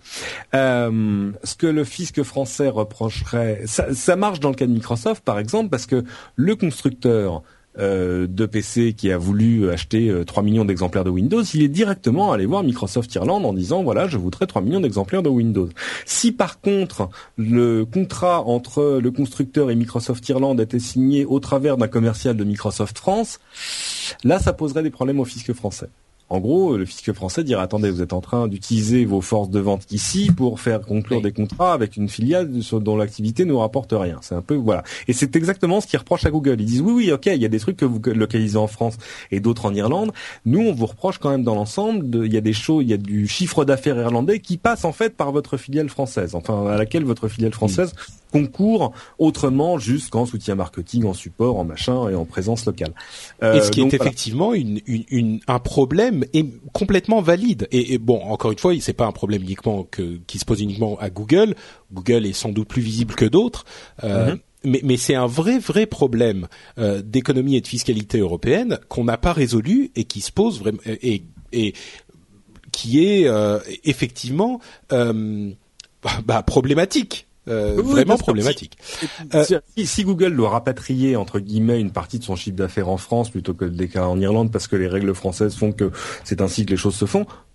Euh, ce que le fisc français reprocherait, ça, ça marche dans le cas de Microsoft par exemple, parce que le constructeur Euh, de P C qui a voulu acheter euh, trois millions d'exemplaires de Windows, il est directement allé voir Microsoft Irlande en disant voilà, je voudrais trois millions d'exemplaires de Windows. Si par contre le contrat entre le constructeur et Microsoft Irlande était signé au travers d'un commercial de Microsoft France, là ça poserait des problèmes au fisc français. En gros, le fisc français dirait attendez, vous êtes en train d'utiliser vos forces de vente ici pour faire conclure oui. des contrats avec une filiale dont l'activité ne rapporte rien. C'est un peu voilà. Et c'est exactement ce qu'ils reprochent à Google. Ils disent oui, oui, ok, il y a des trucs que vous localisez en France et d'autres en Irlande. Nous, on vous reproche quand même dans l'ensemble. De, il y a des choses, il y a du chiffre d'affaires irlandais qui passe en fait par votre filiale française, enfin à laquelle votre filiale française mmh. concourt autrement, juste qu'en soutien marketing, en support, en machin et en présence locale. Euh, et ce qui donc, est voilà. effectivement une, une, une, un problème est complètement valide. Et, et bon, encore une fois, c'est pas un problème uniquement que, qui se pose uniquement à Google. Google est sans doute plus visible que d'autres. Euh, mm-hmm. Mais, mais c'est un vrai, vrai problème euh, d'économie et de fiscalité européenne qu'on n'a pas résolu et qui se pose vraiment et, et qui est euh, effectivement euh, bah, problématique. Euh, oui, vraiment problématique. Si, euh, si, si Google doit rapatrier entre guillemets une partie de son chiffre d'affaires en France plutôt que de les cas en Irlande parce que les règles françaises font que c'est ainsi que les choses se font,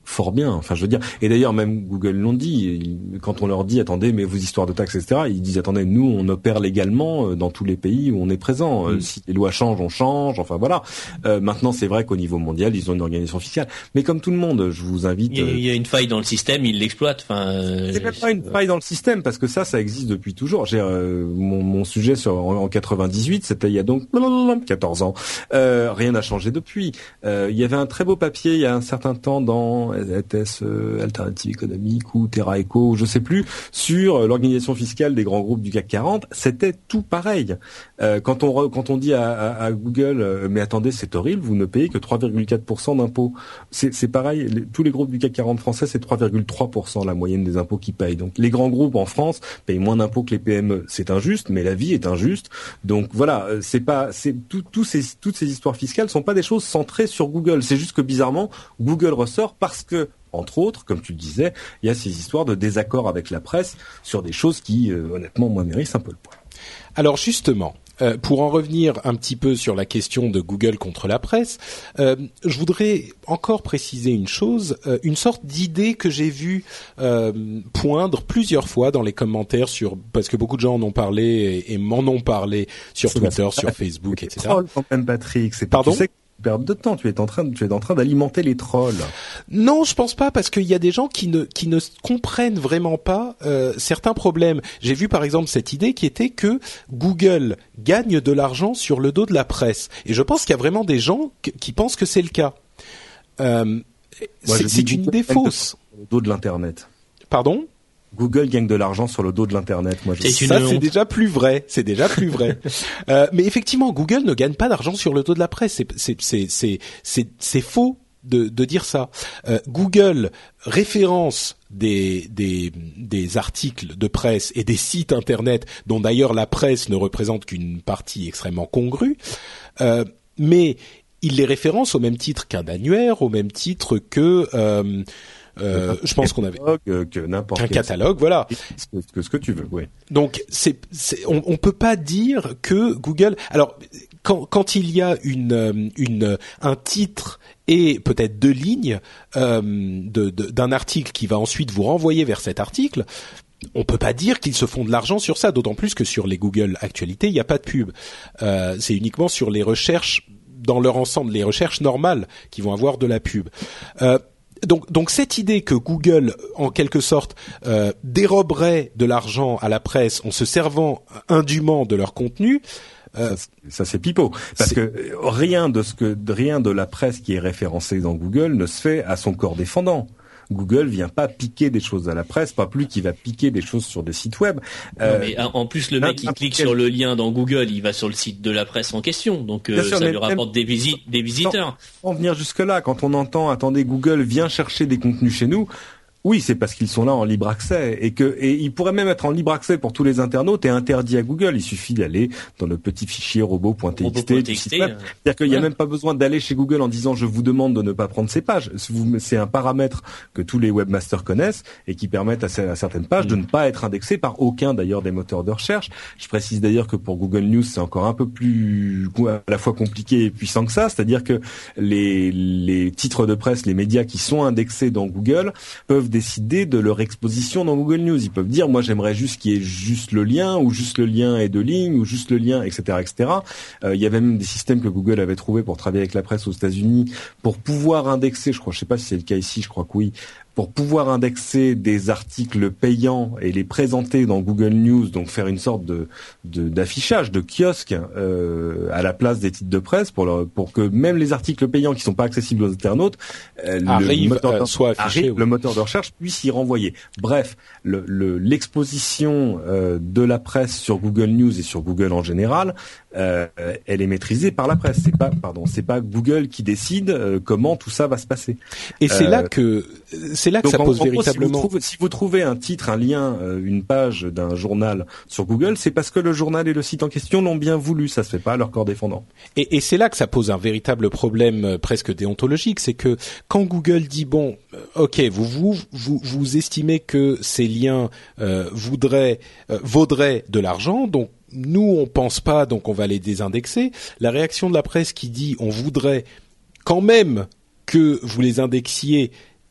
fort bien. Enfin, je veux dire, et d'ailleurs même Google l'ont dit, quand on leur dit attendez, mais vos histoires de taxes, et cetera, ils disent attendez, nous on opère légalement dans tous les pays où on est présent. Mmh. Si les lois changent, on change. Enfin voilà. Euh, maintenant, c'est vrai qu'au niveau mondial, ils ont une organisation fiscale, mais comme tout le monde, je vous invite. Il y a, il y a une faille dans le système, ils l'exploitent. Enfin, euh, c'est même pas une faille dans le système parce que ça, ça existe depuis toujours. J'ai euh, mon, mon sujet sur en, en quatre-vingt-dix-huit, c'était il y a donc quatorze ans. Euh, rien n'a changé depuis. Euh, il y avait un très beau papier il y a un certain temps dans était-ce euh, Alternative économique ou Terra Eco, ou je sais plus, sur euh, l'organisation fiscale des grands groupes du C A C quarante. C'était tout pareil. Euh, quand on re, quand on dit à, à, à Google, euh, mais attendez, c'est horrible, vous ne payez que trois virgule quatre pour cent d'impôts. C'est, c'est pareil. Les, tous les groupes du C A C quarante français, c'est trois virgule trois pour cent la moyenne des impôts qu'ils payent. Donc les grands groupes en France payent moins d'impôts que les P M E. C'est injuste, mais la vie est injuste. Donc voilà, c'est pas, c'est tout, tout ces, toutes ces histoires fiscales sont pas des choses centrées sur Google. C'est juste que bizarrement, Google ressort parce que, entre autres, comme tu le disais, il y a ces histoires de désaccord avec la presse sur des choses qui, euh, honnêtement, moi, méritent un peu le poids. Alors justement, euh, pour en revenir un petit peu sur la question de Google contre la presse, euh, je voudrais encore préciser une chose, euh, une sorte d'idée que j'ai vue euh, poindre plusieurs fois dans les commentaires sur, parce que beaucoup de gens en ont parlé et, et m'en ont parlé sur c'est Twitter, sur Facebook, et cetera. Troll quand même, Patrick. C'est Pardon. Tu sais perte de temps, tu es en train de, tu es en train d'alimenter les trolls. Non, je pense pas, parce qu'il y a des gens qui ne qui ne comprennent vraiment pas euh, certains problèmes. J'ai vu par exemple cette idée qui était que Google gagne de l'argent sur le dos de la presse, et je pense qu'il y a vraiment des gens qui, qui pensent que c'est le cas. Euh, Moi, c'est c'est une idée fausse. Sur le dos de l'internet. Pardon ? Google gagne de l'argent sur le dos de l'internet. Moi, je c'est ça, honte. c'est déjà plus vrai. C'est déjà plus vrai. euh, mais effectivement, Google ne gagne pas d'argent sur le dos de la presse. C'est c'est c'est c'est c'est, c'est faux de, de dire ça. Euh, Google référence des des des articles de presse et des sites internet dont d'ailleurs la presse ne représente qu'une partie extrêmement congrue. Euh, mais il les référence au même titre qu'un annuaire, au même titre que euh, Euh, je pense qu'on avait que n'importe un catalogue, voilà. Que, que ce que tu veux, oui. Donc c'est, c'est on, on peut pas dire que Google. Alors quand quand il y a une une un titre et peut-être deux lignes euh, de, de d'un article qui va ensuite vous renvoyer vers cet article, on peut pas dire qu'ils se font de l'argent sur ça. D'autant plus que sur les Google Actualités, il y a pas de pub. Euh, c'est uniquement sur les recherches dans leur ensemble, les recherches normales qui vont avoir de la pub. Euh, Donc, donc cette idée que Google, en quelque sorte, euh, déroberait de l'argent à la presse en se servant indûment de leur contenu, euh, ça, ça c'est pipeau. Parce c'est... que rien de ce que rien de la presse qui est référencée dans Google ne se fait à son corps défendant. Google vient pas piquer des choses à la presse, pas plus qu'il va piquer des choses sur des sites web. Euh, non, mais en plus, le mec, il clique quel... sur le lien dans Google, il va sur le site de la presse en question. Donc, euh, sûr, ça lui rapporte même... des, visi- des visiteurs. Sans en venir jusque-là, quand on entend, attendez, Google vient chercher des contenus chez nous, oui, c'est parce qu'ils sont là en libre accès et que et ils pourraient même être en libre accès pour tous les internautes et interdit à Google. Il suffit d'aller dans le petit fichier robot.txt du site web. C'est-à-dire qu'il n'y a ouais. même pas besoin d'aller chez Google en disant je vous demande de ne pas prendre ces pages. C'est un paramètre que tous les webmasters connaissent et qui permettent à certaines pages de ne pas être indexées par aucun d'ailleurs des moteurs de recherche. Je précise d'ailleurs que pour Google News, c'est encore un peu plus à la fois compliqué et puissant que ça. C'est-à-dire que les les titres de presse, les médias qui sont indexés dans Google peuvent décider de leur exposition dans Google News. Ils peuvent dire, moi, j'aimerais juste qu'il y ait juste le lien, ou juste le lien est de ligne, ou juste le lien, et cetera, et cetera. Euh, il y avait même des systèmes que Google avait trouvés pour travailler avec la presse aux États-Unis, pour pouvoir indexer, je crois, je sais pas si c'est le cas ici, je crois que oui, pour pouvoir indexer des articles payants et les présenter dans Google News, donc faire une sorte de, de d'affichage, de kiosque euh, à la place des titres de presse, pour leur, pour que même les articles payants qui sont pas accessibles aux internautes, euh, arrive, le, moteur euh, de, soit affiché, arrive, oui. le moteur de recherche puisse y renvoyer. Bref, le, le, l'exposition euh, de la presse sur Google News et sur Google en général, euh, elle est maîtrisée par la presse. C'est pas, pardon, c'est pas Google qui décide euh, comment tout ça va se passer. Et c'est euh, là que c'est là que donc ça en, pose en véritablement. Gros, si, vous trouvez, si vous trouvez un titre, un lien, euh, une page d'un journal sur Google, c'est parce que le journal et le site en question l'ont bien voulu. Ça se fait pas à leur corps défendant. Et, et c'est là que ça pose un véritable problème euh, presque déontologique, c'est que quand Google dit bon, euh, ok, vous vous vous, vous estimez que ces liens euh, voudraient euh, vaudraient de l'argent, donc nous on pense pas, donc on va les désindexer. La réaction de la presse qui dit on voudrait quand même que vous les indexiez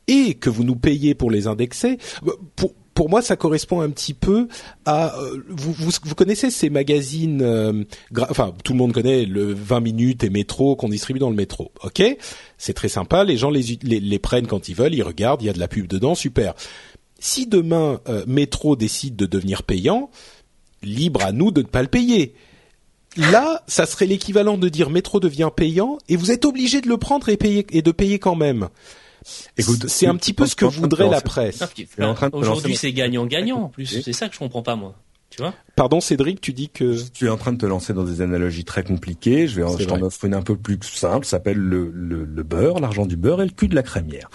et que vous nous payez pour les indexer, pour Pour moi, ça correspond un petit peu à euh, vous, vous. Vous connaissez ces magazines, euh, gra- enfin tout le monde connaît le vingt minutes et Métro qu'on distribue dans le métro. Ok, c'est très sympa. Les gens les, les les prennent quand ils veulent, ils regardent, il y a de la pub dedans, super. Si demain euh, Métro décide de devenir payant, libre à nous de ne pas le payer. Là, ça serait l'équivalent de dire Métro devient payant et vous êtes obligé de le prendre et payer et de payer quand même. Écoute, c'est un petit peu ce que voudrait la presse. Non, enfin, aujourd'hui, c'est gagnant-gagnant en plus. C'est ça que je comprends pas, moi. Tu vois ? Pardon, Cédric, tu dis que tu es en train de te lancer dans des analogies très compliquées. Je vais, en, je t'en offre une un peu plus simple. Ça s'appelle le, le, le beurre, l'argent du beurre et le cul de la crémière.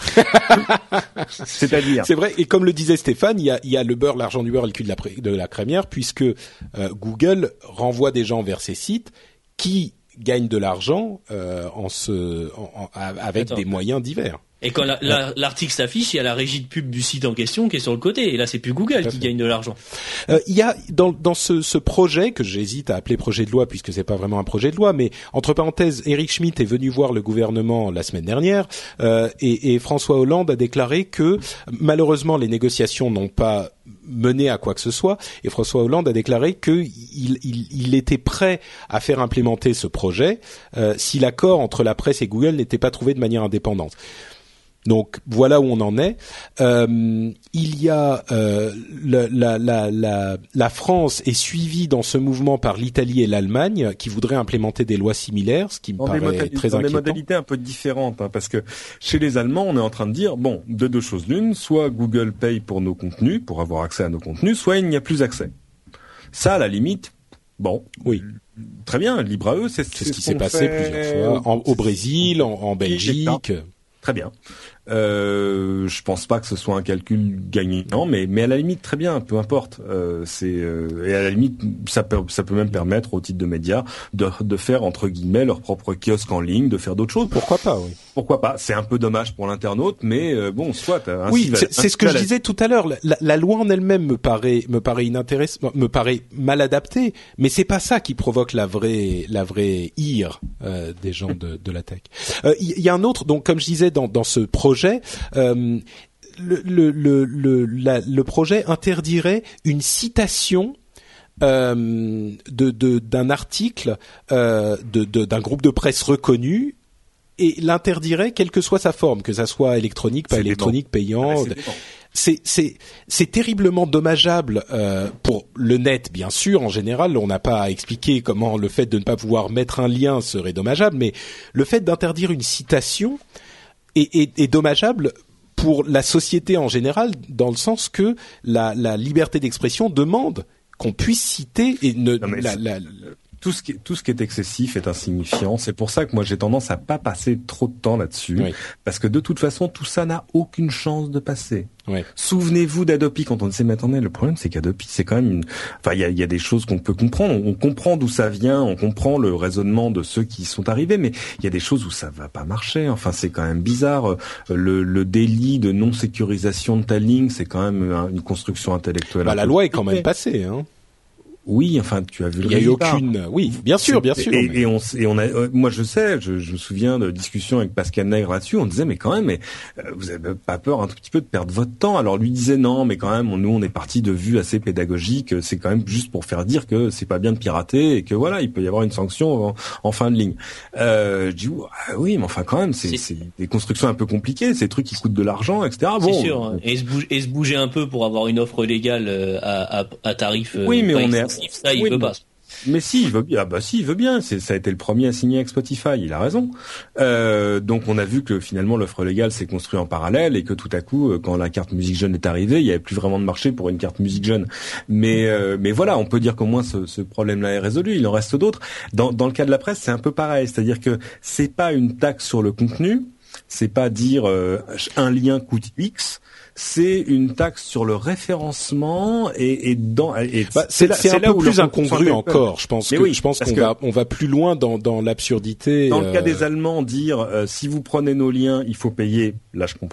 C'est-à-dire. C'est vrai. Et comme le disait Stéphane, il y a, il y a le beurre, l'argent du beurre et le cul de la, de la crémière, puisque euh, Google renvoie des gens vers ses sites qui gagnent de l'argent euh, en se, en, en, avec Attends. des moyens divers. Et quand la, la, l'article s'affiche, il y a la régie de pub du site en question qui est sur le côté. Et là, c'est plus Google qui gagne de l'argent. Euh, il y a dans, dans ce, ce projet que j'hésite à appeler projet de loi puisque c'est pas vraiment un projet de loi, mais entre parenthèses, Eric Schmidt est venu voir le gouvernement la semaine dernière euh, et, et François Hollande a déclaré que malheureusement les négociations n'ont pas mené à quoi que ce soit. Et François Hollande a déclaré que il, il, il était prêt à faire implémenter ce projet euh, si l'accord entre la presse et Google n'était pas trouvé de manière indépendante. Donc voilà où on en est. Euh, il y a euh, la, la, la, la, la France est suivie dans ce mouvement par l'Italie et l'Allemagne qui voudraient implémenter des lois similaires, ce qui me dans paraît modali- très dans inquiétant. Dans des modalités un peu différentes, hein, parce que chez les Allemands, on est en train de dire bon, de deux choses l'une, soit Google paye pour nos contenus, pour avoir accès à nos contenus, soit il n'y a plus accès. Ça, à la limite, bon, oui. Très bien, libre à eux. C'est, c'est, c'est ce qui ce s'est passé fait... plusieurs fois en, au Brésil, en, en Belgique. Très bien. Euh, je pense pas que ce soit un calcul gagnant, mais mais à la limite très bien, peu importe. Euh, c'est euh, et à la limite ça peut ça peut même permettre aux titres de médias de de faire entre guillemets leur propre kiosque en ligne, de faire d'autres choses. Pourquoi pas, oui. Pourquoi pas. C'est un peu dommage pour l'internaute, mais euh, bon, soit. Oui, c'est, c'est ce que je disais tout à l'heure. La, la loi en elle-même me paraît me paraît inintéressante, me paraît mal adaptée, mais c'est pas ça qui provoque la vraie la vraie ire euh, des gens de de la tech. Il euh, y, y a un autre, donc comme je disais dans dans ce projet. Euh, le, le, le, le, la, le projet interdirait une citation euh, de, de, d'un article euh, de, de, d'un groupe de presse reconnu et l'interdirait quelle que soit sa forme, que ça soit électronique, pas c'est électronique, dément. payant. Ah, c'est, c'est, c'est terriblement dommageable euh, pour le net, bien sûr. En général, on n'a pas à expliquer comment le fait de ne pas pouvoir mettre un lien serait dommageable, mais le fait d'interdire une citation est, est, est dommageable pour la société en général, dans le sens que la, la liberté d'expression demande qu'on puisse citer et ne non, la, la, tout ce qui est, tout ce qui est excessif est insignifiant. C'est pour ça que moi j'ai tendance à pas passer trop de temps là-dessus, oui. Parce que de toute façon tout ça n'a aucune chance de passer. Oui. Souvenez-vous d'Adopi quand on disait mais attendez, le problème c'est qu'Adopi c'est quand même une, enfin il y a, y a des choses qu'on peut comprendre, on, on comprend d'où ça vient, on comprend le raisonnement de ceux qui sont arrivés, mais il y a des choses où ça va pas marcher. Enfin c'est quand même bizarre. Le, le délit de non sécurisation de ta ligne, c'est quand même une construction intellectuelle. Bah, la loi est quand même passée, hein. Oui, enfin, tu as vu le résultat. Il n'y a eu aucune. Oui, bien sûr, bien sûr. Et, mais... et on, et on a. Euh, moi, je sais, je, je me souviens de discussions avec Pascal Nègre là-dessus. On disait, mais quand même, mais euh, vous avez pas peur un tout petit peu de perdre votre temps. Alors lui disait non, mais quand même, on, nous, on est parti de vues assez pédagogiques. C'est quand même juste pour faire dire que c'est pas bien de pirater et que voilà, il peut y avoir une sanction en, en fin de ligne. Euh, je dis ah, oui, mais enfin, quand même, c'est, c'est... c'est des constructions un peu compliquées, ces trucs qui coûtent de l'argent, et cetera. Bon, c'est sûr. Hein. Et se bouger, et se bouger un peu pour avoir une offre légale à, à, à tarif. Oui, mais on est. Ça, il oui, veut pas. Mais si, il veut bien. Ah bah si, il veut bien. C'est, ça a été le premier à signer avec Spotify. Il a raison. Euh, donc on a vu que finalement l'offre légale s'est construite en parallèle et que tout à coup, quand la carte musique jeune est arrivée, il y avait plus vraiment de marché pour une carte musique jeune. Mais euh, mais voilà, on peut dire qu'au moins ce, ce problème-là est résolu. Il en reste d'autres. Dans dans le cas de la presse, c'est un peu pareil. C'est-à-dire que c'est pas une taxe sur le contenu. C'est pas dire euh, un lien coûte X. C'est une taxe sur le référencement et, et dans. Et bah, c'est, c'est, là, c'est, c'est un peu plus incongru encore. Je pense que oui, je pense qu'on que va on va plus loin dans dans l'absurdité. Dans le euh... cas des Allemands, dire euh, si vous prenez nos liens, il faut payer. Là, je comprends.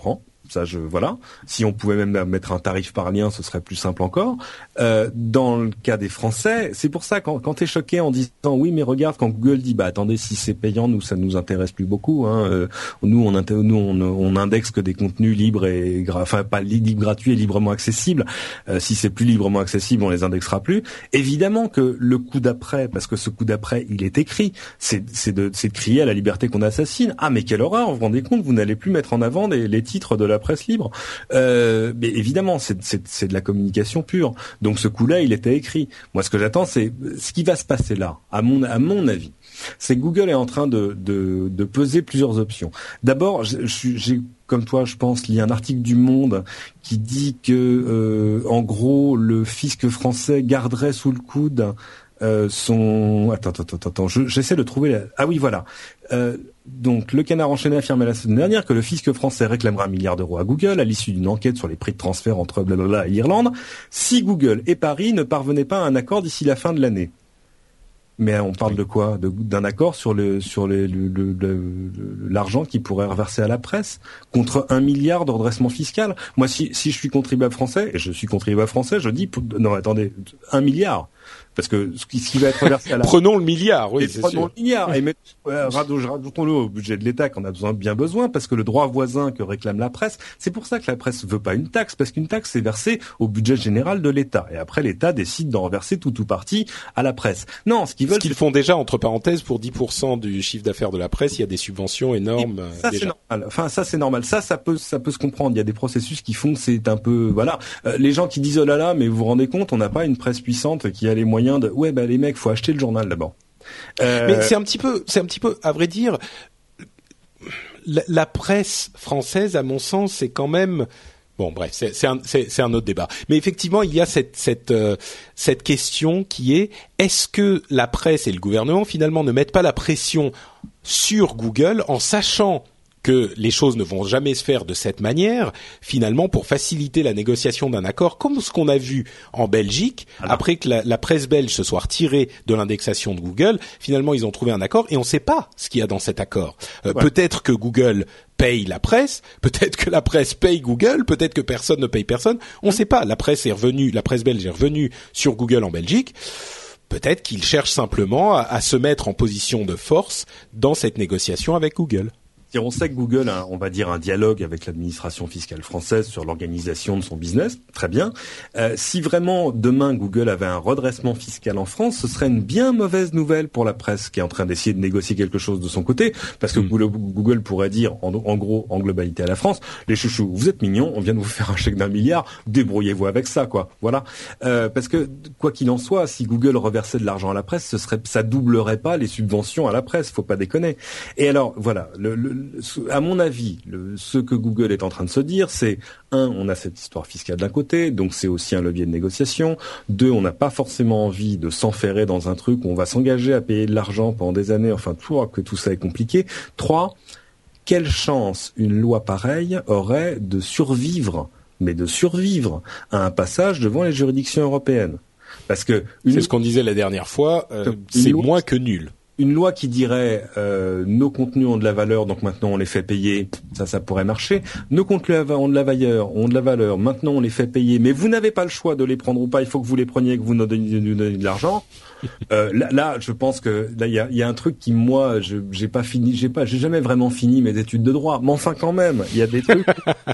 Ça, je voilà. Si on pouvait même mettre un tarif par lien, ce serait plus simple encore. Euh, dans le cas des Français, c'est pour ça quand, quand t'es choqué en disant oui, mais regarde quand Google dit bah attendez, si c'est payant, nous ça nous intéresse plus beaucoup. Hein. Euh, nous on nous on, on indexe que des contenus libres et gra- enfin pas libres gratuits et librement accessibles. Euh, si c'est plus librement accessible, on les indexera plus. Évidemment que le coup d'après, parce que ce coup d'après, il est écrit, c'est c'est de c'est de crier à la liberté qu'on assassine. Ah mais quelle horreur, vous vous rendez compte, vous n'allez plus mettre en avant les, les titres de la presse libre. Euh, mais évidemment, c'est, c'est, c'est de la communication pure. Donc ce coup-là, il était écrit. Moi, ce que j'attends, c'est ce qui va se passer là, à mon, à mon avis. C'est que Google est en train de, de, de peser plusieurs options. D'abord, j'ai, j'ai, comme toi, je pense, lu un article du Monde qui dit que, euh, en gros, le fisc français garderait sous le coude euh, son... Attends, attends, attends, attends. Je, j'essaie de trouver... La... Ah oui, voilà. Euh, donc, le Canard enchaîné affirmait la semaine dernière que le fisc français réclamera un milliard d'euros à Google à l'issue d'une enquête sur les prix de transfert entre blablabla et l'Irlande si Google et Paris ne parvenaient pas à un accord d'ici la fin de l'année. Mais on parle de quoi ? de, D'un accord sur le sur le, le, le, le, l'argent qui pourrait reverser à la presse contre un milliard de redressement fiscal. Moi, si si je suis contribuable français et je suis contribuable français, je dis non, attendez, un milliard. Parce que ce qui, ce qui va être reversé à la... Prenons le milliard, oui, et c'est prenons sûr. le milliard et mettons, euh, rajoutons-le au budget de l'État qu'on a besoin, bien besoin, parce que le droit voisin que réclame la presse, c'est pour ça que la presse veut pas une taxe, parce qu'une taxe c'est versé au budget général de l'État. Et après, l'État décide d'en reverser tout ou partie à la presse. Non, ce qu'ils veulent... Ce qu'ils font déjà, entre parenthèses, pour dix pour cent du chiffre d'affaires de la presse, il y a des subventions énormes. Et ça, déjà. C'est normal. Enfin, ça, c'est normal. Ça, ça peut, ça peut se comprendre. Il y a des processus qui font que c'est un peu, voilà. Euh, les gens qui disent, oh là là, mais vous vous rendez compte, on n'a pas une presse puissante qui a les moyens de, ouais, bah, les mecs, faut acheter le journal d'abord. Euh... Mais c'est un petit peu, c'est un petit peu, à vrai dire, la, la presse française, à mon sens, c'est quand même, bon, bref, c'est, c'est un, c'est, c'est un autre débat. Mais effectivement, il y a cette, cette, euh, cette question qui est, est-ce que la presse et le gouvernement finalement ne mettent pas la pression sur Google en sachant que les choses ne vont jamais se faire de cette manière, finalement, pour faciliter la négociation d'un accord, comme ce qu'on a vu en Belgique, alors, après que la, la presse belge se soit retirée de l'indexation de Google, finalement, ils ont trouvé un accord et on ne sait pas ce qu'il y a dans cet accord. Euh, ouais. Peut-être que Google paye la presse, peut-être que la presse paye Google, peut-être que personne ne paye personne, on ne sait pas. La presse est revenue, la presse belge est revenue sur Google en Belgique. Peut-être qu'ils cherchent simplement à, à se mettre en position de force dans cette négociation avec Google. On sait que Google a, on va dire, un dialogue avec l'administration fiscale française sur l'organisation de son business. Très bien. Euh, si vraiment demain Google avait un redressement fiscal en France, ce serait une bien mauvaise nouvelle pour la presse qui est en train d'essayer de négocier quelque chose de son côté, parce que mmh. Google, Google pourrait dire, en, en gros, en globalité à la France, les chouchous, vous êtes mignons, on vient de vous faire un chèque d'un milliard, débrouillez-vous avec ça, quoi. Voilà. Euh, parce que quoi qu'il en soit, si Google reversait de l'argent à la presse, ce serait, ça doublerait pas les subventions à la presse. Faut pas déconner. Et alors, voilà. Le, le, à mon avis, le, ce que Google est en train de se dire, c'est un, on a cette histoire fiscale d'un côté, donc c'est aussi un levier de négociation. Deux, on n'a pas forcément envie de s'enferrer dans un truc où on va s'engager à payer de l'argent pendant des années, enfin, tout, que tout ça est compliqué. Trois, quelle chance une loi pareille aurait de survivre, mais de survivre à un passage devant les juridictions européennes. Parce que une... c'est ce qu'on disait la dernière fois, euh, c'est loi... moins que nul. Une loi qui dirait euh, nos contenus ont de la valeur, donc maintenant on les fait payer, ça, ça pourrait marcher. Nos contenus ont de la valeur, ont de la valeur, maintenant on les fait payer, mais vous n'avez pas le choix de les prendre ou pas. Il faut que vous les preniez, que vous nous donniez, nous donniez de l'argent. Euh, là, là, je pense que là, il y a, y a un truc qui, moi, je, j'ai pas fini, j'ai pas, j'ai jamais vraiment fini mes études de droit. Mais enfin, quand même, il y a des trucs.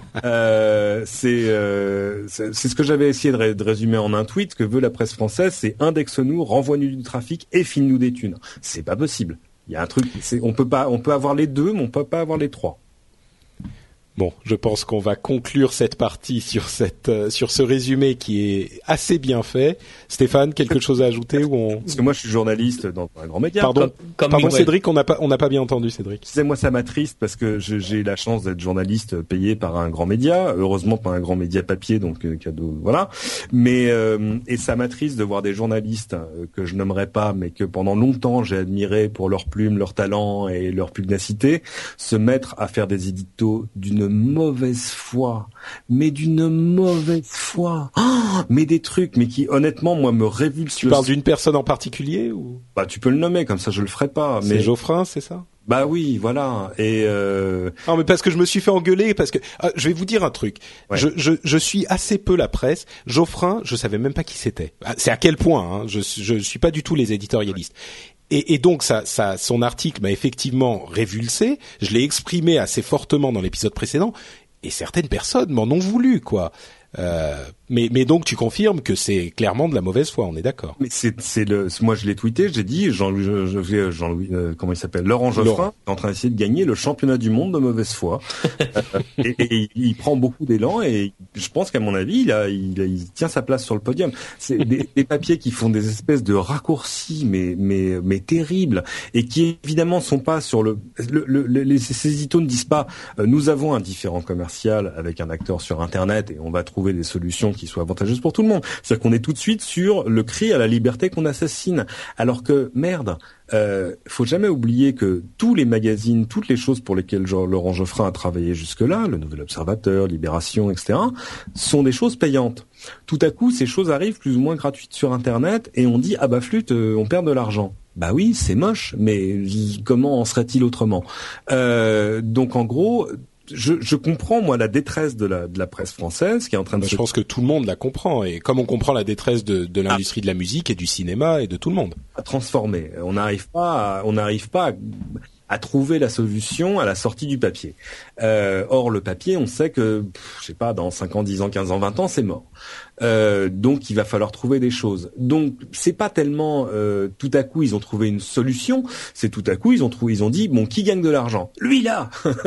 euh, c'est, euh, c'est, c'est ce que j'avais essayé de, ré, de résumer en un tweet que veut la presse française, c'est indexe-nous, renvoie-nous du trafic et file-nous des thunes. C'est pas possible. Il y a un truc, c'est, on peut pas, on peut avoir les deux, mais on peut pas avoir les trois. Bon, je pense qu'on va conclure cette partie sur cette euh, sur ce résumé qui est assez bien fait. Stéphane, quelque chose à ajouter ou on... Parce que moi je suis journaliste dans un grand média. Pardon, comme, comme Pardon Cédric, on n'a pas on n'a pas bien entendu Cédric. C'est moi ça m'attriste parce que je, j'ai la chance d'être journaliste payé par un grand média, heureusement pas un grand média papier donc euh, cadeau voilà. Mais euh, et ça m'attriste de voir des journalistes euh, que je nommerai pas mais que pendant longtemps j'ai admiré pour leur plume, leur talent et leur pugnacité se mettre à faire des éditos d'une mauvaise foi, mais d'une mauvaise foi, oh, mais des trucs, mais qui honnêtement moi me révulsent. Tu parles d'une personne en particulier ou? Bah tu peux le nommer, comme ça je le ferai pas. C'est mais... Geoffrin, c'est ça? Bah oui, voilà. Et euh... non, mais parce que je me suis fait engueuler, parce que ah, je vais vous dire un truc. Ouais. Je, je je suis assez peu la presse. Geoffrin, je savais même pas qui c'était. C'est à quel point. Hein, je je suis pas du tout les éditorialistes. Et, et donc ça, ça, son article m'a effectivement révulsé. Je l'ai exprimé assez fortement dans l'épisode précédent, et certaines personnes m'en ont voulu, quoi. Euh, mais, mais donc tu confirmes que c'est clairement de la mauvaise foi, on est d'accord. Mais c'est, c'est le, moi je l'ai tweeté, j'ai dit Jean-Louis, je, Jean-Louis, euh, comment il s'appelle, Laurent Geoffrin est en train d'essayer de gagner le championnat du monde de mauvaise foi. euh, et, et il prend beaucoup d'élan et je pense qu'à mon avis, il, a, il, a, il tient sa place sur le podium. C'est des, des papiers qui font des espèces de raccourcis, mais mais mais terribles et qui évidemment sont pas sur le, le, le, le les, ces éditos ne disent pas euh, nous avons un différent commercial avec un acteur sur Internet et on va trouver des solutions qui soient avantageuses pour tout le monde. C'est-à-dire qu'on est tout de suite sur le cri à la liberté qu'on assassine. Alors que, merde, euh, faut jamais oublier que tous les magazines, toutes les choses pour lesquelles genre, Laurent Geoffrin a travaillé jusque-là, le Nouvel Observateur, Libération, et cetera, sont des choses payantes. Tout à coup, ces choses arrivent plus ou moins gratuites sur Internet et on dit, ah bah flûte, euh, on perd de l'argent. Bah oui, c'est moche, mais comment en serait-il autrement ? euh, Donc en gros... Je, je comprends moi la détresse de la de la presse française qui est en train de. Bah, se... Je pense que tout le monde la comprend et comme on comprend la détresse de de l'industrie ah. de la musique et du cinéma et de tout le monde. À transformer, on n'arrive pas, à, on n'arrive pas à, à trouver la solution à la sortie du papier. Euh, or le papier, on sait que, pff, je sais pas, dans cinq ans, dix ans, quinze ans, vingt ans, c'est mort. Euh, donc il va falloir trouver des choses. Donc c'est pas tellement euh, tout à coup ils ont trouvé une solution, c'est tout à coup ils ont trouvé, ils ont dit bon qui gagne de l'argent, lui là,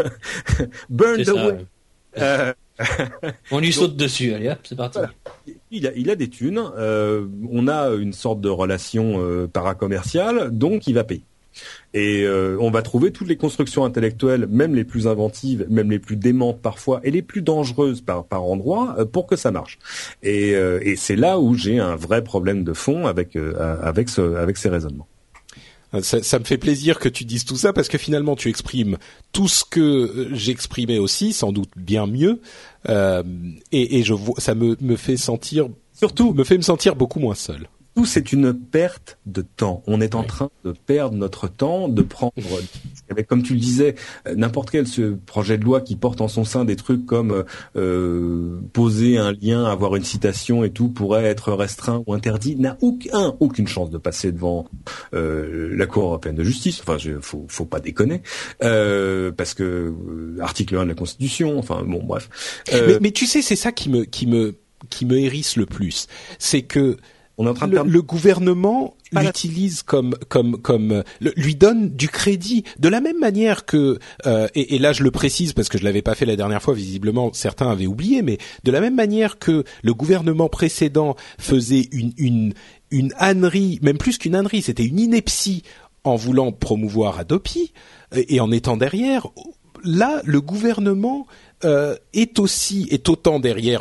burn the way. Euh... on lui saute donc, dessus, allez hop, c'est parti. Voilà. Il a, il a des thunes, euh, on a une sorte de relation euh, paracommerciale, donc il va payer. Et euh, on va trouver toutes les constructions intellectuelles, même les plus inventives, même les plus démentes parfois, et les plus dangereuses par par endroit, euh, pour que ça marche. Et, euh, et c'est là où j'ai un vrai problème de fond avec euh, avec ce avec ces raisonnements. Ça, ça me fait plaisir que tu dises tout ça parce que finalement tu exprimes tout ce que j'exprimais aussi, sans doute bien mieux, euh, et, et je vois, ça me me fait sentir surtout me fait me sentir beaucoup moins seul. Tout, c'est une perte de temps. On est en ouais. train de perdre notre temps, de prendre, avec, comme tu le disais, n'importe quel ce projet de loi qui porte en son sein des trucs comme euh, poser un lien, avoir une citation et tout pourrait être restreint ou interdit, n'a aucun, aucune chance de passer devant euh, la Cour européenne de justice. Enfin, je, faut, faut pas déconner, euh, parce que euh, article un de la Constitution. Enfin, bon, bref. Euh, mais, mais tu sais, c'est ça qui me, qui me, qui me hérisse le plus, c'est que on est en train de le, perdre... le gouvernement ah, l'utilise comme comme comme le, lui donne du crédit de la même manière que euh, et, et là je le précise parce que je l'avais pas fait la dernière fois, visiblement certains avaient oublié, mais de la même manière que le gouvernement précédent faisait une une une ânerie, même plus qu'une ânerie, c'était une ineptie en voulant promouvoir Adopi et, et en étant derrière. Là, le gouvernement euh, est aussi est autant derrière,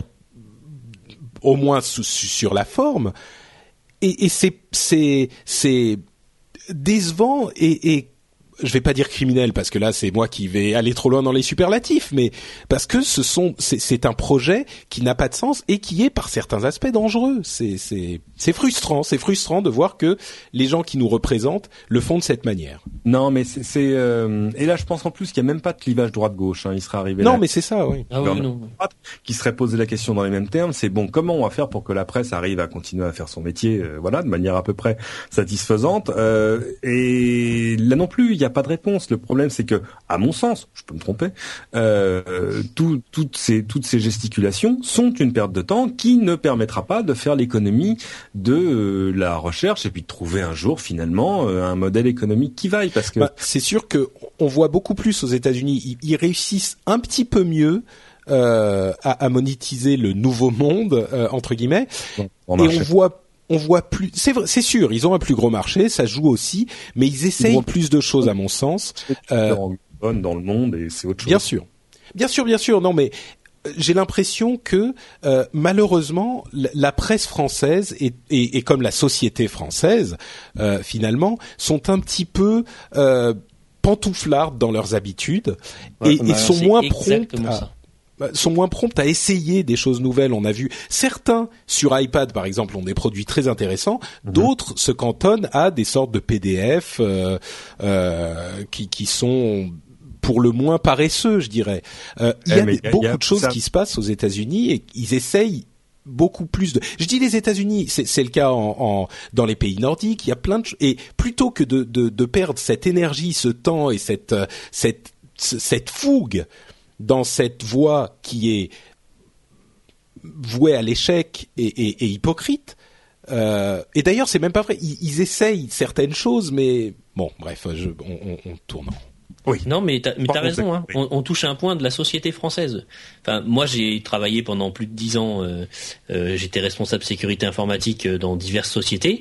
au moins sous, sur la forme. Et, et c'est c'est c'est décevant et, et je vais pas dire criminel parce que là c'est moi qui vais aller trop loin dans les superlatifs, mais parce que ce sont c'est, c'est un projet qui n'a pas de sens et qui est par certains aspects dangereux. C'est c'est c'est frustrant, c'est frustrant de voir que les gens qui nous représentent le font de cette manière. Non, mais c'est, c'est euh, et là je pense en plus qu'il y a même pas de clivage droite-gauche. Hein. Il serait arrivé. Non, là, mais c'est ça, oui. Ah oui, non. Qui serait posé la question dans les mêmes termes. C'est bon, comment on va faire pour que la presse arrive à continuer à faire son métier, euh, voilà, de manière à peu près satisfaisante. Euh, et là non plus, il y a pas de réponse. Le problème, c'est que, à mon sens, je peux me tromper, euh, tout, toutes ces toutes ces gesticulations sont une perte de temps qui ne permettra pas de faire l'économie de euh, la recherche et puis de trouver un jour finalement euh, un modèle économique qui vaille. Parce que bah, c'est sûr que on voit beaucoup plus aux États-Unis. Ils, ils réussissent un petit peu mieux euh, à, à monétiser le nouveau monde euh, entre guillemets, bon, et on voit. On voit plus, c'est vrai, c'est sûr, ils ont un plus gros marché, ça joue aussi, mais ils essayent plus de choses à mon sens. Euh, dans le monde et c'est autre chose. Bien sûr, bien sûr, bien sûr. Non, mais j'ai l'impression que euh, malheureusement la presse française et, et, et comme la société française euh, finalement sont un petit peu euh, pantouflardes dans leurs habitudes ouais, et, bah, et sont moins promptes à... sont moins promptes à essayer des choses nouvelles. On a vu certains sur iPad, par exemple, ont des produits très intéressants. Mmh. D'autres se cantonnent à des sortes de P D F euh, euh, qui, qui sont pour le moins paresseux, je dirais. Euh, il y a, des, y a beaucoup y a, de choses ça... qui se passent aux États-Unis et ils essayent beaucoup plus de. Je dis les États-Unis, c'est, c'est le cas en, en dans les pays nordiques. Il y a plein de ch- et plutôt que de, de, de perdre cette énergie, ce temps et cette cette cette fougue dans cette voie qui est vouée à l'échec et, et, et hypocrite. Euh, et d'ailleurs, c'est même pas vrai. Ils, ils essayent certaines choses, mais bon, bref, je, on, on, on tourne. Oui. Non, mais t'as, mais t'as raison. Hein. Oui. On, on touche à un point de la société française. Enfin, moi, j'ai travaillé pendant plus de dix ans. Euh, euh, j'étais responsable sécurité informatique dans diverses sociétés.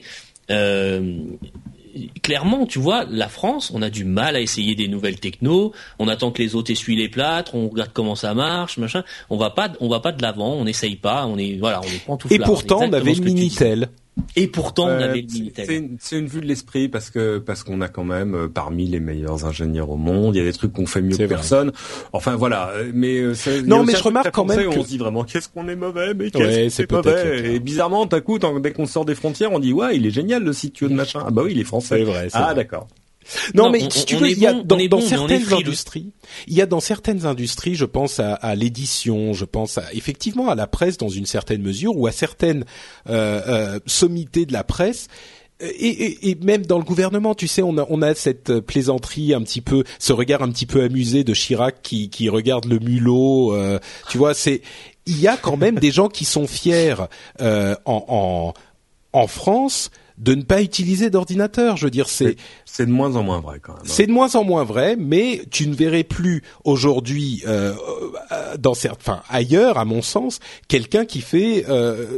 Euh, clairement, tu vois, la France, on a du mal à essayer des nouvelles technos. On attend que les autres essuient les plâtres. On regarde comment ça marche, machin. On va pas, on va pas de l'avant. On n'essaye pas. On est, voilà, on est pantouflard. Et pourtant, on avait le Minitel. Et pourtant, euh, on avait le Minitel. C'est une, c'est une vue de l'esprit parce que parce qu'on a quand même euh, parmi les meilleurs ingénieurs au monde. Il y a des trucs qu'on fait mieux c'est que vrai. Personne. Enfin voilà. Mais euh, c'est, non, mais je remarque quand même que on se dit vraiment qu'est-ce qu'on est mauvais, mais qu'est-ce ouais, qu'on c'est est mauvais. Et bizarrement, d'un coup, dès qu'on sort des frontières, on dit ouais, il est génial le site de machin. Ah bah oui, il est français. C'est vrai. C'est ah vrai. D'accord. Non, non, mais on, si tu on veux, il y a bon, dans, dans bon, certaines industries, il y a dans certaines industries, je pense à, à l'édition, je pense à, effectivement à la presse dans une certaine mesure ou à certaines euh, euh, sommités de la presse. Et, et, et même dans le gouvernement, tu sais, on a, on a cette plaisanterie un petit peu, ce regard un petit peu amusé de Chirac qui, qui regarde le mulot. Euh, tu vois, c'est, il y a quand même des gens qui sont fiers euh, en, en, en France de ne pas utiliser d'ordinateur. Je veux dire, c'est, c'est c'est de moins en moins vrai quand même. C'est de moins en moins vrai, mais tu ne verrais plus aujourd'hui euh, dans certains, enfin ailleurs, à mon sens, quelqu'un qui fait euh,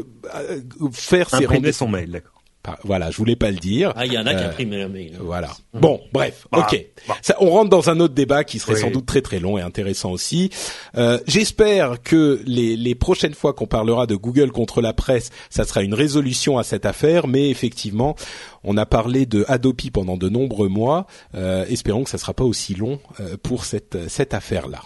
faire ses imprimer son mail, d'accord. Voilà, je voulais pas le dire. Ah, il y en a euh, qui impriment leur mail. Voilà. Bon, bref, bah, ok. Bah. Ça, on rentre dans un autre débat qui serait oui. sans doute très très long et intéressant aussi. Euh, j'espère que les, les prochaines fois qu'on parlera de Google contre la presse, ça sera une résolution à cette affaire. Mais effectivement, on a parlé de Adopi pendant de nombreux mois. Euh, espérons que ça sera pas aussi long euh, pour cette cette affaire-là.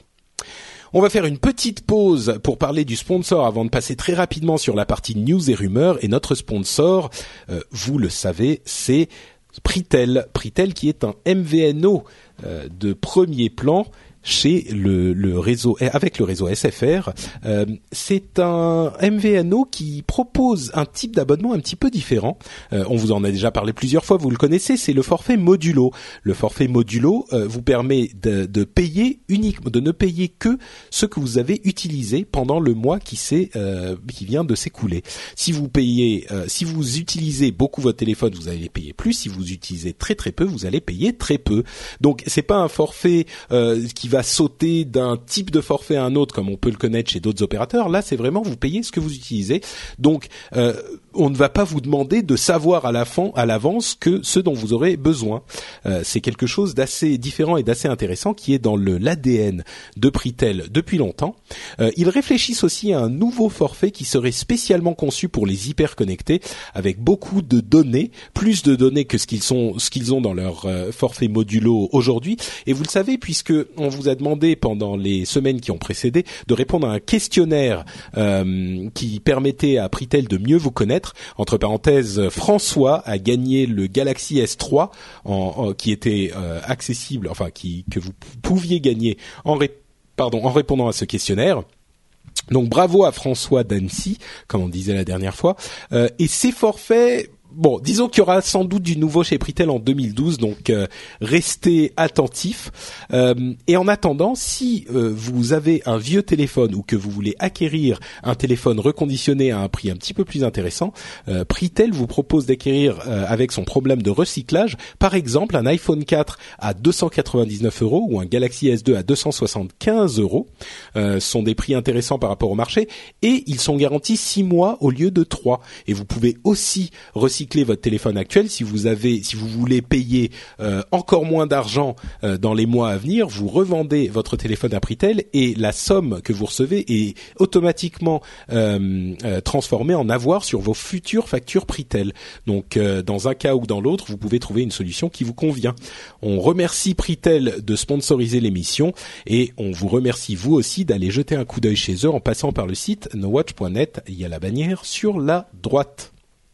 On va faire une petite pause pour parler du sponsor avant de passer très rapidement sur la partie news et rumeurs. Et notre sponsor, euh, vous le savez, c'est Pritel. Pritel qui est un M V N O euh, de premier plan chez le, le réseau, avec le réseau S F R. Euh, c'est un M V N O qui propose un type d'abonnement un petit peu différent. Euh, on vous en a déjà parlé plusieurs fois, vous le connaissez, c'est le forfait modulo. Le forfait modulo euh, vous permet de, de payer uniquement, de ne payer que ce que vous avez utilisé pendant le mois qui s'est, euh, qui vient de s'écouler. Si vous payez, euh, si vous utilisez beaucoup votre téléphone, vous allez payer plus. Si vous utilisez très très peu, vous allez payer très peu. Donc c'est pas un forfait euh, qui va sauter d'un type de forfait à un autre comme on peut le connaître chez d'autres opérateurs. Là, c'est vraiment vous payez ce que vous utilisez. Donc, euh, on ne va pas vous demander de savoir à la fin, à l'avance que ce dont vous aurez besoin. Euh, c'est quelque chose d'assez différent et d'assez intéressant qui est dans le l'A D N de Pritel depuis longtemps. Euh, ils réfléchissent aussi à un nouveau forfait qui serait spécialement conçu pour les hyper connectés avec beaucoup de données, plus de données que ce qu'ils sont, ce qu'ils ont dans leur euh, forfait modulo aujourd'hui. Et vous le savez puisque on vous a demandé pendant les semaines qui ont précédé de répondre à un questionnaire euh, qui permettait à Pritel de mieux vous connaître. Entre parenthèses, François a gagné le Galaxy S trois en, en, qui était euh, accessible, enfin qui que vous pouviez gagner en ré, pardon en répondant à ce questionnaire. Donc bravo à François d'Annecy, comme on disait la dernière fois. Euh, et ces forfaits. Bon, disons qu'il y aura sans doute du nouveau chez Pritel en deux mille douze, donc euh, restez attentifs. Euh, et en attendant, si euh, vous avez un vieux téléphone ou que vous voulez acquérir un téléphone reconditionné à un prix un petit peu plus intéressant, euh, Pritel vous propose d'acquérir euh, avec son problème de recyclage, par exemple un iPhone quatre à deux cent quatre-vingt-dix-neuf euros ou un Galaxy S deux à deux cent soixante-quinze euros. Euh, ce sont des prix intéressants par rapport au marché et ils sont garantis six mois au lieu de trois. Et vous pouvez aussi recycler recycler votre téléphone actuel. Si vous avez, si vous voulez payer euh, encore moins d'argent euh, dans les mois à venir, vous revendez votre téléphone à Pritel et la somme que vous recevez est automatiquement euh, euh, transformée en avoir sur vos futures factures Pritel. Donc, euh, dans un cas ou dans l'autre, vous pouvez trouver une solution qui vous convient. On remercie Pritel de sponsoriser l'émission et on vous remercie vous aussi d'aller jeter un coup d'œil chez eux en passant par le site nowatch point net. Il y a la bannière sur la droite.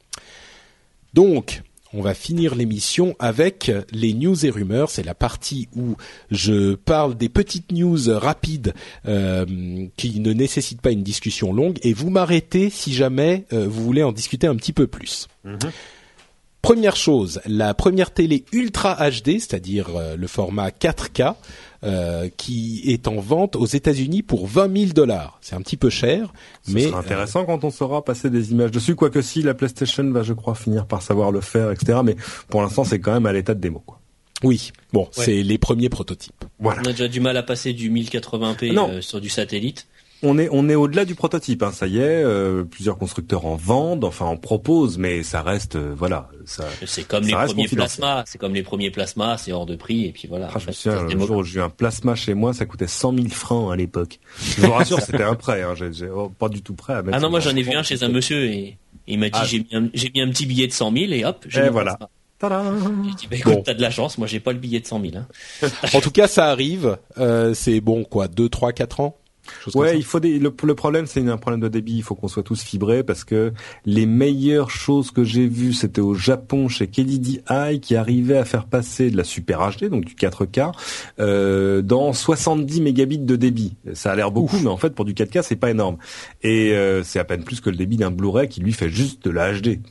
Donc, on va finir l'émission avec les news et rumeurs. C'est la partie où je parle des petites news rapides euh, qui ne nécessitent pas une discussion longue et vous m'arrêtez si jamais euh, vous voulez en discuter un petit peu plus. Mmh. Première chose, la première télé Ultra H D, c'est-à-dire euh, le format quatre K, euh, qui est en vente aux États-Unis pour vingt mille dollars. C'est un petit peu cher, Ce mais sera intéressant euh, quand on saura passer des images dessus. Quoique si la PlayStation va, je crois, finir par savoir le faire, et cetera. Mais pour l'instant, c'est quand même à l'état de démo, quoi. Oui, bon, ouais. C'est les premiers prototypes. Voilà. On a déjà du mal à passer du mille quatre-vingts p euh, sur du satellite. On est on est au-delà du prototype, hein, ça y est. Euh, plusieurs constructeurs en vendent, enfin en proposent, mais ça reste, euh, voilà. Ça, c'est comme ça les premiers plasmas, c'est comme les premiers plasmas, c'est hors de prix et puis voilà. Ah, je me souviens, le jour où j'ai eu un plasma chez moi, ça coûtait cent mille francs à l'époque. Je vous rassure, c'était un prêt, hein, j'ai, j'ai oh, pas du tout prêt à mettre. Ah non, moi j'en ai vu un chez un monsieur et, et il m'a dit ah, j'ai mis un, j'ai mis un petit billet de cent mille et hop, j'ai et mis voilà. J'ai dit bah écoute, bon. T'as de la chance, moi j'ai pas le billet de cent mille. Hein. En tout cas, ça arrive. Euh, c'est bon quoi, deux, trois, quatre ans. Ouais, il faut des, le, le problème, c'est un problème de débit. Il faut qu'on soit tous fibrés parce que les meilleures choses que j'ai vues, c'était au Japon chez K D D I qui arrivait à faire passer de la Super H D, donc du quatre K, euh, dans soixante-dix mégabits de débit. Ça a l'air beaucoup, Ouf. mais en fait, pour du quatre K, c'est pas énorme. Et euh, c'est à peine plus que le débit d'un Blu-ray qui lui fait juste de la H D.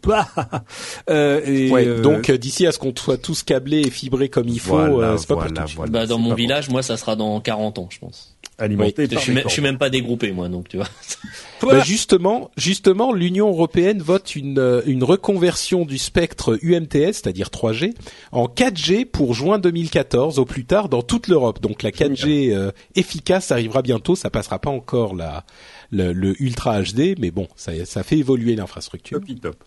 euh, et ouais, euh, donc d'ici à ce qu'on soit tous câblés et fibrés comme il faut, voilà, euh, c'est pas voilà, pour tout de suite. Voilà, bah, dans mon village, bon. moi, ça sera dans quarante ans, je pense. Alimenté oui, je, suis même, je suis même pas dégroupé moi donc tu vois. Bah justement, justement, l'Union européenne vote une une reconversion du spectre U M T S, c'est-à-dire trois G, en quatre G pour juin deux mille quatorze au plus tard dans toute l'Europe. Donc la quatre G euh, efficace arrivera bientôt. Ça passera pas encore la le, le Ultra H D, mais bon, ça ça fait évoluer l'infrastructure. Top, top.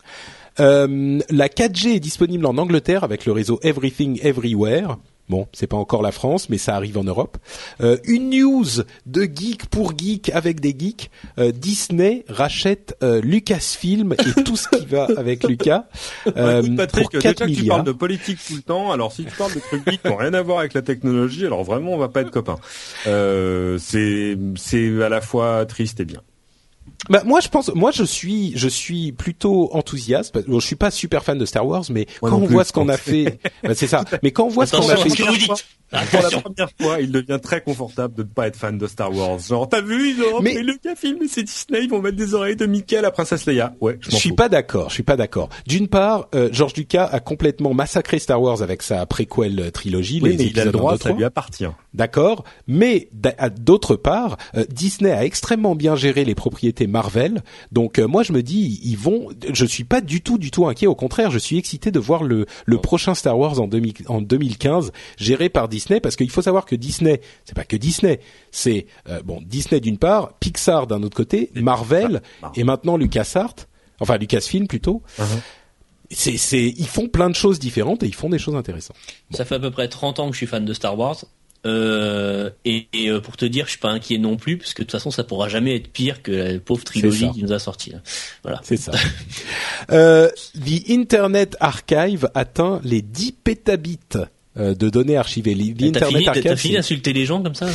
Euh, la quatre G est disponible en Angleterre avec le réseau Everything Everywhere. Bon, c'est pas encore la France, mais ça arrive en Europe. Euh, une news de geek pour geek avec des geeks. Euh, Disney rachète euh, Lucasfilm et tout ce qui va avec Lucas euh, écoute, Patrick, pour quatre milliards. Tu parles de politique tout le temps. Alors si tu parles de trucs geeks qui n'ont rien à voir avec la technologie, alors vraiment on va pas être copains. Euh, c'est c'est à la fois triste et bien. Bah moi je pense, moi je suis, je suis plutôt enthousiaste. Bon, je suis pas super fan de Star Wars, mais ouais, quand on plus, voit ce qu'on a fait, bah, c'est ça. Mais quand on voit Attention, ce qu'on a fait, ce que vous dites. Pour la première fois, il devient très confortable de ne pas être fan de Star Wars. Genre, t'as vu, ils ont repris le film, mais c'est Disney, ils vont mettre des oreilles de Mickey à la princesse Leia. Ouais, je, je suis pas d'accord, je suis pas d'accord. D'une part, euh, George Lucas a complètement massacré Star Wars avec sa préquel trilogie. Oui, les mais il a le droit, ça lui appartient. D'accord, mais d'autre part, euh, Disney a extrêmement bien géré les propriétés Marvel. Donc euh, moi je me dis, ils vont. Je suis pas du tout, du tout inquiet. Au contraire, je suis excité de voir le le prochain Star Wars en, deux mille, en deux mille quinze géré par Disney, parce qu'il faut savoir que Disney, c'est pas que Disney, c'est euh, bon Disney d'une part, Pixar d'un autre côté, Marvel et maintenant LucasArts, enfin Lucasfilm plutôt. Uh-huh. C'est, c'est, ils font plein de choses différentes et ils font des choses intéressantes. Bon. Ça fait à peu près trente ans que je suis fan de Star Wars. Euh, et, et euh, pour te dire, je suis pas inquiet non plus, parce que de toute façon, ça pourra jamais être pire que la pauvre trilogie qui nous a sorti. Là. Voilà. C'est ça. euh, The Internet Archive atteint les dix pétabits euh, de données archivées. The t'as Internet fini, Archive. T'as fini d'insulter les gens comme ça?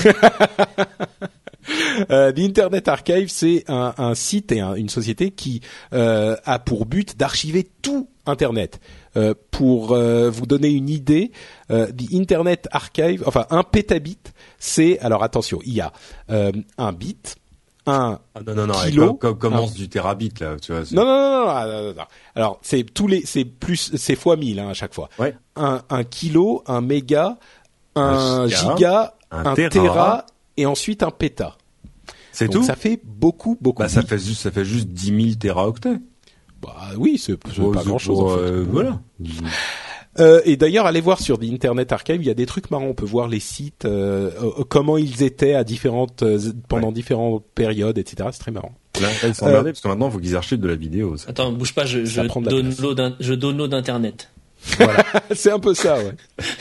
Euh, The Internet Archive, c'est un, un site et un, une société qui euh, a pour but d'archiver tout Internet. Euh, pour euh, vous donner une idée, euh, The Internet Archive, enfin un pétabit, c'est, alors attention, il y a euh, un bit, un ah non non non, kilo, com- com- commence un... du terabit là, tu vois. C'est... Non, non non non non non non. Alors c'est tous les, c'est plus, c'est fois mille hein, à chaque fois. Ouais. Un un kilo, un méga, un, un giga, giga, un, un téra, téra et ensuite un péta. C'est donc tout. Ça fait beaucoup beaucoup. Bah ça fait juste ça fait juste dix mille téraoctets. Bah oui, c'est, c'est oh, pas grand chose. pour, en fait. Euh, voilà. Euh, et d'ailleurs, allez voir sur The Internet Archive, il y a des trucs marrants. On peut voir les sites, euh, euh, comment ils étaient à différentes euh, pendant ouais. différentes périodes, et cetera. C'est très marrant. Là, ils sont emmerdés euh, parce que maintenant, il faut qu'ils archivent de la vidéo. Ça. Attends, bouge pas, je, je download, je download Internet. Voilà. C'est un peu ça, ouais.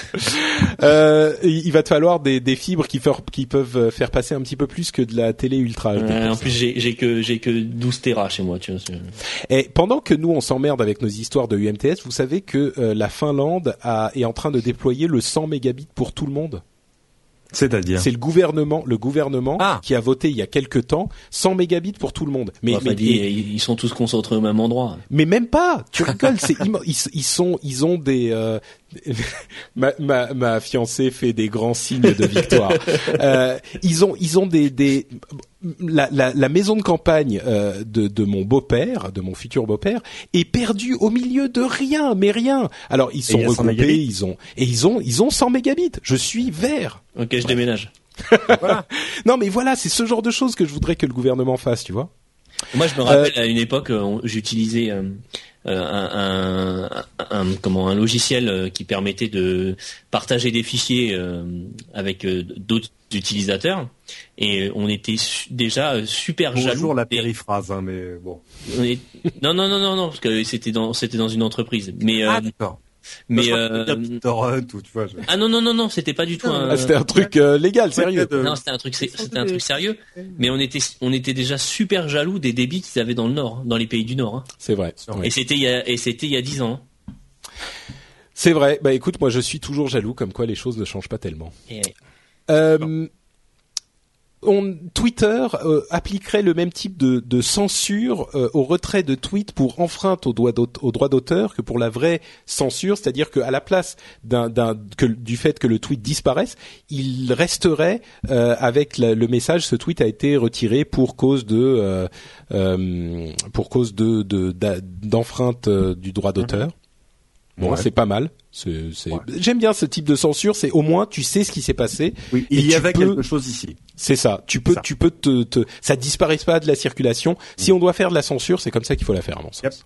euh, il va te falloir des, des fibres qui, fer, qui peuvent faire passer un petit peu plus que de la télé ultra. Euh, en plus, j'ai, j'ai que j'ai que douze téras chez moi, tu vois. Et pendant que nous on s'emmerde avec nos histoires de U M T S, vous savez que euh, la Finlande a, est en train de déployer le cent mégabits pour tout le monde. C'est-à-dire c'est le gouvernement, le gouvernement ah. qui a voté il y a quelque temps cent mégabits pour tout le monde. Mais, enfin, mais dit, et, ils sont tous concentrés au même endroit. Mais même pas. Tu rigoles, c'est immo- ils, ils sont, ils ont des. Euh, ma, ma, ma fiancée fait des grands signes de victoire. euh, ils ont, ils ont des, des. La, la, la maison de campagne euh, de, de mon beau-père, de mon futur beau-père, est perdue au milieu de rien, mais rien. Alors ils sont regroupés, ils ont et ils ont ils ont cent mégabits. Je suis vert. Ok, je ouais. déménage. Voilà. Non, mais voilà, c'est ce genre de choses que je voudrais que le gouvernement fasse, tu vois. Moi, je me rappelle euh, à une époque, euh, j'utilisais euh, un, un, un, comment un logiciel qui permettait de partager des fichiers euh, avec euh, d'autres utilisateurs, et on était su- déjà super Bonjour jaloux. Bonjour la périphrase, hein, mais bon. On est... Non, non, non, non, non, parce que c'était dans c'était dans une entreprise. Mais ah euh, d'accord. Mais euh... torrent ou tu vois. Je... Ah non non non non, c'était pas du tout un. Ah, c'était un truc euh, légal, sérieux. Non, c'était un truc, c'était un truc sérieux. Mais on était, on était déjà super jaloux des débits qu'ils avaient dans le Nord, dans les pays du Nord. Hein. C'est vrai. Et c'était il y a, et c'était il y a dix ans. C'est vrai. Bah écoute, moi je suis toujours jaloux, comme quoi les choses ne changent pas tellement. Et... Euh, on, Twitter euh, appliquerait le même type de, de censure euh, au retrait de tweets pour enfreinte au droit, au droit d'auteur que pour la vraie censure, c'est-à-dire qu'à la place d'un, d'un, que, du fait que le tweet disparaisse, il resterait euh, avec la, le message ce tweet a été retiré pour cause de euh, euh, pour cause de, de, de d'enfreinte euh, du droit d'auteur. Bon, ouais. C'est pas mal. C'est, c'est... Ouais. J'aime bien ce type de censure. C'est au moins tu sais ce qui s'est passé. Oui, il y avait peux... quelque chose ici. C'est ça. Tu peux, ça. tu peux te, te, ça disparaît pas de la circulation. Mmh. Si on doit faire de la censure, c'est comme ça qu'il faut la faire, à mon sens. Yep.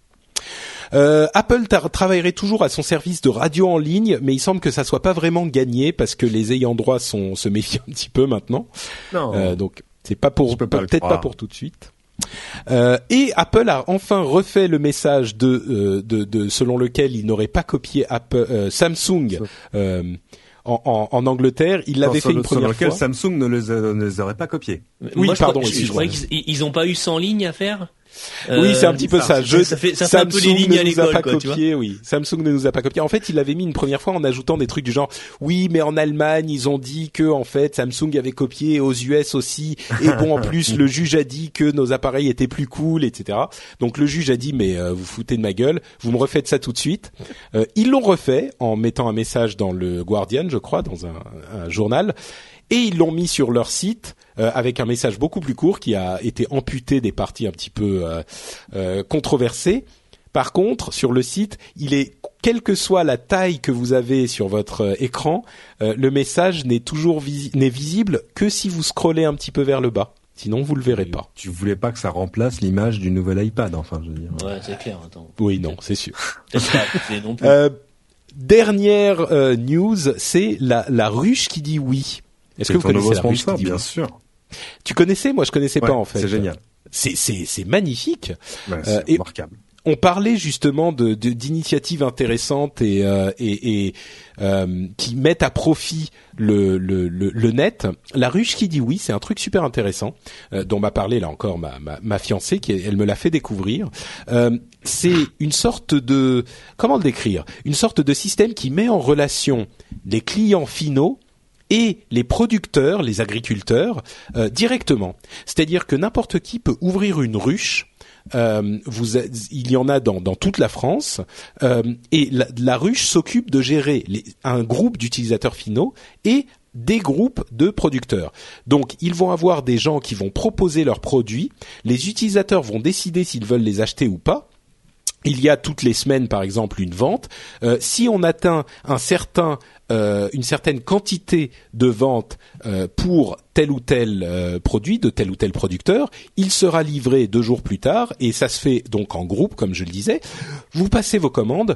Euh, Apple tra- travaillerait toujours à son service de radio en ligne, mais il semble que ça soit pas vraiment gagné parce que les ayants droit sont se méfient un petit peu maintenant. Non. Euh, donc c'est pas pour, pas peut-être pas pour tout de suite. Euh, et Apple a enfin refait le message de, euh, de, de selon lequel il n'aurait pas copié Apple, euh, Samsung euh, en, en, en Angleterre. Il l'avait fait le, une première lequel fois. Samsung ne les, a, ne les aurait pas copiés. Oui, Moi, pardon. Je, je, je croyais qu'ils ils ont pas eu cent lignes à faire. Euh, oui, c'est un petit peu ça. Je, ça fait, ça fait un peu les lignes à l'école, quoi, copié, tu vois. Oui, Samsung ne nous a pas copié. En fait, il l'avait mis une première fois en ajoutant des trucs du genre, oui, mais en Allemagne, ils ont dit que en fait, Samsung avait copié aux U S aussi. Et bon, en plus, le juge a dit que nos appareils étaient plus cool, et cetera. Donc le juge a dit, mais euh, vous foutez de ma gueule, vous me refaites ça tout de suite. Euh, ils l'ont refait en mettant un message dans le Guardian, je crois, dans un, un journal. Et ils l'ont mis sur leur site euh, avec un message beaucoup plus court qui a été amputé des parties un petit peu euh, euh, controversées. Par contre, sur le site, il est, quelle que soit la taille que vous avez sur votre euh, écran, euh, le message n'est toujours visi- n'est visible que si vous scrollez un petit peu vers le bas. Sinon, vous le verrez pas. Tu voulais pas que ça remplace l'image du nouvel iPad, enfin, je veux dire. Ouais, c'est clair. Attends. Oui, non, c'est sûr. C'est pas, c'est non plus. Euh, dernière euh, news, c'est la, la ruche qui dit oui. Est-ce c'est que vous connaissez la ruche qui dit bien oui sûr. Tu connaissais? Moi, je connaissais ouais, pas en fait. C'est génial. C'est c'est c'est magnifique. Ouais, c'est euh, remarquable. On parlait justement de, de d'initiatives intéressantes et euh, et, et euh, qui mettent à profit le, le le le net. La ruche qui dit oui, c'est un truc super intéressant euh, dont m'a parlé là encore ma ma, ma fiancée qui elle me l'a fait découvrir. Euh, c'est une sorte de comment le décrire? Une sorte de système qui met en relation les clients finaux et les producteurs, les agriculteurs, euh, directement. C'est-à-dire que n'importe qui peut ouvrir une ruche. Euh, vous, il y en a dans, dans toute la France, euh, et la, la ruche s'occupe de gérer les, un groupe d'utilisateurs finaux et des groupes de producteurs. Donc, ils vont avoir des gens qui vont proposer leurs produits. Les utilisateurs vont décider s'ils veulent les acheter ou pas. Il y a toutes les semaines, par exemple, une vente. Euh, si on atteint un certain, euh, une certaine quantité de ventes euh, pour tel ou tel euh, produit de tel ou tel producteur, il sera livré deux jours plus tard. Et ça se fait donc en groupe, comme je le disais. Vous passez vos commandes.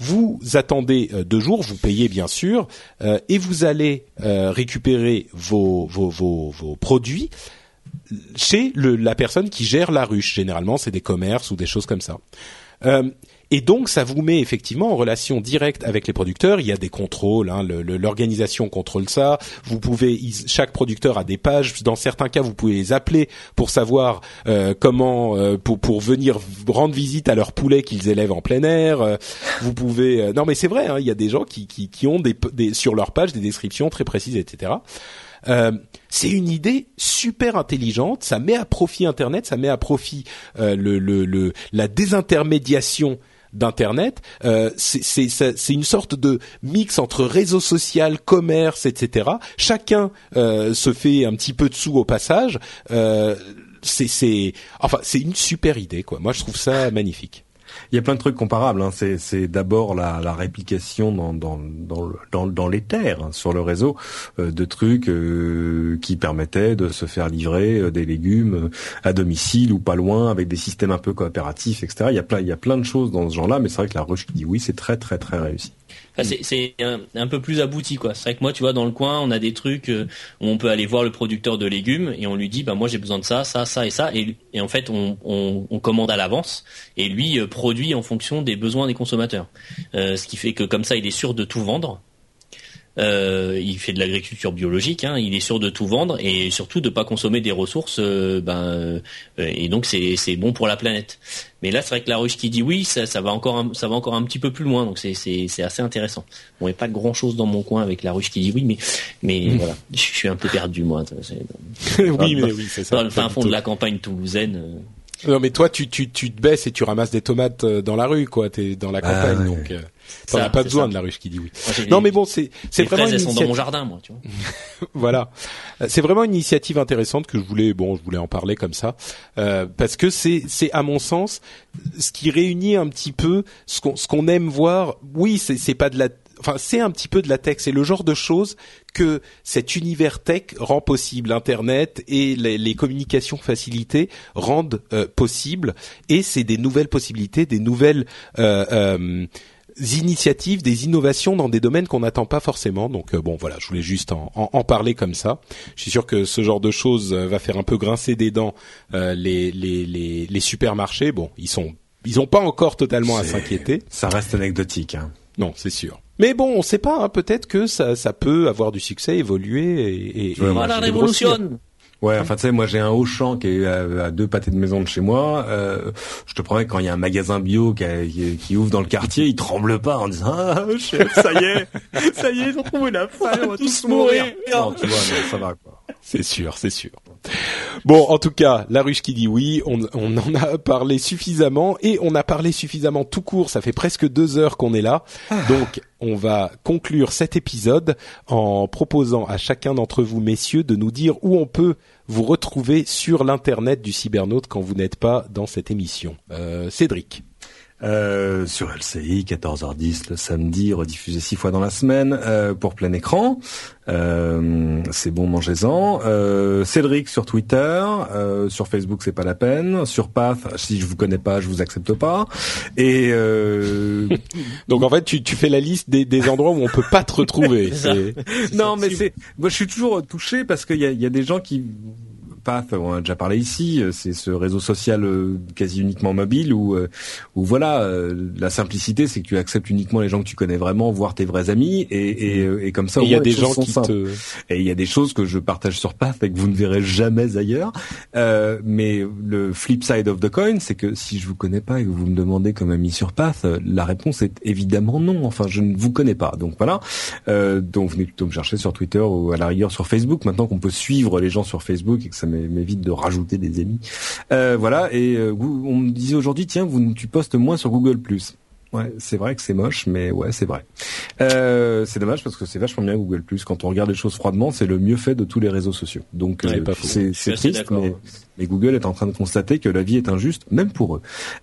vous attendez euh, deux jours, vous payez bien sûr, euh, et vous allez euh, récupérer vos, vos, vos, vos produits chez le, la personne qui gère la ruche. Généralement, c'est des commerces ou des choses comme ça. Euh, et donc, ça vous met effectivement en relation directe avec les producteurs. Il y a des contrôles, hein, le, le, l'organisation contrôle ça. Vous pouvez, ils, chaque producteur a des pages. Dans certains cas, vous pouvez les appeler pour savoir euh, comment, euh, pour pour venir rendre visite à leurs poulets qu'ils élèvent en plein air. Euh, vous pouvez, euh, non mais c'est vrai, hein, il y a des gens qui qui, qui ont des, des sur leur page des descriptions très précises, et cetera. Euh, c'est une idée super intelligente. Ça met à profit Internet, ça met à profit euh, le, le, le, la désintermédiation d'Internet. Euh, c'est, c'est, c'est une sorte de mix entre réseau social, commerce, et cetera. Chacun euh, se fait un petit peu de sous au passage. Euh, c'est, c'est, enfin, c'est une super idée, quoi. Moi, je trouve ça magnifique. Il y a plein de trucs comparables. Hein. C'est, c'est d'abord la, la réplication dans, dans, dans, dans, dans les terres, hein, sur le réseau, euh, de trucs euh, qui permettaient de se faire livrer euh, des légumes à domicile ou pas loin, avec des systèmes un peu coopératifs, et cetera. Il y a plein, il y a plein de choses dans ce genre-là, mais c'est vrai que la ruche qui dit oui, c'est très, très, très réussi. Enfin, c'est, c'est un, un peu plus abouti, quoi. C'est vrai que moi, tu vois, dans le coin, on a des trucs où on peut aller voir le producteur de légumes et on lui dit, bah moi j'ai besoin de ça, ça, ça et ça, et, et en fait on, on, on commande à l'avance et lui euh, produit en fonction des besoins des consommateurs. Euh, ce qui fait que comme ça, il est sûr de tout vendre. Euh, il fait de l'agriculture biologique, hein, il est sûr de tout vendre et surtout de pas consommer des ressources, euh, ben euh, et donc c'est c'est bon pour la planète. Mais là, c'est vrai que la ruche qui dit oui, ça, ça va encore, un, ça va encore un petit peu plus loin, donc c'est c'est c'est assez intéressant. Bon, il n'y a pas grand chose dans mon coin avec la ruche qui dit oui, mais mais mmh. voilà, je suis un peu perdu moi. C'est, oui, dans, mais oui, c'est ça. Dans le fin fond de la campagne toulousaine. Euh... Non, mais toi, tu tu tu te baisses et tu ramasses des tomates dans la rue, quoi. T'es dans la campagne, ah, donc. Euh... T'en as pas besoin ça. De la ruche qui dit oui. Moi, non mais bon, c'est c'est les vraiment fraises, une elles initiative. sont dans mon jardin, moi, tu vois. Voilà, c'est vraiment une initiative intéressante que je voulais bon, je voulais en parler comme ça euh, parce que c'est c'est à mon sens ce qui réunit un petit peu ce qu'on ce qu'on aime voir. Oui, c'est c'est pas de la Enfin, c'est un petit peu de la tech, c'est le genre de choses que cet univers tech rend possible. Internet et les, les communications facilitées rendent euh, possible, et c'est des nouvelles possibilités, des nouvelles euh, euh, initiatives, des innovations dans des domaines qu'on n'attend pas forcément. Donc euh, bon, voilà, je voulais juste en, en, en parler comme ça. Je suis sûr que ce genre de choses va faire un peu grincer des dents euh, les, les, les, les supermarchés. Bon, ils sont, ils ont pas encore totalement c'est... à s'inquiéter. Ça reste anecdotique, hein. Non, c'est sûr. Mais bon, on sait pas, hein, peut-être que ça, ça peut avoir du succès, évoluer et, et, ouais, et la révolution. Ouais, enfin tu sais, moi j'ai un Auchan qui est à, à deux pâtés de maison de chez moi. Euh, je te promets, quand il y a un magasin bio qui, a, qui, qui ouvre dans le quartier, il tremble pas en disant ah chef, ça y est, ça y est, ils ont trouvé la faille, on va tous mourir. Non, tu vois, non, ça va quoi. C'est sûr, c'est sûr. Bon, en tout cas, la ruche qui dit oui, on, on en a parlé suffisamment et on a parlé suffisamment tout court. Ça fait presque deux heures qu'on est là, donc on va conclure cet épisode en proposant à chacun d'entre vous, messieurs, de nous dire où on peut vous retrouver sur l'internet du Cybernaute quand vous n'êtes pas dans cette émission. Euh, Cédric. Euh, sur L C I, quatorze heures dix le samedi, rediffusé six fois dans la semaine, euh, pour plein écran. Euh, c'est bon, mangez-en. Euh, Cédric sur Twitter, euh, sur Facebook, c'est pas la peine. Sur Path, si je vous connais pas, je vous accepte pas. Et euh... donc en fait, tu, tu fais la liste des, des endroits où on peut pas te retrouver. c'est, c'est non, mais c'est, moi je suis toujours touché parce qu'il y a, il y a des gens qui Path, on a déjà parlé ici, c'est ce réseau social euh, quasi uniquement mobile où, euh, où voilà, euh, la simplicité, c'est que tu acceptes uniquement les gens que tu connais vraiment, voire tes vrais amis, et, et, et comme ça, il y a des gens qui simples. te... Et il y a des choses que je partage sur Path et que vous ne verrez jamais ailleurs. Euh, mais le flip side of the coin, c'est que si je vous connais pas et que vous me demandez comme ami sur Path, la réponse est évidemment non. Enfin, je ne vous connais pas. Donc voilà. Euh, donc venez plutôt me chercher sur Twitter ou à la rigueur sur Facebook. Maintenant qu'on peut suivre les gens sur Facebook et que ça m'évite de rajouter des amis. Euh, voilà, et euh, on me disait aujourd'hui, tiens, vous, tu postes moins sur Google plus. Ouais, c'est vrai que c'est moche, mais ouais, c'est vrai. Euh, c'est dommage parce que c'est vachement bien Google plus. Quand on regarde les choses froidement, c'est le mieux fait de tous les réseaux sociaux. Donc ouais, euh, c'est, c'est triste, mais, mais Google est en train de constater que la vie est injuste, même pour eux.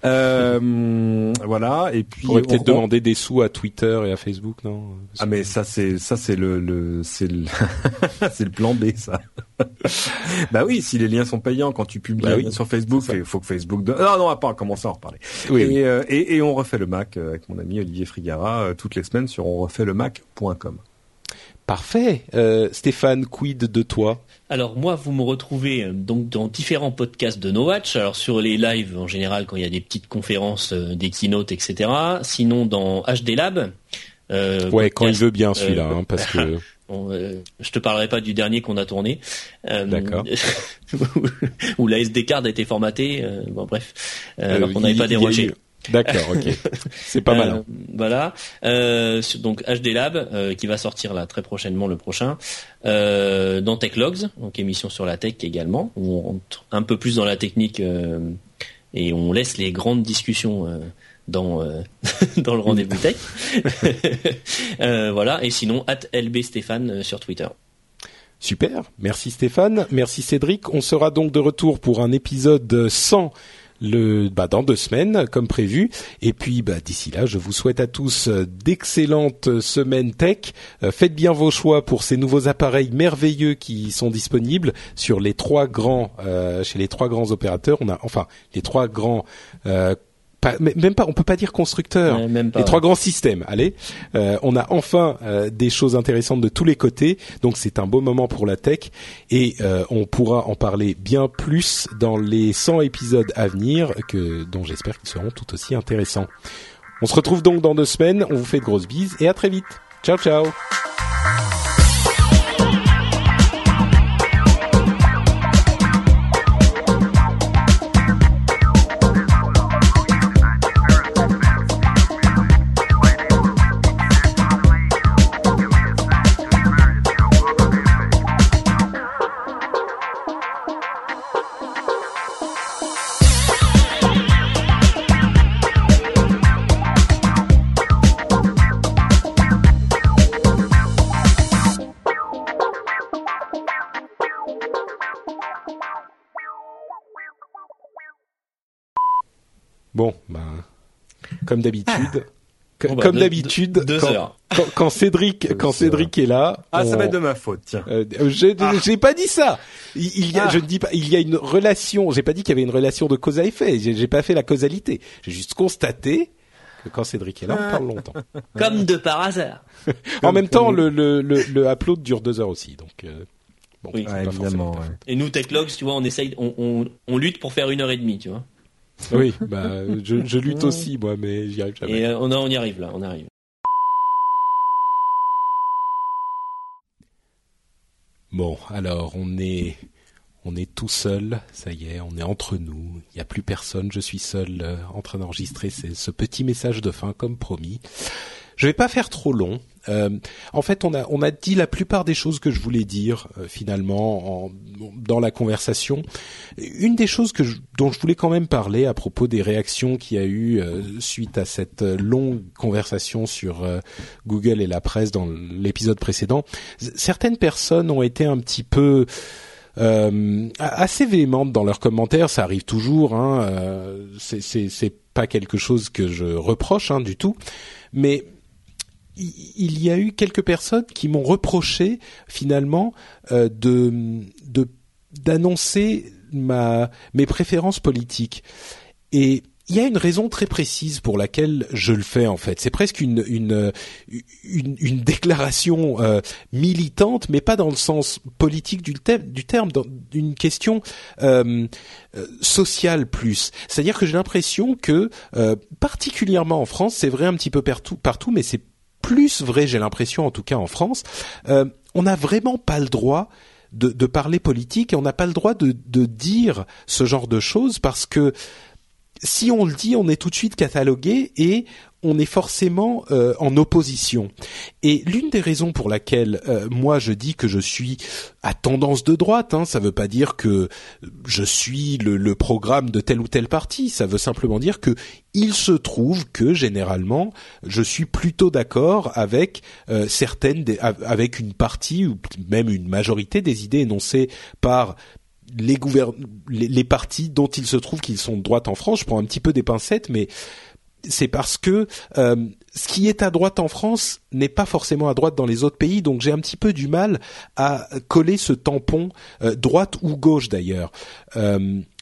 Euh, voilà, et puis on pourrait peut-être on... demander des sous à Twitter et à Facebook, non? Ah mais ça c'est ça c'est le, le c'est le c'est le plan B, ça. Bah oui, si les liens sont payants quand tu publies bah oui. sur Facebook, il faut que Facebook donne... non non, on va pas commencer à en reparler. Oui, et, oui. Euh, et et on refait le Mac avec mon ami Olivier Frigara euh, toutes les semaines sur on refait le mac point com. Parfait. Euh, Stéphane, quid de toi ? Alors moi, vous me retrouvez euh, donc dans différents podcasts de No Watch. Alors sur les lives en général, quand il y a des petites conférences, euh, des keynotes, et cetera. Sinon dans H D Lab. Euh, ouais, podcast, quand il veut bien celui-là, euh, hein, parce que. Bon, euh, je te parlerai pas du dernier qu'on a tourné. Euh, D'accord. où la S D card a été formatée. Euh, bon bref, euh, alors qu'on n'avait pas dérogé. Eu... D'accord, ok. C'est pas euh, malin. Voilà. Euh, donc H D Lab euh, qui va sortir là très prochainement le prochain. Euh, dans Tech Logs, donc émission sur la tech également, où on rentre un peu plus dans la technique euh, et on laisse les grandes discussions euh, dans euh, dans le rendez-vous tech. euh, voilà. Et sinon at L B Stéphane euh, sur Twitter. Super. Merci Stéphane. Merci Cédric. On sera donc de retour pour un épisode cent. Le, bah, dans deux semaines, comme prévu. Et puis, bah, d'ici là, je vous souhaite à tous d'excellentes semaines tech. Euh, faites bien vos choix pour ces nouveaux appareils merveilleux qui sont disponibles sur les trois grands, euh, chez les trois grands opérateurs. On a, enfin, les trois grands, euh, pas, même pas, on peut pas dire constructeurs. Ouais, même pas, les ouais. trois grands systèmes. Allez, euh, on a enfin euh, des choses intéressantes de tous les côtés. Donc c'est un beau moment pour la tech et euh, on pourra en parler bien plus dans les cent épisodes à venir, que dont j'espère qu'ils seront tout aussi intéressants. On se retrouve donc dans deux semaines. On vous fait de grosses bises et à très vite. Ciao ciao. Bon, ben, comme d'habitude, ah. bon, bah, comme deux, d'habitude, deux, deux quand, heures. quand, quand Cédric, quand Cédric est là, ah, on... ça va être de ma faute, tiens. Euh, j'ai, ah. j'ai pas dit ça. Il, il y a, ah. je ne dis pas, il y a une relation. J'ai pas dit qu'il y avait une relation de cause à effet. J'ai, j'ai pas fait la causalité. J'ai juste constaté que quand Cédric est là, on parle longtemps. Comme de par hasard. En même temps, le, le, le, le upload dure deux heures aussi, donc. Euh... Bon, oui, ouais, évidemment. Ouais. Et nous, TechLogs, tu vois, on essaye, on, on, on lutte pour faire une heure et demie, tu vois. Oui, bah, je, je lutte aussi, moi, mais j'y arrive jamais. Et euh, on, on y arrive là, on arrive. Bon, alors, on est, on est tout seul, ça y est, on est entre nous. Il y a plus personne, je suis seul euh, en train d'enregistrer ce, ce petit message de fin, comme promis. Je vais pas faire trop long. Euh, en fait, on a on a dit la plupart des choses que je voulais dire euh, finalement en, dans la conversation. Une des choses que je, dont je voulais quand même parler à propos des réactions qu'il y a eu euh, suite à cette longue conversation sur euh, Google et la presse dans l'épisode précédent. Certaines personnes ont été un petit peu euh, assez véhémentes dans leurs commentaires. Ça arrive toujours. Hein, euh, c'est c'est c'est pas quelque chose que je reproche hein, du tout, mais il y a eu quelques personnes qui m'ont reproché finalement euh, de, de d'annoncer ma mes préférences politiques. Et il y a une raison très précise pour laquelle je le fais en fait. C'est presque une une une, une déclaration euh, militante, mais pas dans le sens politique du, te- du terme, dans une question euh, euh, sociale plus. C'est-à-dire que j'ai l'impression que euh, particulièrement en France, c'est vrai un petit peu partout, partout, mais c'est plus vrai, j'ai l'impression, en tout cas en France, euh, on n'a vraiment pas le droit de, de parler politique et on n'a pas le droit de, de dire ce genre de choses parce que si on le dit, on est tout de suite catalogué et on est forcément euh, en opposition. Et l'une des raisons pour laquelle euh, moi je dis que je suis à tendance de droite, hein, ça veut pas dire que je suis le, le programme de tel ou tel parti, ça veut simplement dire que il se trouve que généralement je suis plutôt d'accord avec euh, certaines, des, avec une partie ou même une majorité des idées énoncées par les, gouvern- les, les partis dont il se trouve qu'ils sont de droite en France. Je prends un petit peu des pincettes, mais c'est parce que euh, ce qui est à droite en France n'est pas forcément à droite dans les autres pays, donc j'ai un petit peu du mal à coller ce tampon, euh, droite ou gauche d'ailleurs. Euh,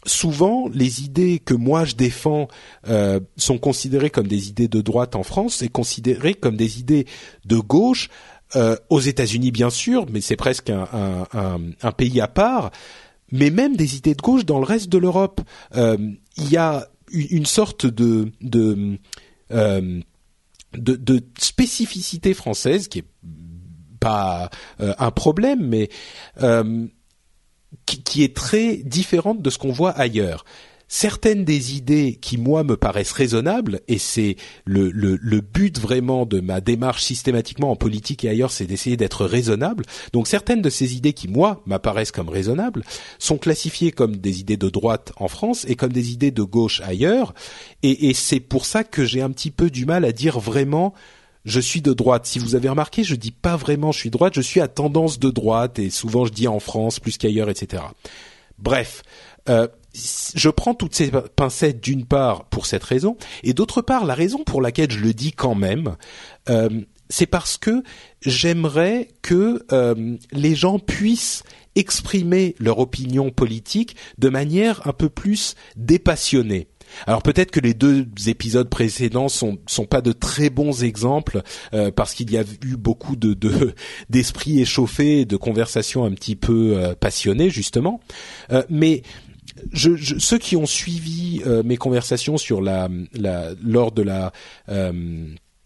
souvent, les idées que moi je défends euh, sont considérées comme des idées de droite en France et considérées comme des idées de gauche euh, aux États-Unis, bien sûr, mais c'est presque un, un, un, un pays à part. Mais même des idées de gauche dans le reste de l'Europe. Euh, il y a une sorte de de, euh, de de spécificité française qui est pas euh, un problème, mais euh, qui, qui est très différente de ce qu'on voit ailleurs. Certaines des idées qui, moi, me paraissent raisonnables, et c'est le, le, le but vraiment de ma démarche systématiquement en politique et ailleurs, c'est d'essayer d'être raisonnable. Donc certaines de ces idées qui, moi, m'apparaissent comme raisonnables, sont classifiées comme des idées de droite en France et comme des idées de gauche ailleurs. Et, et c'est pour ça que j'ai un petit peu du mal à dire vraiment je suis de droite. Si vous avez remarqué, je dis pas vraiment je suis de droite, je suis à tendance de droite, et souvent je dis en France plus qu'ailleurs, et cetera. Bref, euh, je prends toutes ces pincettes d'une part pour cette raison, et d'autre part la raison pour laquelle je le dis quand même, euh, c'est parce que j'aimerais que euh, les gens puissent exprimer leur opinion politique de manière un peu plus dépassionnée. Alors peut-être que les deux épisodes précédents sont sont pas de très bons exemples euh, parce qu'il y a eu beaucoup de, de d'esprits échauffés, de conversations un petit peu euh, passionnées justement, euh, mais Je, je, ceux qui ont suivi euh, mes conversations sur la, la lors de la euh,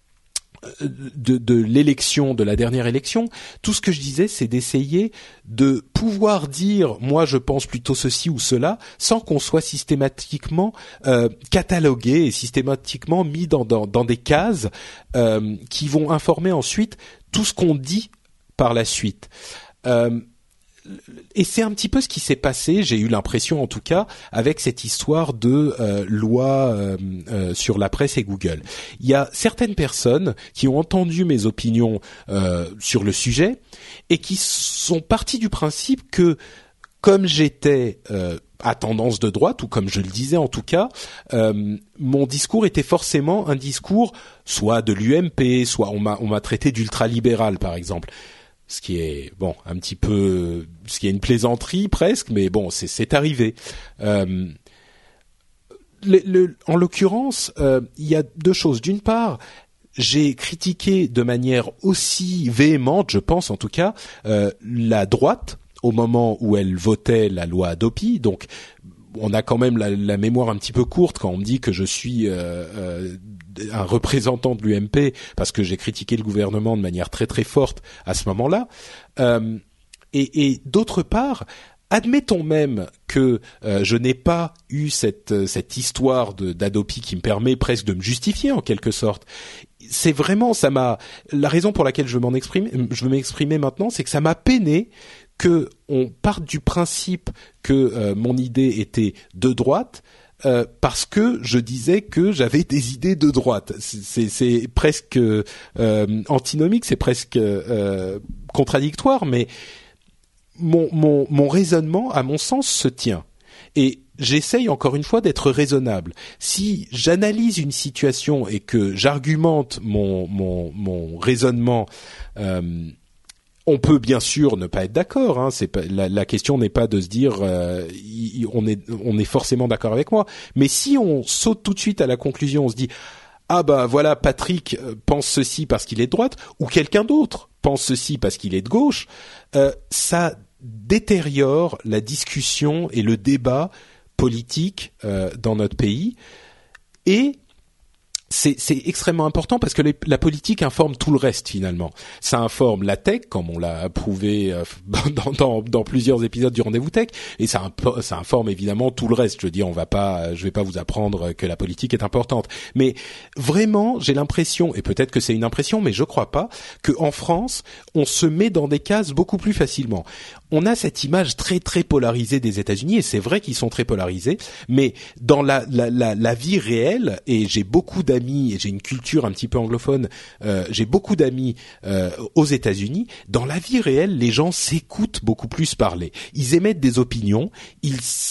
de, de l'élection, de la dernière élection, tout ce que je disais, c'est d'essayer de pouvoir dire, moi, je pense plutôt ceci ou cela, sans qu'on soit systématiquement euh, catalogué et systématiquement mis dans dans, dans des cases euh, qui vont informer ensuite tout ce qu'on dit par la suite. Euh, Et c'est un petit peu ce qui s'est passé, j'ai eu l'impression en tout cas, avec cette histoire de euh, loi euh, euh, sur la presse et Google. Il y a certaines personnes qui ont entendu mes opinions euh, sur le sujet et qui sont parties du principe que, comme j'étais euh, à tendance de droite, ou comme je le disais en tout cas, euh, mon discours était forcément un discours soit de l'U M P, soit on m'a, on m'a traité d'ultralibéral par exemple. Ce qui est bon, un petit peu, ce qui est une plaisanterie presque, mais bon, c'est, c'est arrivé. Euh, le, le, en l'occurrence, euh, il y a deux choses. D'une part, j'ai critiqué de manière aussi véhémente, je pense en tout cas, euh, la droite au moment où elle votait la loi Hadopi. Donc, on a quand même la, la mémoire un petit peu courte quand on me dit que je suis euh, euh, un représentant de l'U M P parce que j'ai critiqué le gouvernement de manière très très forte à ce moment-là. Euh, et, et d'autre part, admettons même que euh, je n'ai pas eu cette cette histoire de d'Hadopi qui me permet presque de me justifier en quelque sorte. C'est vraiment, ça m'a, la raison pour laquelle je m'en exprime, je veux m'exprimer maintenant, c'est que ça m'a peiné que on parte du principe que euh, mon idée était de droite. Euh, parce que je disais que j'avais des idées de droite. C'est, c'est, c'est presque euh, antinomique, c'est presque euh, contradictoire, mais mon, mon, mon raisonnement, à mon sens, se tient. Et j'essaye encore une fois d'être raisonnable. Si j'analyse une situation et que j'argumente mon, mon, mon raisonnement, euh, on peut bien sûr ne pas être d'accord. Hein, c'est pas, la, la question n'est pas de se dire euh, y, on est on est forcément d'accord avec moi. Mais si on saute tout de suite à la conclusion, on se dit ah bah voilà, Patrick pense ceci parce qu'il est de droite, ou quelqu'un d'autre pense ceci parce qu'il est de gauche, euh, ça détériore la discussion et le débat politique euh, dans notre pays. Et C'est, c'est extrêmement important parce que les, la politique informe tout le reste finalement. Ça informe la tech, comme on l'a prouvé euh, dans, dans, dans plusieurs épisodes du Rendez-vous Tech, et ça, ça informe évidemment tout le reste. Je veux dire, on va pas, je vais pas vous apprendre que la politique est importante, mais vraiment, j'ai l'impression, et peut-être que c'est une impression, mais je crois pas, que en France, on se met dans des cases beaucoup plus facilement. On a cette image très très polarisée des États-Unis, et c'est vrai qu'ils sont très polarisés, mais dans la, la, la, la vie réelle, et j'ai beaucoup d'amis et j'ai une culture un petit peu anglophone, euh, j'ai beaucoup d'amis euh, aux États-Unis. Dans la vie réelle, les gens s'écoutent beaucoup plus parler. Ils émettent des opinions, ils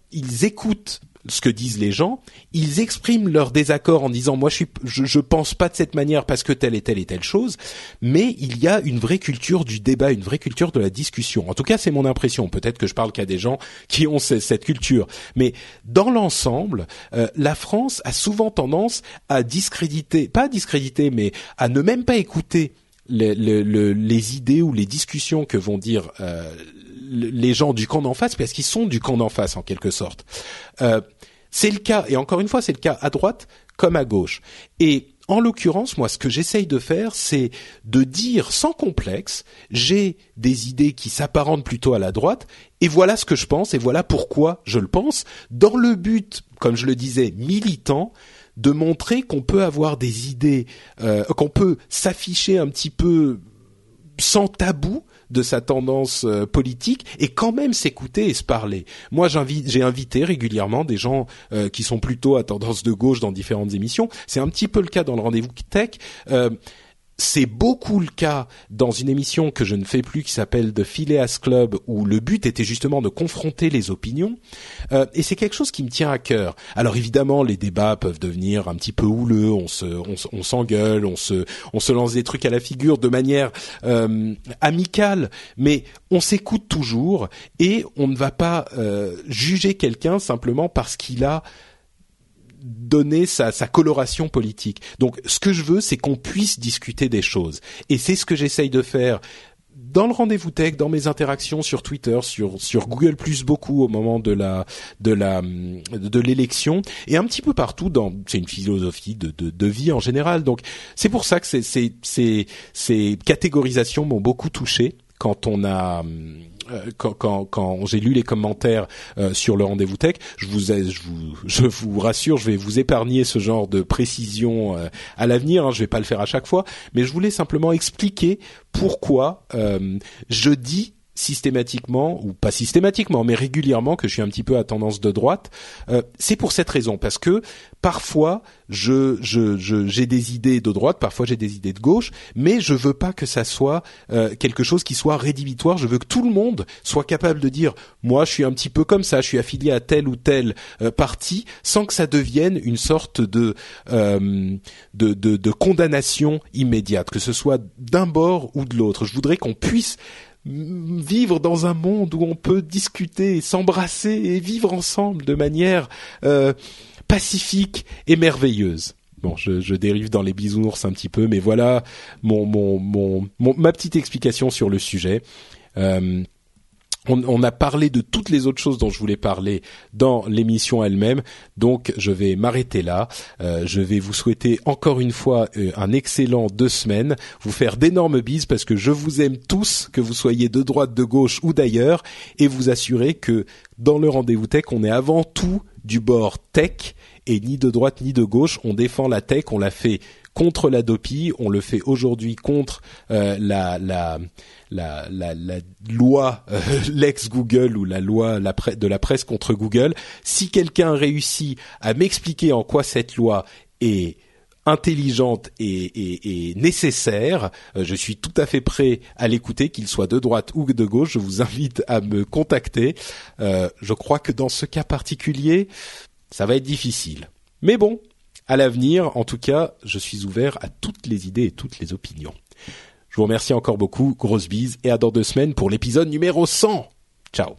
ils écoutent ce que disent les gens, ils expriment leur désaccord en disant moi je suis je, je pense pas de cette manière parce que telle et telle et telle chose, mais il y a une vraie culture du débat, une vraie culture de la discussion. En tout cas, c'est mon impression. Peut-être que je parle qu'à des gens qui ont c- cette culture, mais dans l'ensemble, euh, la France a souvent tendance à discréditer, pas à discréditer, mais à ne même pas écouter les, les, les, les idées ou les discussions que vont dire euh, les gens du camp d'en face, parce qu'ils sont du camp d'en face en quelque sorte. Euh, c'est le cas, et encore une fois, c'est le cas à droite comme à gauche. Et en l'occurrence, moi, ce que j'essaye de faire, c'est de dire sans complexe, j'ai des idées qui s'apparentent plutôt à la droite, et voilà ce que je pense, et voilà pourquoi je le pense, dans le but, comme je le disais, militant, de montrer qu'on peut avoir des idées, euh, qu'on peut s'afficher un petit peu sans tabou de sa tendance euh, politique et quand même s'écouter et se parler. Moi, j'invite, j'ai invité régulièrement des gens euh, qui sont plutôt à tendance de gauche dans différentes émissions. C'est un petit peu le cas dans le Rendez-vous Tech. Euh, C'est beaucoup le cas dans une émission que je ne fais plus qui s'appelle The Phileas Club, où le but était justement de confronter les opinions. Euh, et c'est quelque chose qui me tient à cœur. Alors évidemment, les débats peuvent devenir un petit peu houleux, on se, on, on s'engueule, on se, on se lance des trucs à la figure de manière euh, amicale, mais on s'écoute toujours et on ne va pas euh, juger quelqu'un simplement parce qu'il a donner sa, sa coloration politique. Donc, ce que je veux, c'est qu'on puisse discuter des choses. Et c'est ce que j'essaye de faire dans le Rendez-vous Tech, dans mes interactions sur Twitter, sur sur Google Plus beaucoup au moment de la de la de l'élection, et un petit peu partout dans. C'est une philosophie de de, de vie en général. Donc, c'est pour ça que ces ces ces ces catégorisations m'ont beaucoup touché quand on a. Euh, quand, quand, quand j'ai lu les commentaires euh, sur le Rendez-vous Tech, je vous, ai, je vous, je vous rassure, je vais vous épargner ce genre de précision euh, à l'avenir. Hein, je vais pas le faire à chaque fois, mais je voulais simplement expliquer pourquoi euh, je dis systématiquement, ou pas systématiquement, mais régulièrement, que je suis un petit peu à tendance de droite. Euh, c'est pour cette raison, parce que parfois je, je, je j'ai des idées de droite, parfois j'ai des idées de gauche, mais je veux pas que ça soit euh, quelque chose qui soit rédhibitoire. Je veux que tout le monde soit capable de dire moi je suis un petit peu comme ça, je suis affilié à tel ou tel euh, parti, sans que ça devienne une sorte de, euh, de de de condamnation immédiate, que ce soit d'un bord ou de l'autre. Je voudrais qu'on puisse vivre dans un monde où on peut discuter, s'embrasser et vivre ensemble de manière euh, pacifique et merveilleuse. Bon, je, je dérive dans les bisounours un petit peu, mais voilà mon, mon, mon, mon ma petite explication sur le sujet. Euh, On, on a parlé de toutes les autres choses dont je voulais parler dans l'émission elle-même, donc je vais m'arrêter là. Euh, je vais vous souhaiter encore une fois euh, un excellent deux semaines, vous faire d'énormes bises parce que je vous aime tous, que vous soyez de droite, de gauche ou d'ailleurs, et vous assurer que dans le Rendez-vous Tech, on est avant tout du bord tech et ni de droite ni de gauche. On défend la tech, on l'a fait contre l'Adopi, on le fait aujourd'hui contre euh, la, la la la la loi euh, l'ex Google ou la loi la pre- de la presse contre Google. Si quelqu'un réussit à m'expliquer en quoi cette loi est intelligente et, et, et nécessaire, euh, je suis tout à fait prêt à l'écouter, qu'il soit de droite ou de gauche. Je vous invite à me contacter. Euh, je crois que dans ce cas particulier, ça va être difficile. Mais bon, à l'avenir, en tout cas, je suis ouvert à toutes les idées et toutes les opinions. Je vous remercie encore beaucoup, grosse bise, et à dans deux semaines pour l'épisode numéro cent. Ciao.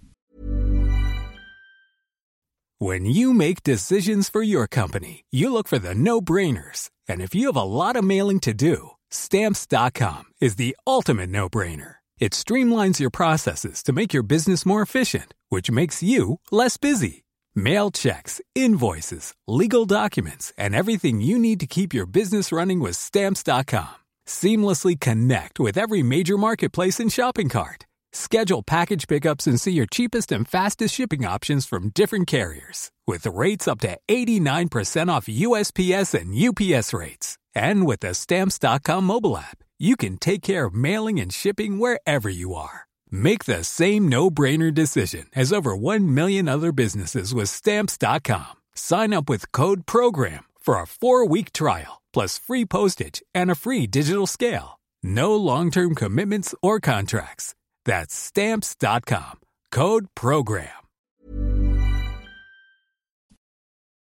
When you make decisions for your company, you look for the no-brainers. And if you have a lot of mailing to do, Stamps dot com is the ultimate no-brainer. It streamlines your processes to make your business more efficient, which makes you less busy. Mail checks, invoices, legal documents, and everything you need to keep your business running with Stamps dot com. Seamlessly connect with every major marketplace and shopping cart. Schedule package pickups and see your cheapest and fastest shipping options from different carriers. With rates up to eighty-nine percent off U S P S and U P S rates. And with the Stamps dot com mobile app, you can take care of mailing and shipping wherever you are. Make the same no-brainer decision as over one million other businesses with Stamps dot com. Sign up with code PROGRAM for a four-week trial, plus free postage and a free digital scale. No long-term commitments or contracts. That's Stamps dot com. Code PROGRAM.